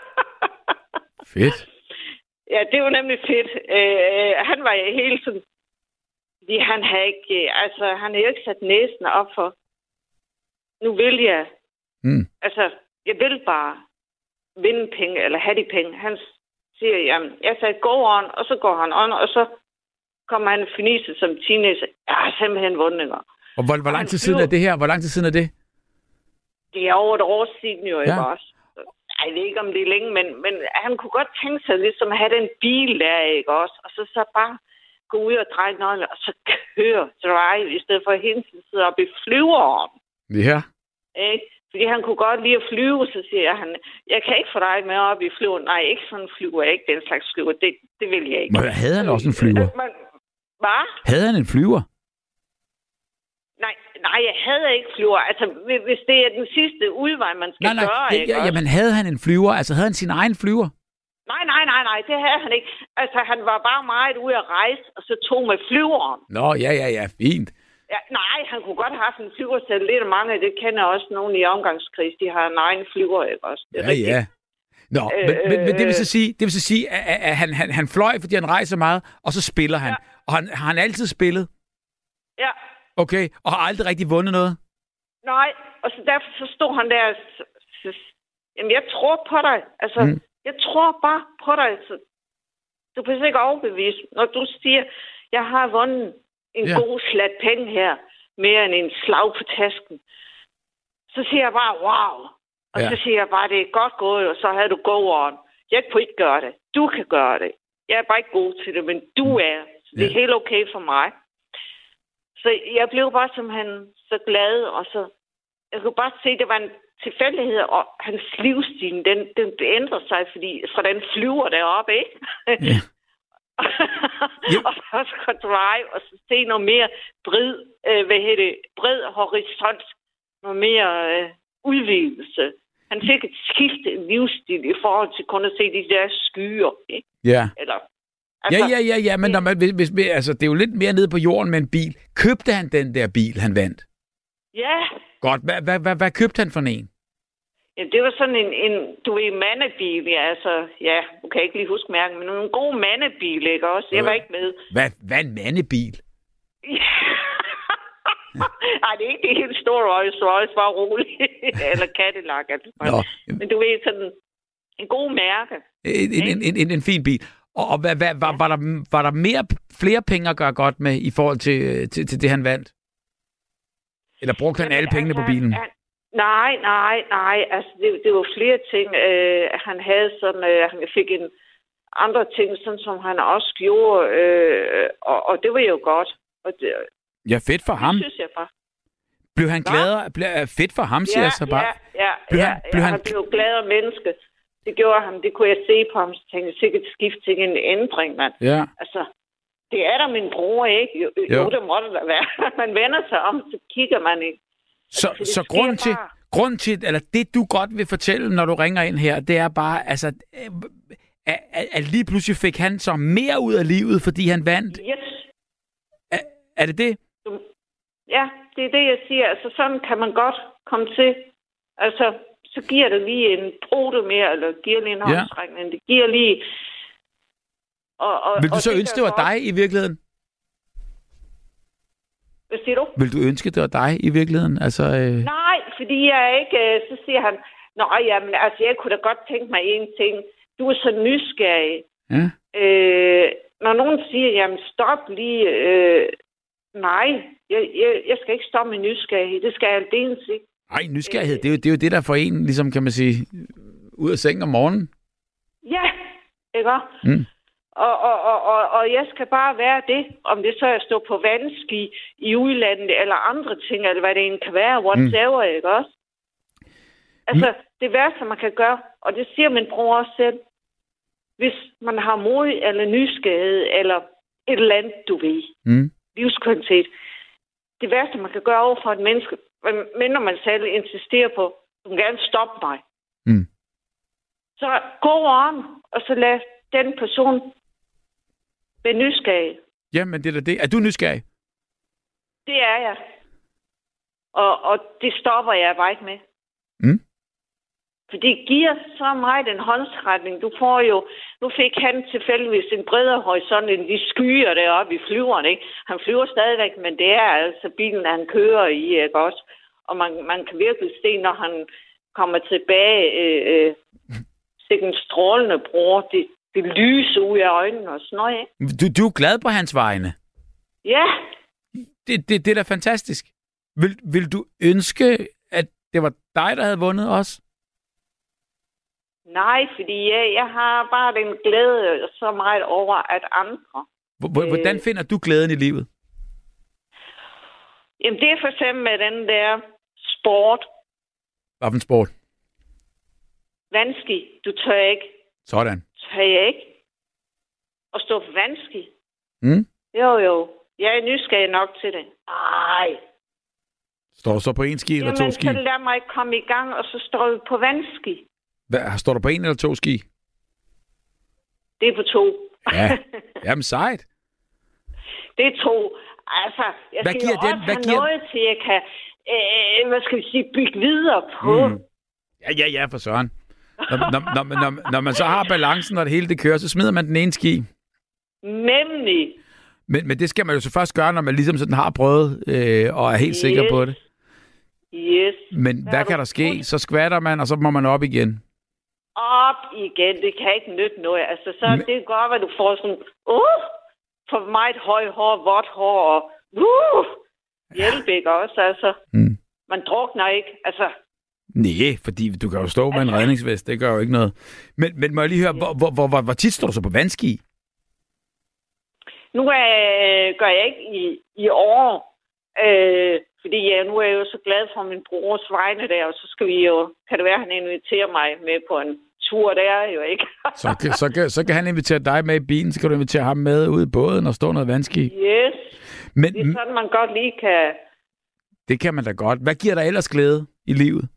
Fedt. Ja, det var nemlig fedt. Øh, han var helt sådan... Fordi han havde ikke... Altså, han havde jo ikke sat næsen op for... Nu vil jeg... Mm. Altså, jeg vil bare vinde penge, eller have de penge. Han siger, jamen, jeg sagde, go on, og så går han on, og så kommer han finise som teenager. Jeg har simpelthen vundet. Og hvor, hvor lang tid siden er det her? Hvor lang tid siden er det? Det er over et år siden jo, ja. Ikke også? Jeg ved ikke, om det er længe, men, men han kunne godt tænke sig ligesom at have den bil der, ikke også? Og så, så bare gå ud og dreje nøglen, og så køre, drive, i stedet for at hele tiden sidde oppe i flyveren. Ja. Ikke? Fordi han kunne godt lide at flyve, så siger han, jeg kan ikke få dig med op i flyveren. Nej, ikke sådan en flyver, ikke den slags flyver. Det, det vil jeg ikke. Men havde han også en flyver? Men, hvad? Havde han en flyver? Nej, nej, jeg havde ikke flyver. Altså, hvis det er den sidste udvej, man skal nej, nej. gøre, Ja, ikke ja, jamen, havde han en flyver? Altså, havde han sin egen flyver? Nej, nej, nej, nej, det havde han ikke. Altså, han var bare meget ude at rejse, og så tog med flyveren. Nå, ja, ja, ja, fint. Ja, nej, han kunne godt have haft en flyver selv. Lidt af mange, det kender også nogen i omgangskrig. De har en egen flyver, ikke også? Det er ja, rigtigt. ja. Nå, øh, men, men, men det vil så sige, det vil så sige at, at, at han, han, han fløj, fordi han rejser meget, og så spiller han. Ja. Og han, har han altid spillet? Ja. Okay, og har aldrig rigtig vundet noget? Nej, og så derfor så stod han der, så, så, jamen jeg tror på dig. Altså, mm. jeg tror bare på dig. Så, du kan ikke overbevise, når du siger, jeg har vundet en ja. god slat penge her, mere end en slag på tasken. Så siger jeg bare, wow. Og ja. så siger jeg bare, det er godt gået, og så havde du go on. Jeg kunne ikke gøre det. Du kan gøre det. Jeg er bare ikke god til det, men du er. Så det er ja. helt okay for mig. Så jeg blev bare simpelthen så glad, og så... Jeg kunne bare se, at det var en tilfældighed, og hans livsstil, den, den ændrer sig, fordi fra den flyver deroppe, ikke? Ja. Ja. Og så skal drive, og så se noget mere bred, øh, hvad hedder det, bred horisont, noget mere øh, udvidelse. Han fik et skifte i livsstil i forhold til kun at se de der skyer, ikke? Ja. Eller, altså, ja, ja, ja, ja, men når man, hvis, hvis, altså, det er jo lidt mere nede på jorden med en bil. Købte han den der bil, han vandt? Ja. Godt. Hvad, hvad, hvad, hvad købte han for en? Ja, det var sådan en, en du ved, mandebil, ja, altså, ja, du kan ikke lige huske mærken, men en god mandebil, ikke også? Jeg var ikke med. Hvad, hvad en mandebil? Nej, det er ikke det helt store Rolls Royce, bare roligt. Eller Cadillac, altså. Men du ved, sådan en god mærke. En, en, en, en, en fin bil. Og, og hvad, hvad, var, var, der, var der mere, flere penge at gøre godt med i forhold til, til, til det, han vandt? Eller brugte han alle pengene altså, på bilen? Han, nej, nej, nej. Altså, det, det var flere ting. Øh, han havde sådan, øh, han fik en andre ting, sådan som han også gjorde, øh, og, og det var jo godt. Og det, ja, fedt for ham. Det synes jeg bare. Blev han gladere? Blev, fedt for ham, siger ja, jeg så bare. Ja, ja, blev ja, han, blev ja, han... han blev gladere menneske. Det gjorde han. Det kunne jeg se på ham. Så tænkte jeg, sikkert skift til en ændring, mand. Ja. Altså, det er der min bror, ikke? Jo, jo. jo det må det da være. Man vender sig om, så kigger man ikke. Så, altså, så grunden til, grund til, eller det du godt vil fortælle, når du ringer ind her, det er bare, altså, at, at lige pludselig fik han så mere ud af livet, fordi han vandt. Yes. Er, er det det? Ja, det er det, jeg siger. Altså, sådan kan man godt komme til. Altså, så giver det lige en proto mere, eller giver lige en håndsrækning. Ja. Det giver lige... Og, og, vil du og så det ønske, det var dig i virkeligheden? Hvad siger du? Vil du ønske, det var dig i virkeligheden? Altså, øh... Nej, fordi jeg ikke... Så siger han, nå, jamen, altså, jeg kunne da godt tænke mig en ting. Du er så nysgerrig. Ja. Øh, når nogen siger, jamen, stop lige... Øh, nej, jeg, jeg, jeg skal ikke stoppe med nysgerrighed. Det skal jeg aldeles ikke. Nej, nysgerrighed, det er, jo, det er jo det, der får en, ligesom kan man sige, ud af sengen om morgenen. Ja, ikke? Mm. Og, og, og, og, og jeg skal bare være det, om det så er at stå på vandski i udlandet, eller andre ting, eller hvad det end kan være, whatever, mm. ikke også? Altså, mm. det værste, man kan gøre, og det siger min bror også selv, hvis man har mod eller nysgerrighed, eller et eller andet, du ved. Mm. Livskvalitet. Det værste, man kan gøre over for et menneske, men når man selv insisterer på, du må gerne stoppe mig. Mm. Så gå on, og så lad den person være nysgerrig. Jamen, det er da det. Er du nysgerrig? Det er jeg. Og, og det stopper jeg bare ikke med. Mm. For det giver så meget en håndsretning. Du får jo... Nu fik han tilfældigvis en bredere horisont end de skyer deroppe i flyveren, ikke? Han flyver stadigvæk, men det er altså bilen, han kører i, ikke også? Og man, man kan virkelig se, når han kommer tilbage, øh, øh, sikke en strålende bror, det, det lyser ud af øjnene og sådan noget, ikke? Du, du er glad på hans vegne? Ja. Det, det, det er da fantastisk. Vil, vil du ønske, at det var dig, der havde vundet også? Nej, fordi jeg, jeg har bare den glæde så meget over, at andre... Hvordan finder du glæden i livet? Jamen, det er for eksempel med den der sport. Hvad for en sport? Vandski. Du tør ikke. Sådan. Tør jeg ikke. At stå på vandski. Mm. Jo, jo. Jeg er nysgerrig nok til det. Ej. Står du så på en ski eller Jamen, to ski? Jamen, så lad mig komme i gang, og så står du på vandski. Hvad, står du på en eller to ski? Det er på to. Ja, jamen sejt. Det er to. Altså, jeg hvad skal giver jo den? også Hvad have giver... noget til, jeg kan, øh, hvad skal vi sige, bygge videre på. Mm. Ja, ja, ja, for søren. Når, når, når, når, når man så har balancen, og det hele det kører, så smider man den ene ski. Nemlig. Men, men det skal man jo så først gøre, når man ligesom sådan har prøvet, øh, og er helt yes. sikker på det. Yes. Men hvad, hvad kan der ske? Så skvatter man, og så må man op igen. Op igen. Det kan ikke nytte noget. Altså, så Men... det kan godt være, du får sådan, uh, for meget højt hår, vådt hår, og uh, hjælp ikke også, altså. Mm. Man drukner ikke, altså. Nej, fordi du kan jo stå med en redningsvest, det gør jo ikke noget. Men, men må jeg lige høre, hvor, hvor, hvor, hvor, hvor tit står du så på vandski? Nu øh, gør jeg ikke i, i år, øh, fordi ja, nu er jeg jo så glad for min brors vegne der, og så skal vi jo, kan det være, han inviterer mig med på en tur der, jo ikke? så, kan, så, kan, så kan han invitere dig med i bilen, så kan du invitere ham med ud i båden og stå noget vandski. Yes, men, det er sådan, man godt lige kan... Det kan man da godt. Hvad giver dig ellers glæde i livet?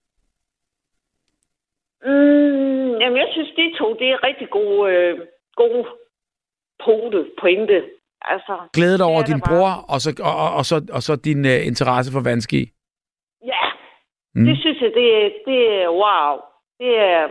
Mm, jamen, jeg synes, de to, det er rigtig gode, øh, gode pote, pointe. Altså, glæde dig over din bror, og så, og, og, og, så, og så din uh, interesse for vandski? Ja, mm. det synes jeg, det, det er wow. Det er,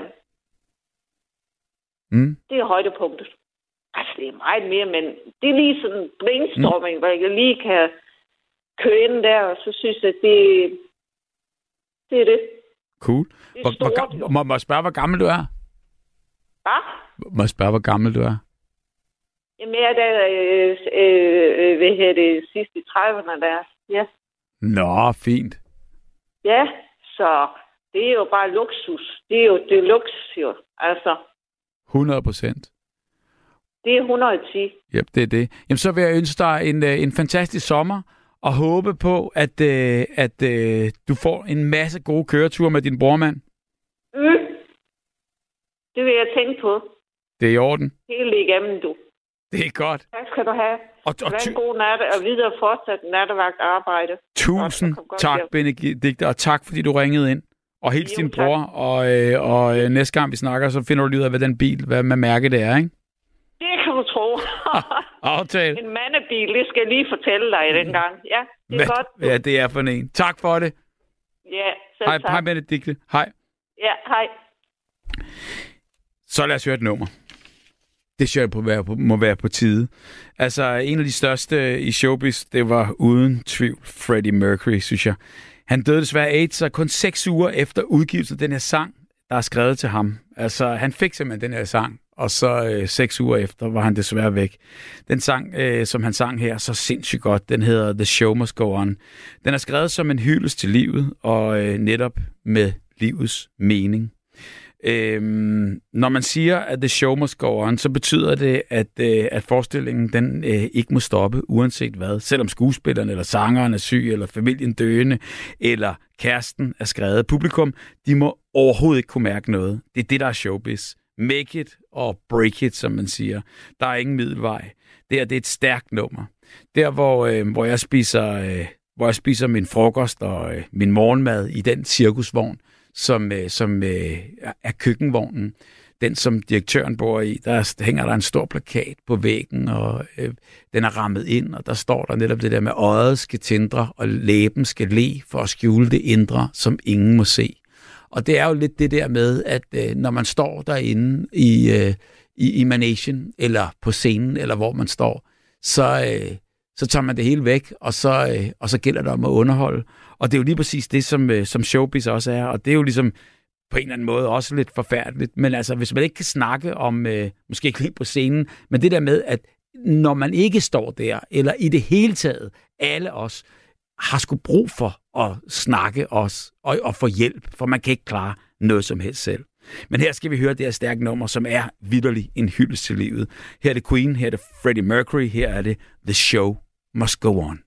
mm. det er højdepunktet. Altså, det er meget mere, men det er lige sådan en brainstorming, mm. hvor jeg lige kan køre ind der, og så synes jeg, det, det er det. Cool. Det er hvor, stort, hvor, må, må jeg spørge, hvor gammel du er? Hvad? Må jeg spørge, hvor gammel du er? Jamen, jeg er der, øh, øh, hvad hedder det, sidst i trediverne der, ja. Nå, fint. Ja, så det er jo bare luksus. Det er jo deluxe, jo, altså. hundrede procent. Det er et hundrede og ti. Yep, det er det. Jamen, så vil jeg ønske dig en, en fantastisk sommer, og håbe på, at, øh, at øh, du får en masse gode køreture med din brormand. Mm. Det vil jeg tænke på. Det er i orden. Hele igennem, du. Det er godt. Tak skal du have. Og, og ty- en god nat, og videre fortsat nattevagt arbejde. Tusind godt, tak, Benedikte, og tak, fordi du ringede ind. Og hils din bror, og, øh, og øh, næste gang vi snakker, så finder du lige ud af, hvad den bil, hvad med mærke det er, ikke? Det kan du tro. Aftale. En mandebil, det skal jeg lige fortælle dig den gang. Ja, det er hvad, godt. Ja, det er for en. Tak for det. Ja, selv hej, tak. Hej, Benedikte. Hej. Ja, hej. Så lad os høre et nummer. Det synes jeg på, må være på tide. Altså, en af de største i showbiz, det var uden tvivl Freddie Mercury, synes jeg. Han døde desværre af AIDS, og kun seks uger efter udgivelsen af den her sang, der er skrevet til ham. Altså, han fik simpelthen den her sang, og så øh, seks uger efter var han desværre væk. Den sang, øh, som han sang her, så sindssygt godt, den hedder The Show Must Go On. Den er skrevet som en hyldest til livet, og øh, netop med livets mening. Øhm, når man siger, at the show must go on, så betyder det, at, øh, at forestillingen den øh, ikke må stoppe, uanset hvad. Selvom skuespilleren eller sangeren er syg, eller familien døende, eller kæresten er skrevet. Publikum, de må overhovedet ikke kunne mærke noget. Det er det, der er showbiz. make it or break it, som man siger. Der er ingen middelvej. Det her, det er et stærkt nummer. Der, hvor, øh, hvor, jeg spiser, øh, hvor jeg spiser min frokost og øh, min morgenmad i den cirkusvogn, som, øh, som øh, er køkkenvognen. Den, som direktøren bor i, der hænger der en stor plakat på væggen, og øh, den er rammet ind, og der står der netop det der med, øjet skal tindre, og læben skal le for at skjule det indre, som ingen må se. Og det er jo lidt det der med, at øh, når man står derinde i, øh, i, i managen, eller på scenen, eller hvor man står, så, øh, så tager man det hele væk, og så, øh, og så gælder det om at underholde. Og det er jo lige præcis det, som, øh, som showbiz også er, og det er jo ligesom på en eller anden måde også lidt forfærdeligt. Men altså, hvis man ikke kan snakke om, øh, måske ikke lige på scenen, men det der med, at når man ikke står der, eller i det hele taget, alle os, har sgu brug for at snakke os og, og få hjælp, for man kan ikke klare noget som helst selv. Men her skal vi høre det her stærke nummer, som er vitterlig en hyldest til livet. Her er det Queen, her er det Freddie Mercury, her er det The Show Must Go On.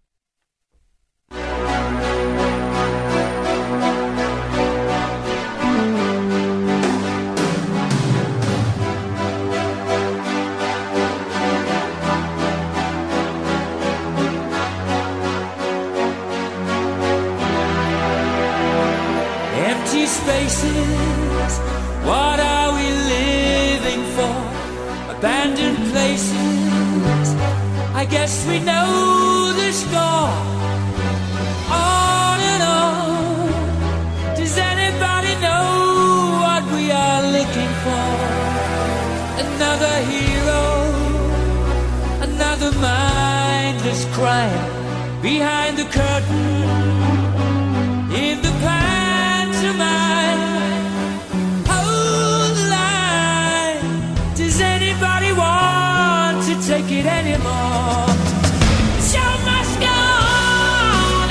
Spaces, what are we living for? Abandoned places, I guess we know the score. On and on, does anybody know what we are looking for? Another hero, another mindless crime behind the curtain, in the pantomime. Hold the line. Does anybody want to take it anymore? The show must go on.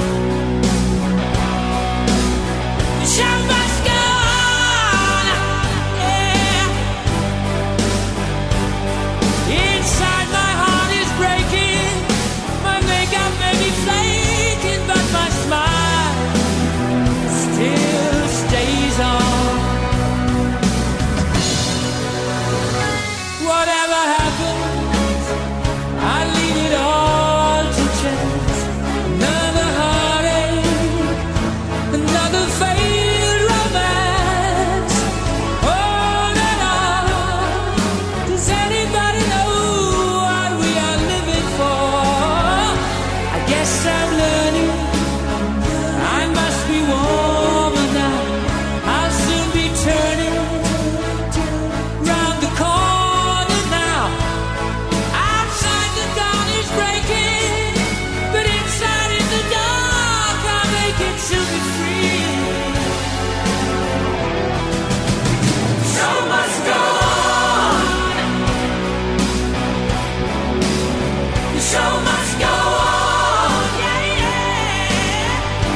The show must go on. Yeah. Inside my heart is breaking. My makeup may be flaking, but my smile still stays on. Whatever happens, I leave it all to chance. Another heartache, another failed romance. On and on. Does anybody know what we are living for? I guess I'm learning. I must be warmer now. I'll soon be turning round the corner now. Outside the dawn is breaking, but inside in the dark I'll make it to be free. Show must go on. The show must go on. Yeah, yeah.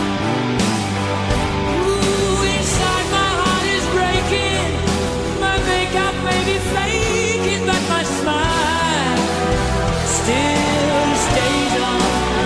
Ooh, inside my heart is breaking. My makeup may be flaking, but my smile still stays on.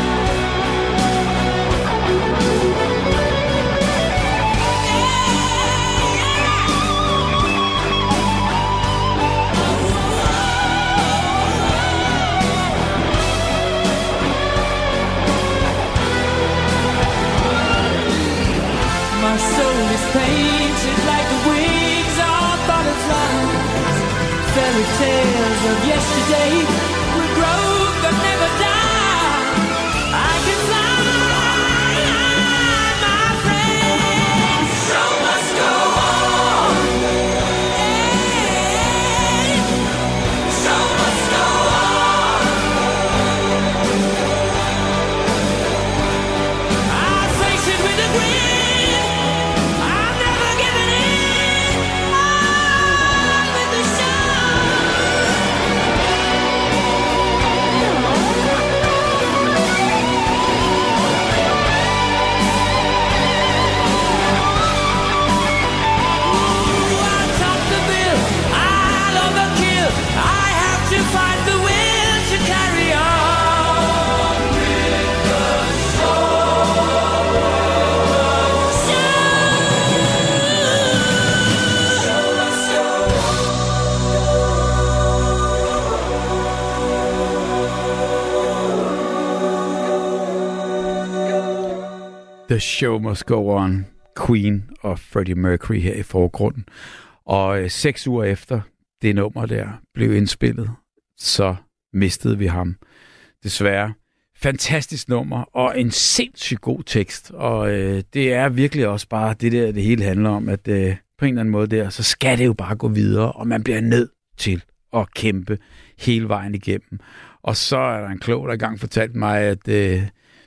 My soul is painted like the wings of butterflies. Fairy tales of yesterday will grow but never die. I can fly, my friend. The show must go on. Yeah. The show must go on. I'll face it with a grin. I'm never giving in. On with the show. The Show Must Go On, Queen og Freddie Mercury her i forgrunden. Og øh, seks uger efter det nummer der blev indspillet, så mistede vi ham. Desværre. Fantastisk nummer, og en sindssygt god tekst. Og øh, det er virkelig også bare det der, det hele handler om, at øh, på en eller anden måde der, så skal det jo bare gå videre, og man bliver nødt til at kæmpe hele vejen igennem. Og så er der en klog, der engang fortalt mig, at øh,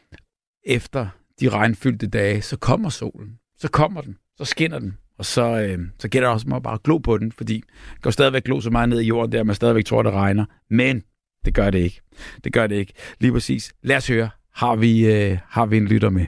efter de regnfyldte dage, så kommer solen. Så kommer den. Så skinner den. Og så, øh, så gælder det også mig bare glo på den, fordi det går stadigvæk glo så meget ned i jorden der, man stadigvæk tror, det regner. Men det gør det ikke. Det gør det ikke. Lige præcis. Lad os høre. Har vi, øh, har vi en lytter med?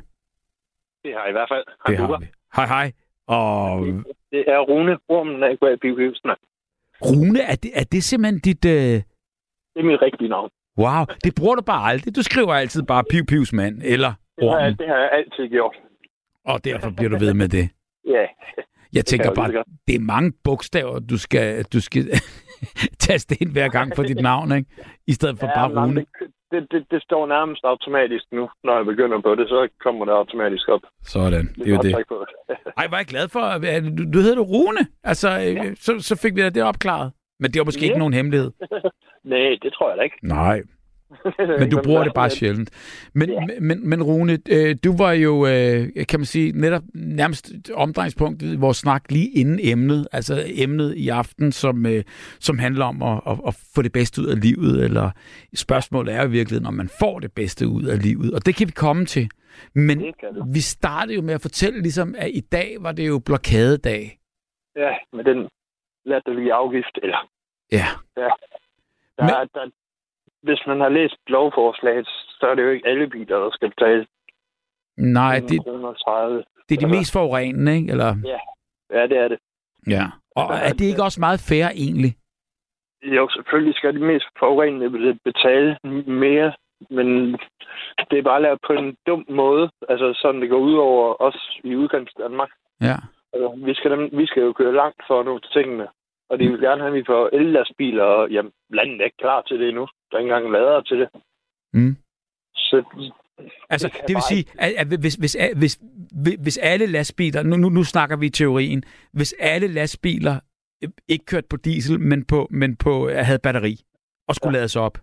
Det har i hvert fald. Det har vi. Hej, hej. Og... Det er Rune Ormen af Bibhusene. Rune, er det, er det simpelthen dit... Øh... Det er mit rigtige navn. Wow, det bruger du bare aldrig. Du skriver altid bare Piv Pivs mand, eller det har, jeg, det har jeg altid gjort. Og derfor bliver du ved med det. Ja. Jeg tænker det bare, det er mange bogstaver, du skal, du skal taste ind hver gang for dit navn, ikke? I stedet for ja, bare Rune. Det, det, det, det står nærmest automatisk nu, når jeg begynder på det, så kommer det automatisk op. Sådan, det, det er jo det. Ej, var jeg glad for, at du, du hedder du Rune. Altså, ja. så, så fik vi det opklaret. Men det var måske ja. ikke nogen hemmelighed. Nej, det tror jeg da ikke. Nej. Men du bruger det bare sjældent. Men, ja. men, men Rune, øh, du var jo, øh, kan man sige, netop nærmest omdrejningspunktet i vores snak lige inden emnet, altså emnet i aften, som, øh, som handler om at, at, at få det bedste ud af livet, eller spørgsmålet er jo i virkeligheden, om man får det bedste ud af livet, og det kan vi komme til. Men vi startede jo med at fortælle, ligesom, at i dag var det jo blokadedag. Ja, med den latterlige afgift, eller... Ja. Ja. Der, men... der, hvis man har læst lovforslaget, så er det jo ikke alle biler, der skal betale. Nej, det, det er de mest forurenende, ikke? Eller? Ja. ja, det er det. Ja, og er det ikke også meget fair egentlig? Jo, selvfølgelig skal de mest forurenende betale mere, men det er bare lavet på en dum måde, altså sådan det går ud over os i udkants Danmark. Ja. Altså, vi, skal dem, vi skal jo køre langt for at nå tingene. Og de vil gerne have, at vi får ellastbiler, og jamen, landet er ikke klar til det endnu. Der er ikke engang lader til det. Mm. Så, altså, det, det vil sige, at, at hvis, hvis, hvis, hvis alle lastbiler, nu, nu, nu snakker vi i teorien, hvis alle lastbiler ikke kørte på diesel, men på, men på havde batteri, og skulle ja. lades op.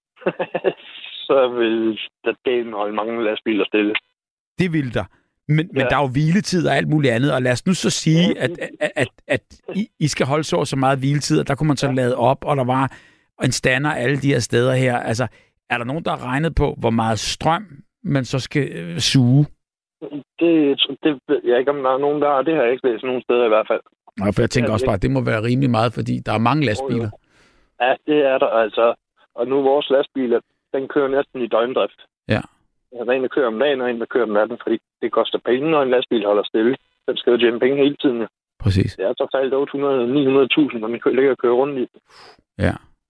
Så vil der delen holde mange lastbiler stille. Det vil der. Men, ja. men der er jo hviletid og alt muligt andet, og lad os nu så sige, at, at, at, at I, I skal holde så så meget hviletid, og der kunne man så lade op, og der var en stander alle de her steder her. Altså, er der nogen, der har regnet på, hvor meget strøm man så skal øh, suge? Det, det ved jeg ikke, om der er nogen, der har. Det har jeg ikke læst nogen steder i hvert fald. Nej, for jeg tænker også bare, at det må være rimelig meget, fordi der er mange lastbiler. Ja, det er der altså. Og nu vores lastbiler, den kører næsten i døgndrift. Ja. Der er en, der kører om dagen, og en, der kører om natten, fordi det koster penge, når en lastbil holder stille. Den skal jo tjene penge hele tiden. Ja. Præcis. Det er så faldt otte hundrede til ni hundrede tusind, når man ligger og kører rundt i. Ja.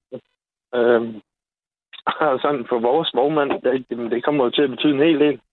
Øhm, og sådan for vores vognmand, det, det kommer jo til at betyde en hel del.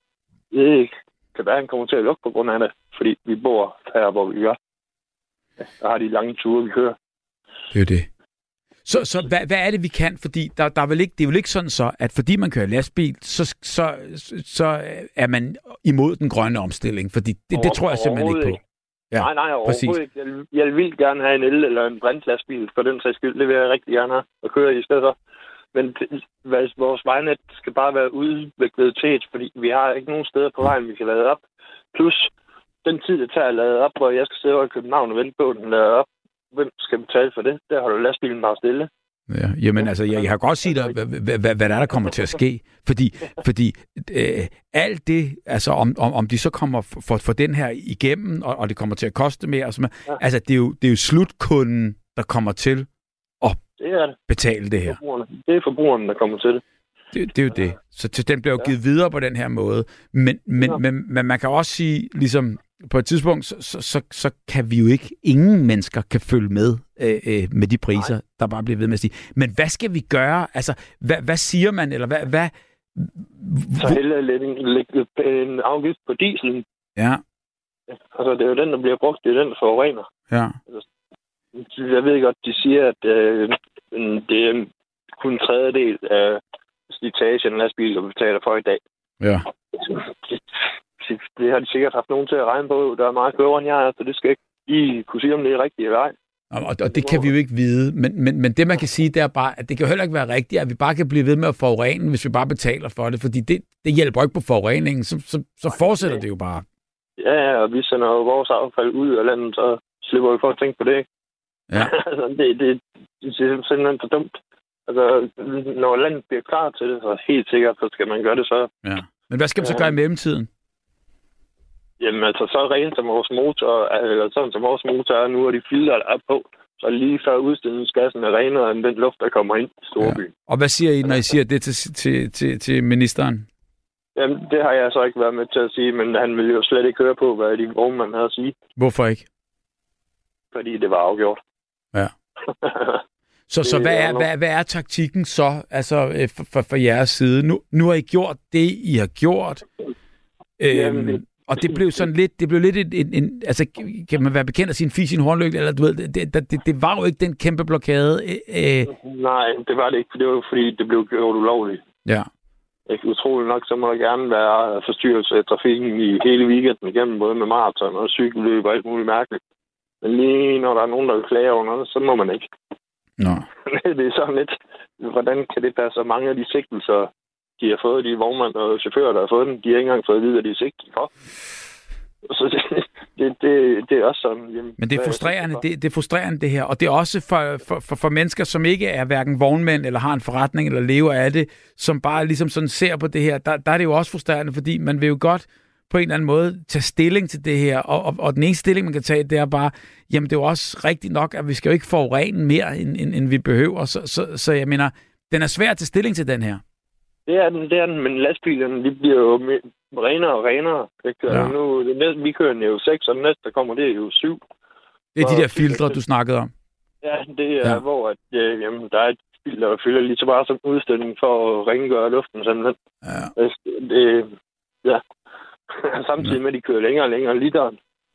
Det kan være, han kommer til at lukke på grund af det, fordi vi bor her, hvor vi gør. Ja, der har de lange ture, vi kører. Det er det. Så, så hvad, hvad er det, vi kan? Fordi der, der er vel ikke, det er vel ikke sådan så, at fordi man kører lastbil, så, så, så er man imod den grønne omstilling. Fordi det, det tror jeg simpelthen ikke på. Ja, nej, nej, overhovedet ikke. Jeg, jeg vil gerne have en el- eller en brintlastbil for den sags skyld. Det vil jeg rigtig gerne have at køre i stedet for. Men det, vores vejnet skal bare være udviklet til et, fordi vi har ikke nogen steder på vejen, vi kan lade op. Plus den tid, det tager at lade op, hvor jeg skal sidde over i København og vente på, at den lader op. Hvem skal betale for det? Der holder lastbilen bare stille. Ja, jamen altså, jeg, jeg har godt sige dig, hvad, hvad, hvad, hvad der er, der kommer til at ske. Fordi, fordi øh, alt det, altså om, om, om de så kommer for, for den her igennem, og, og det kommer til at koste mere, og sådan, ja. altså det er, jo, det er jo slutkunden, der kommer til at det er det. betale det her. Det er forbrugeren, der kommer til det. Det, det er jo det. Så til, den bliver jo givet videre på den her måde. Men, men, ja. men, men man kan også sige, ligesom på et tidspunkt, så, så, så, så kan vi jo ikke, ingen mennesker kan følge med øh, øh, med de priser, Nej. der bare bliver ved med at stige. Men hvad skal vi gøre? Altså, hvad, hvad siger man? Eller hvad... hvad så hellere lægge en afgift på dieselen. Ja. Altså, det er jo den, der bliver brugt. Det er den, der forurener. Ja. Altså, jeg ved godt, de siger, at øh, det er kun en tredjedel af slitagen af lastbiler, der betaler for i dag. Ja. Det, det har de sikkert haft nogen til at regne på. Der er meget klogere end jeg er, så det skal ikke lige kunne sige, om det er rigtigt eller ej. Og, og det kan vi jo ikke vide, men, men, men det man kan sige, det er bare, at det kan jo heller ikke være rigtigt, at vi bare kan blive ved med at forurene, hvis vi bare betaler for det, fordi det, det hjælper ikke på forureningen, så, så, så fortsætter det jo bare. Ja, ja, og vi sender jo vores affald ud af landet, så slipper vi for at tænke på det, ikke? Ja. altså, det, det, det er simpelthen for dumt. Altså, når landet bliver klar til det, så helt sikkert, så skal man gøre det så. Ja. Men hvad skal man så gøre i mellemtiden? Jamen altså, så rent som vores motor, eller sådan som vores motor er nu, og de filter, der er på, så lige før udstillingsgassen er renere end den luft, der kommer ind i storbyen. Ja. Og hvad siger I, når I siger det til, til, til, til ministeren? Jamen, det har jeg så ikke været med til at sige, men han ville jo slet ikke høre på, hvad de vognmænd havde at sige. Hvorfor ikke? Fordi det var afgjort. Ja. Så, så hvad, er, hvad, hvad er taktikken så, altså for, for, for jeres side? Nu, nu har I gjort det, I har gjort. Øhm, det, og det blev sådan lidt, det blev lidt en, en, en, altså kan man være bekendt af sin fis i en hornlygte, eller du ved, det, det, det, det var jo ikke den kæmpe blokade. Øh. Nej, det var det ikke, for det var jo fordi, det blev gjort ulovligt. Ja. Ikke utroligt nok, så må der gerne være forstyrrelse af trafikken i hele weekenden igennem, både med maraton og cykelløb og alt muligt mærkeligt. Men lige når der er nogen, der vil klage over noget, så må man ikke. Nå. Det er sådan lidt, hvordan kan det passe, så mange af de sigtelser, de har fået, de vognmænd og chauffører, der har fået dem, de har ikke engang fået at vide, at de er sigtet for. Så det, det, det, det er også sådan... Jamen, men det er frustrerende, det, det er frustrerende det her, og det er også for, for, for, for mennesker, som ikke er hverken vognmænd, eller har en forretning, eller lever af det, som bare ligesom sådan ser på det her, der, der er det jo også frustrerende, fordi man vil jo godt på en eller anden måde tage stilling til det her, og, og, og den eneste stilling, man kan tage, det er bare, jamen det er jo også rigtigt nok, at vi skal jo ikke forurene mere, end, end, end vi behøver, så, så, så jeg mener, den er svær at tage stilling til den her. Det er den, det er den, men lastbilerne, de bliver jo renere og renere. Ikke? Ja. Nu, det næste, vi kører en Euro seks, og den næste, der kommer, det er Euro syv. Det er de der filtre, du snakkede om? Ja, det er, ja. hvor at, øh, jamen, der er et filter, der fylder lige så meget som udstilling for at rengøre luften. Simpelthen. Ja. Det, ja. Samtidig med, at de kører længere og længere literen.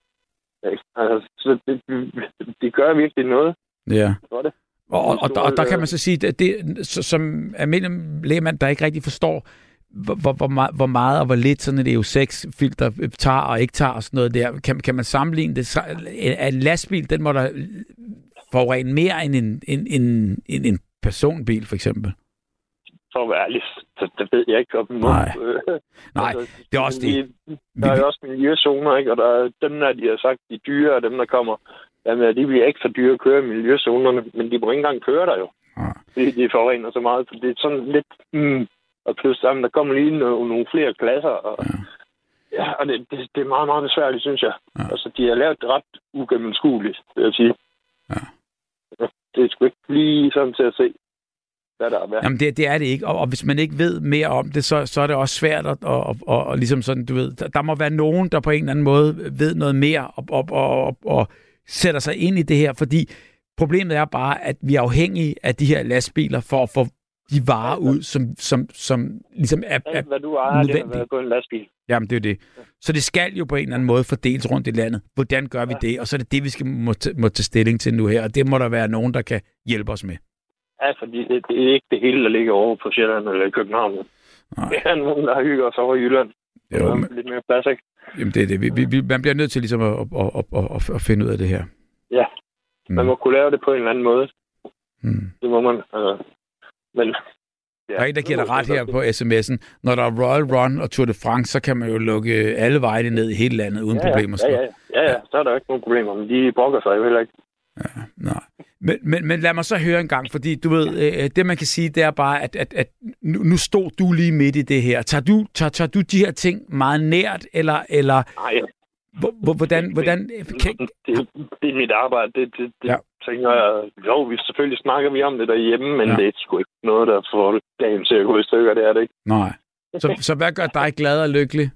Altså, så det, de gør virkelig noget. Ja. For det. Og, og, og, og der kan man så sige, at det, som almindelig lægemand, der ikke rigtig forstår, hvor, hvor, meget, hvor meget og hvor lidt sådan et Euro seks-filter tager og ikke tager og sådan noget der, kan, kan man sammenligne det? En lastbil, den må der forurene mere end en, en, en, en, en personbil, for eksempel. For at være ærlig, så det ved jeg ikke om nu. Nej, Nej altså, det er også det. Der er jo også miljøzoner, ikke? Og der er dem, der de har sagt, de dyre, og dem, der kommer, jamen, de bliver ikke så dyre at køre i miljøzonerne, men de må ikke engang køre der jo. Ja. De, de forurener så meget, så det er sådan lidt... Mm, og plus sammen, der kommer lige nogle, nogle flere klasser, og, ja. Ja, og det, det, det er meget, meget besværligt, synes jeg. Ja. Altså, de har lavet det ret ugennemskueligt, vil jeg sige. Ja. Det er sgu ikke lige sådan til at se, hvad der er værd. Jamen, det, det er det ikke, og, og hvis man ikke ved mere om det, så, så er det også svært at, og, og, og, og ligesom sådan, du ved, der, der må være nogen, der på en eller anden måde ved noget mere, og, og, og, og, og sætter sig ind i det her, fordi problemet er bare, at vi er afhængige af de her lastbiler for at få de varer ud, som, som, som ligesom er, er hvad du ejer, det har været på en lastbil. Jamen, det er jo det. Så det skal jo på en eller anden måde fordeles rundt i landet. Hvordan gør vi ja. det? Og så er det det, vi skal må, må tage stilling til nu her, og det må der være nogen, der kan hjælpe os med. Ja, fordi det, det er ikke det hele, der ligger over på Sjælland eller i København. Nej. Det er nogen, der hygger os over i Jylland. Jo, men... Lidt mere plads, ikke? Jamen, det er det. Vi, vi, man bliver nødt til ligesom at, at, at, at, at finde ud af det her. Ja, mm. man må kunne lave det på en eller anden måde. Mm. Det må man. Altså. Men... Ja, der er en, der giver dig ret her på sms'en. Når der er Royal Run og Tour de France, så kan man jo lukke alle vejene ned i hele landet uden ja, problemer. Ja, ja, ja, ja, ja. Så er der jo ikke nogen problemer, men de brokker sig jo heller ikke. Ja, nej. Men, men, men lad mig så høre en gang, fordi du ved, øh, det man kan sige, det er bare, at, at, at nu, nu stod du lige midt i det her. Tager du, tager, tager du de her ting meget nært, eller... eller nej, hvordan... hvordan kan... det, det er mit arbejde, det, det, det ja. tænker jeg... Jo, vi selvfølgelig snakker vi om det derhjemme, men ja. det er sgu ikke noget, der får dagen til at gå i stykker, det er det ikke. Nej. Så, så hvad gør dig glad og lykkelig?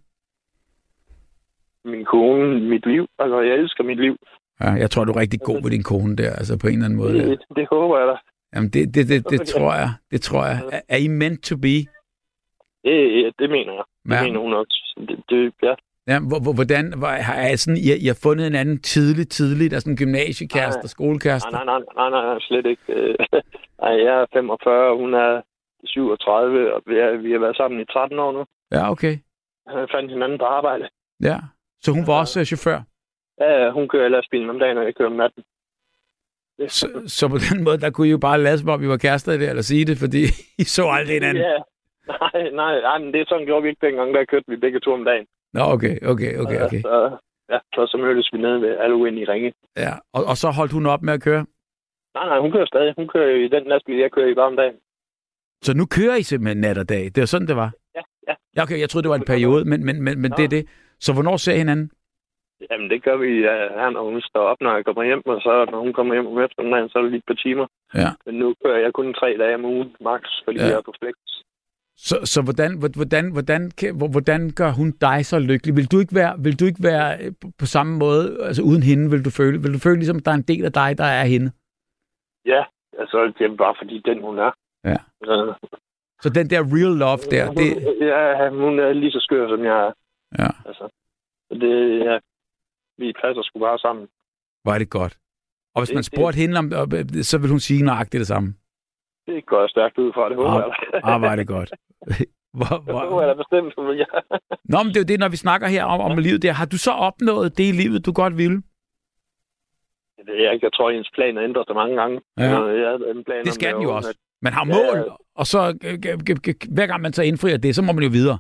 Min kone, mit liv. Altså, jeg elsker mit liv. Ja, jeg tror, du er rigtig god ved din kone der, altså på en eller anden måde. Det, det, det håber jeg da. Jamen, det, det, det, det tror jeg. Det tror jeg. Er, er I meant to be? Det, det mener jeg. Det ja. mener hun også. Det, det, ja. Ja, hvordan har jeg sådan, I, I har fundet en anden tidligt, tidligt, altså en gymnasiekæreste og skolekæreste? Nej, nej, nej, nej, nej, slet ikke. Nej, jeg er femogfyrre, hun er syvogtredive, og vi, er, vi har været sammen i tretten år nu. Ja, okay. Jeg fandt hinanden på arbejde. Ja, så hun var ja. også uh, chauffør? Ja, hun kører lastbilen om dagen, og jeg kører om natten. Så, så på den måde, der kunne I jo bare lade som om, vi var kærester i det, eller sige det, fordi I så aldrig hinanden. Ja, nej, nej, nej, men det er sådan, gjorde vi ikke dengang, der kørte vi begge to om dagen. Nå, okay, okay, okay, okay. Så, ja, så, så mødtes vi nede ved Halloween i Ringe. Ja, og, og så holdt hun op med at køre? Nej, nej, hun kører stadig. Hun kører i den lastbil, jeg kører i bare om dagen. Så nu kører I simpelthen nat og dag? Det var sådan, det var? Ja, ja. Ja, okay, jeg troede, det var en periode, men, men, men, men det er det. Så hvornår ser I hinanden? Jamen, det gør vi her, når hun står op, når jeg kommer hjem, og så når hun kommer hjem om eftermiddagen, så er det lige et par timer. Ja. Men nu kører jeg kun tre dage om ugen, max, fordi ja. jeg er på flex. Så, så hvordan, hvordan, hvordan, hvordan gør hun dig så lykkelig? Vil du ikke være, vil du ikke være på samme måde, altså uden hende, vil du føle? Vil du føle ligesom, at der er en del af dig, der er hende? Ja, altså det er bare fordi den, hun er. Ja. Så, så den der real love der, det... Ja, hun er lige så skør, som jeg er. Ja. Altså, det, ja, vi passer sgu bare sammen. Hvor er det godt. Og hvis det, man spurgte det, hende om, så vil hun sige nøjagtigt det samme. Det går stærkt ud fra, det håber ah, jeg. Ah, hvor er det godt. Hvor, hvor... Det håber jeg da bestemt, for ja. Nå, men det er jo det, når vi snakker her om, om livet der. Har du så opnået det i livet, du godt ville? Det er ikke. Jeg tror, ens plan er ændret sig mange gange. Ja. Ja, en plan det skal den jo også. At... Man har mål, ja, ja. Og så hver gang man så indfrier det, så må man jo videre.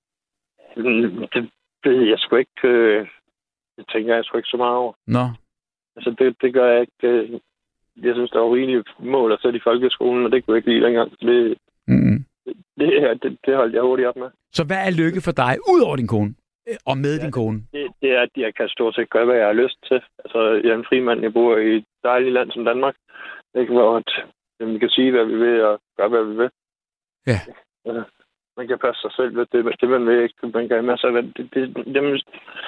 Det ved jeg sgu ikke. Øh... Det tænker jeg sgu ikke så meget over. Nå. Altså, det, det gør jeg ikke. Jeg synes, der var rigeligt mål at sætte i folkeskolen, og det kunne jeg ikke lide dengang. Det, mm. det, det, det, det holdt jeg hurtigt op med. Så hvad er lykke for dig, ud over din kone? Og med ja, din kone? Det, det er, at jeg kan stort set gøre, hvad jeg har lyst til. Altså, jeg er en frimand. Jeg bor i et dejligt land som Danmark. Ikke, hvor at, vi kan sige, hvad vi vil, og gøre, hvad vi vil. Ja. Altså, man kan passe sig selv, det, det, det man vil ikke. Man kan have masser af... Det, det, det, det,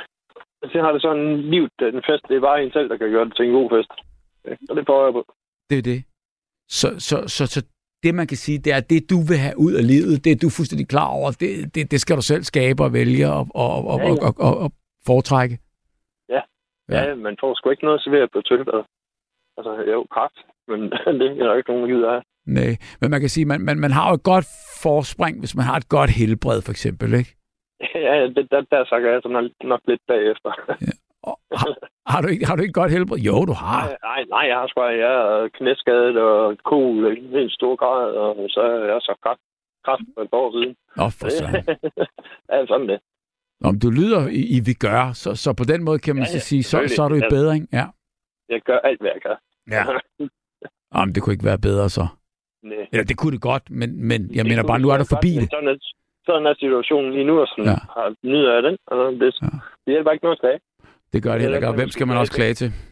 Så har det sådan en liv, den fest, det er bare en selv, der kan gøre det til en god fest. Ja, og det prøver jeg på. Det er det. Så, så, så, så det, man kan sige, det er, det du vil have ud af livet, det er du fuldstændig klar over, det, det, det skal du selv skabe og vælge og, og, og, ja, ja. og, og, og, og foretrække. Ja. ja, ja, man får sgu ikke noget serveret på tølvet. Altså, jo, kraft, men det er der ikke nogen, der gider af. Nej, men man kan sige, man, man, man har jo et godt forspring, hvis man har et godt helbred, for eksempel, ikke? Ja, det, der, der sakker jeg så nok lidt bagefter. Ja. Har, har, du ikke, har du ikke godt helbred? Jo, du har. Nej, nej, jeg har sgu jeg er knæskadet og kol i en stor grad, og så er jeg så kraft, kraft for et år siden. Nå, for sådan. Ja, sådan det. Nå, men du lyder i, i vi gør, så, så på den måde kan man ja, ja, sige, så, så er du i bedring. Ja. Jeg gør alt, hvad jeg kan. Ja. Jamen, det kunne ikke være bedre så. Nej. Eller det kunne det godt, men, men jeg det mener bare, nu er du forbi det. Sådan, at, sådan er situationen lige nu, og sådan ja. har nyder af den. Og det, ja. det hjælper ikke noget at klage. Det gør det heller ikke. Hvem skal man også klage til?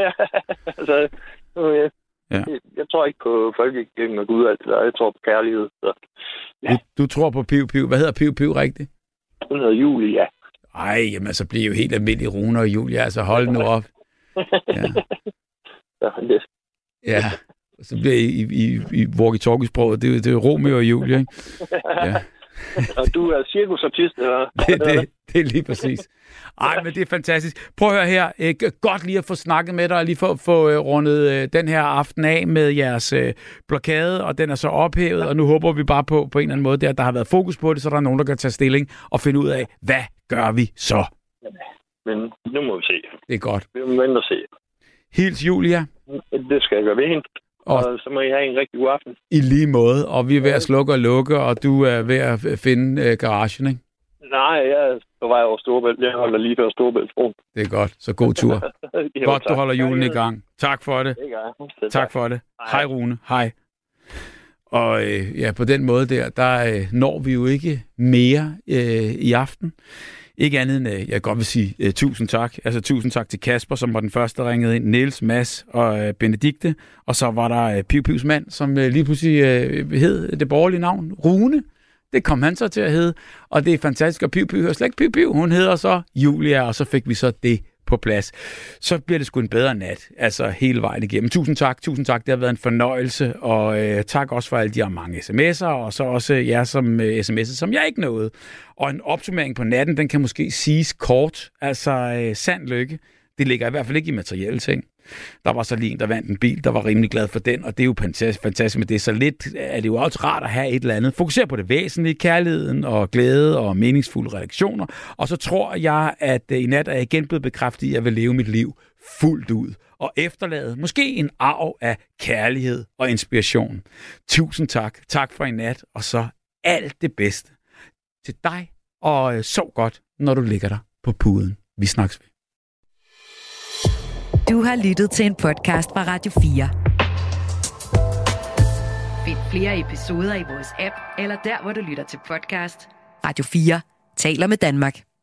altså, ja. Ja. Jeg tror ikke på folkekirken og Gud og alt det der. Jeg tror på kærlighed. Så. Ja. Du, du tror på Piv Piv. Hvad hedder Piv Piv rigtigt? Hun hedder Julia. Ej, jamen altså bliver jo helt almindelig Rune og Julia. Altså hold nu op. Ja. Ja, det. Ja. Så bliver I i, i, i walkie-talkie-sproget. Det, det er jo Romeo og Julia, ikke? Ja. Og du er cirkusartist, eller? Det, det, det er lige præcis. Ej, men det er fantastisk. Prøv at høre her. Eh, godt lige at få snakket med dig, og lige få, få uh, rundet uh, den her aften af med jeres uh, blokade, og den er så ophævet, og nu håber vi bare på, på en eller anden måde, der, der har været fokus på det, så der er nogen, der kan tage stilling og finde ud af, hvad gør vi så? Men nu må vi se. Det er godt. Vi må vente og se. Hils Julia. Det skal jeg gøre ved hende. Og, og så må I have en rigtig god aften. I lige måde, og vi er ved at slukke og lukke, og du er ved at finde uh, garagen, ikke? Nej, jeg er på vej over Storebælt. Jeg holder lige før Storebæltsbroen. Det er godt, så god tur. jo, godt, tak. Du holder julen i gang. Tak for det. Det gør jeg. Tak for det. Hej, Hej Rune. Hej. Og øh, ja, på den måde der, der øh, når vi jo ikke mere øh, i aften. Ikke andet end, øh, jeg godt vil sige øh, tusind tak. Altså tusind tak til Kasper, som var den første, der ringede ind. Niels, Mads og øh, Benedikte. Og så var der øh, Piv Pivs mand, som øh, lige pludselig øh, hed det borgerlige navn. Rune. Det kom han så til at hedde. Og det er fantastisk. Og Piv Piv hører slet ikke Piv Piv. Hun hedder så Julia, og så fik vi så det på plads. Så bliver det sgu en bedre nat. Altså hele vejen igennem. Tusind tak. Tusind tak. Det har været en fornøjelse. Og øh, tak også for alle de her mange sms'er. Og så også jer som øh, sms'er, som jeg ikke nåede. Og en opsummering på natten, den kan måske siges kort. Altså øh, sand lykke. Det ligger i hvert fald ikke i materielle ting. Der var så lige en, der vandt en bil, der var rimelig glad for den, og det er jo fantastisk, fantastisk med det. Så lidt er det jo også rart at have et eller andet. Fokusere på det væsentlige, kærligheden og glæde og meningsfulde relationer. Og så tror jeg, at i nat er jeg igen blevet bekræftet i, at jeg vil leve mit liv fuldt ud. Og efterlade måske en arv af kærlighed og inspiration. Tusind tak. Tak for i nat, og så alt det bedste til dig. Og sov godt, når du ligger der på puden. Vi snakkes ved. Du har lyttet til en podcast fra Radio fire. Find flere episoder i vores app, eller der, hvor du lytter til podcast. Radio fire taler med Danmark.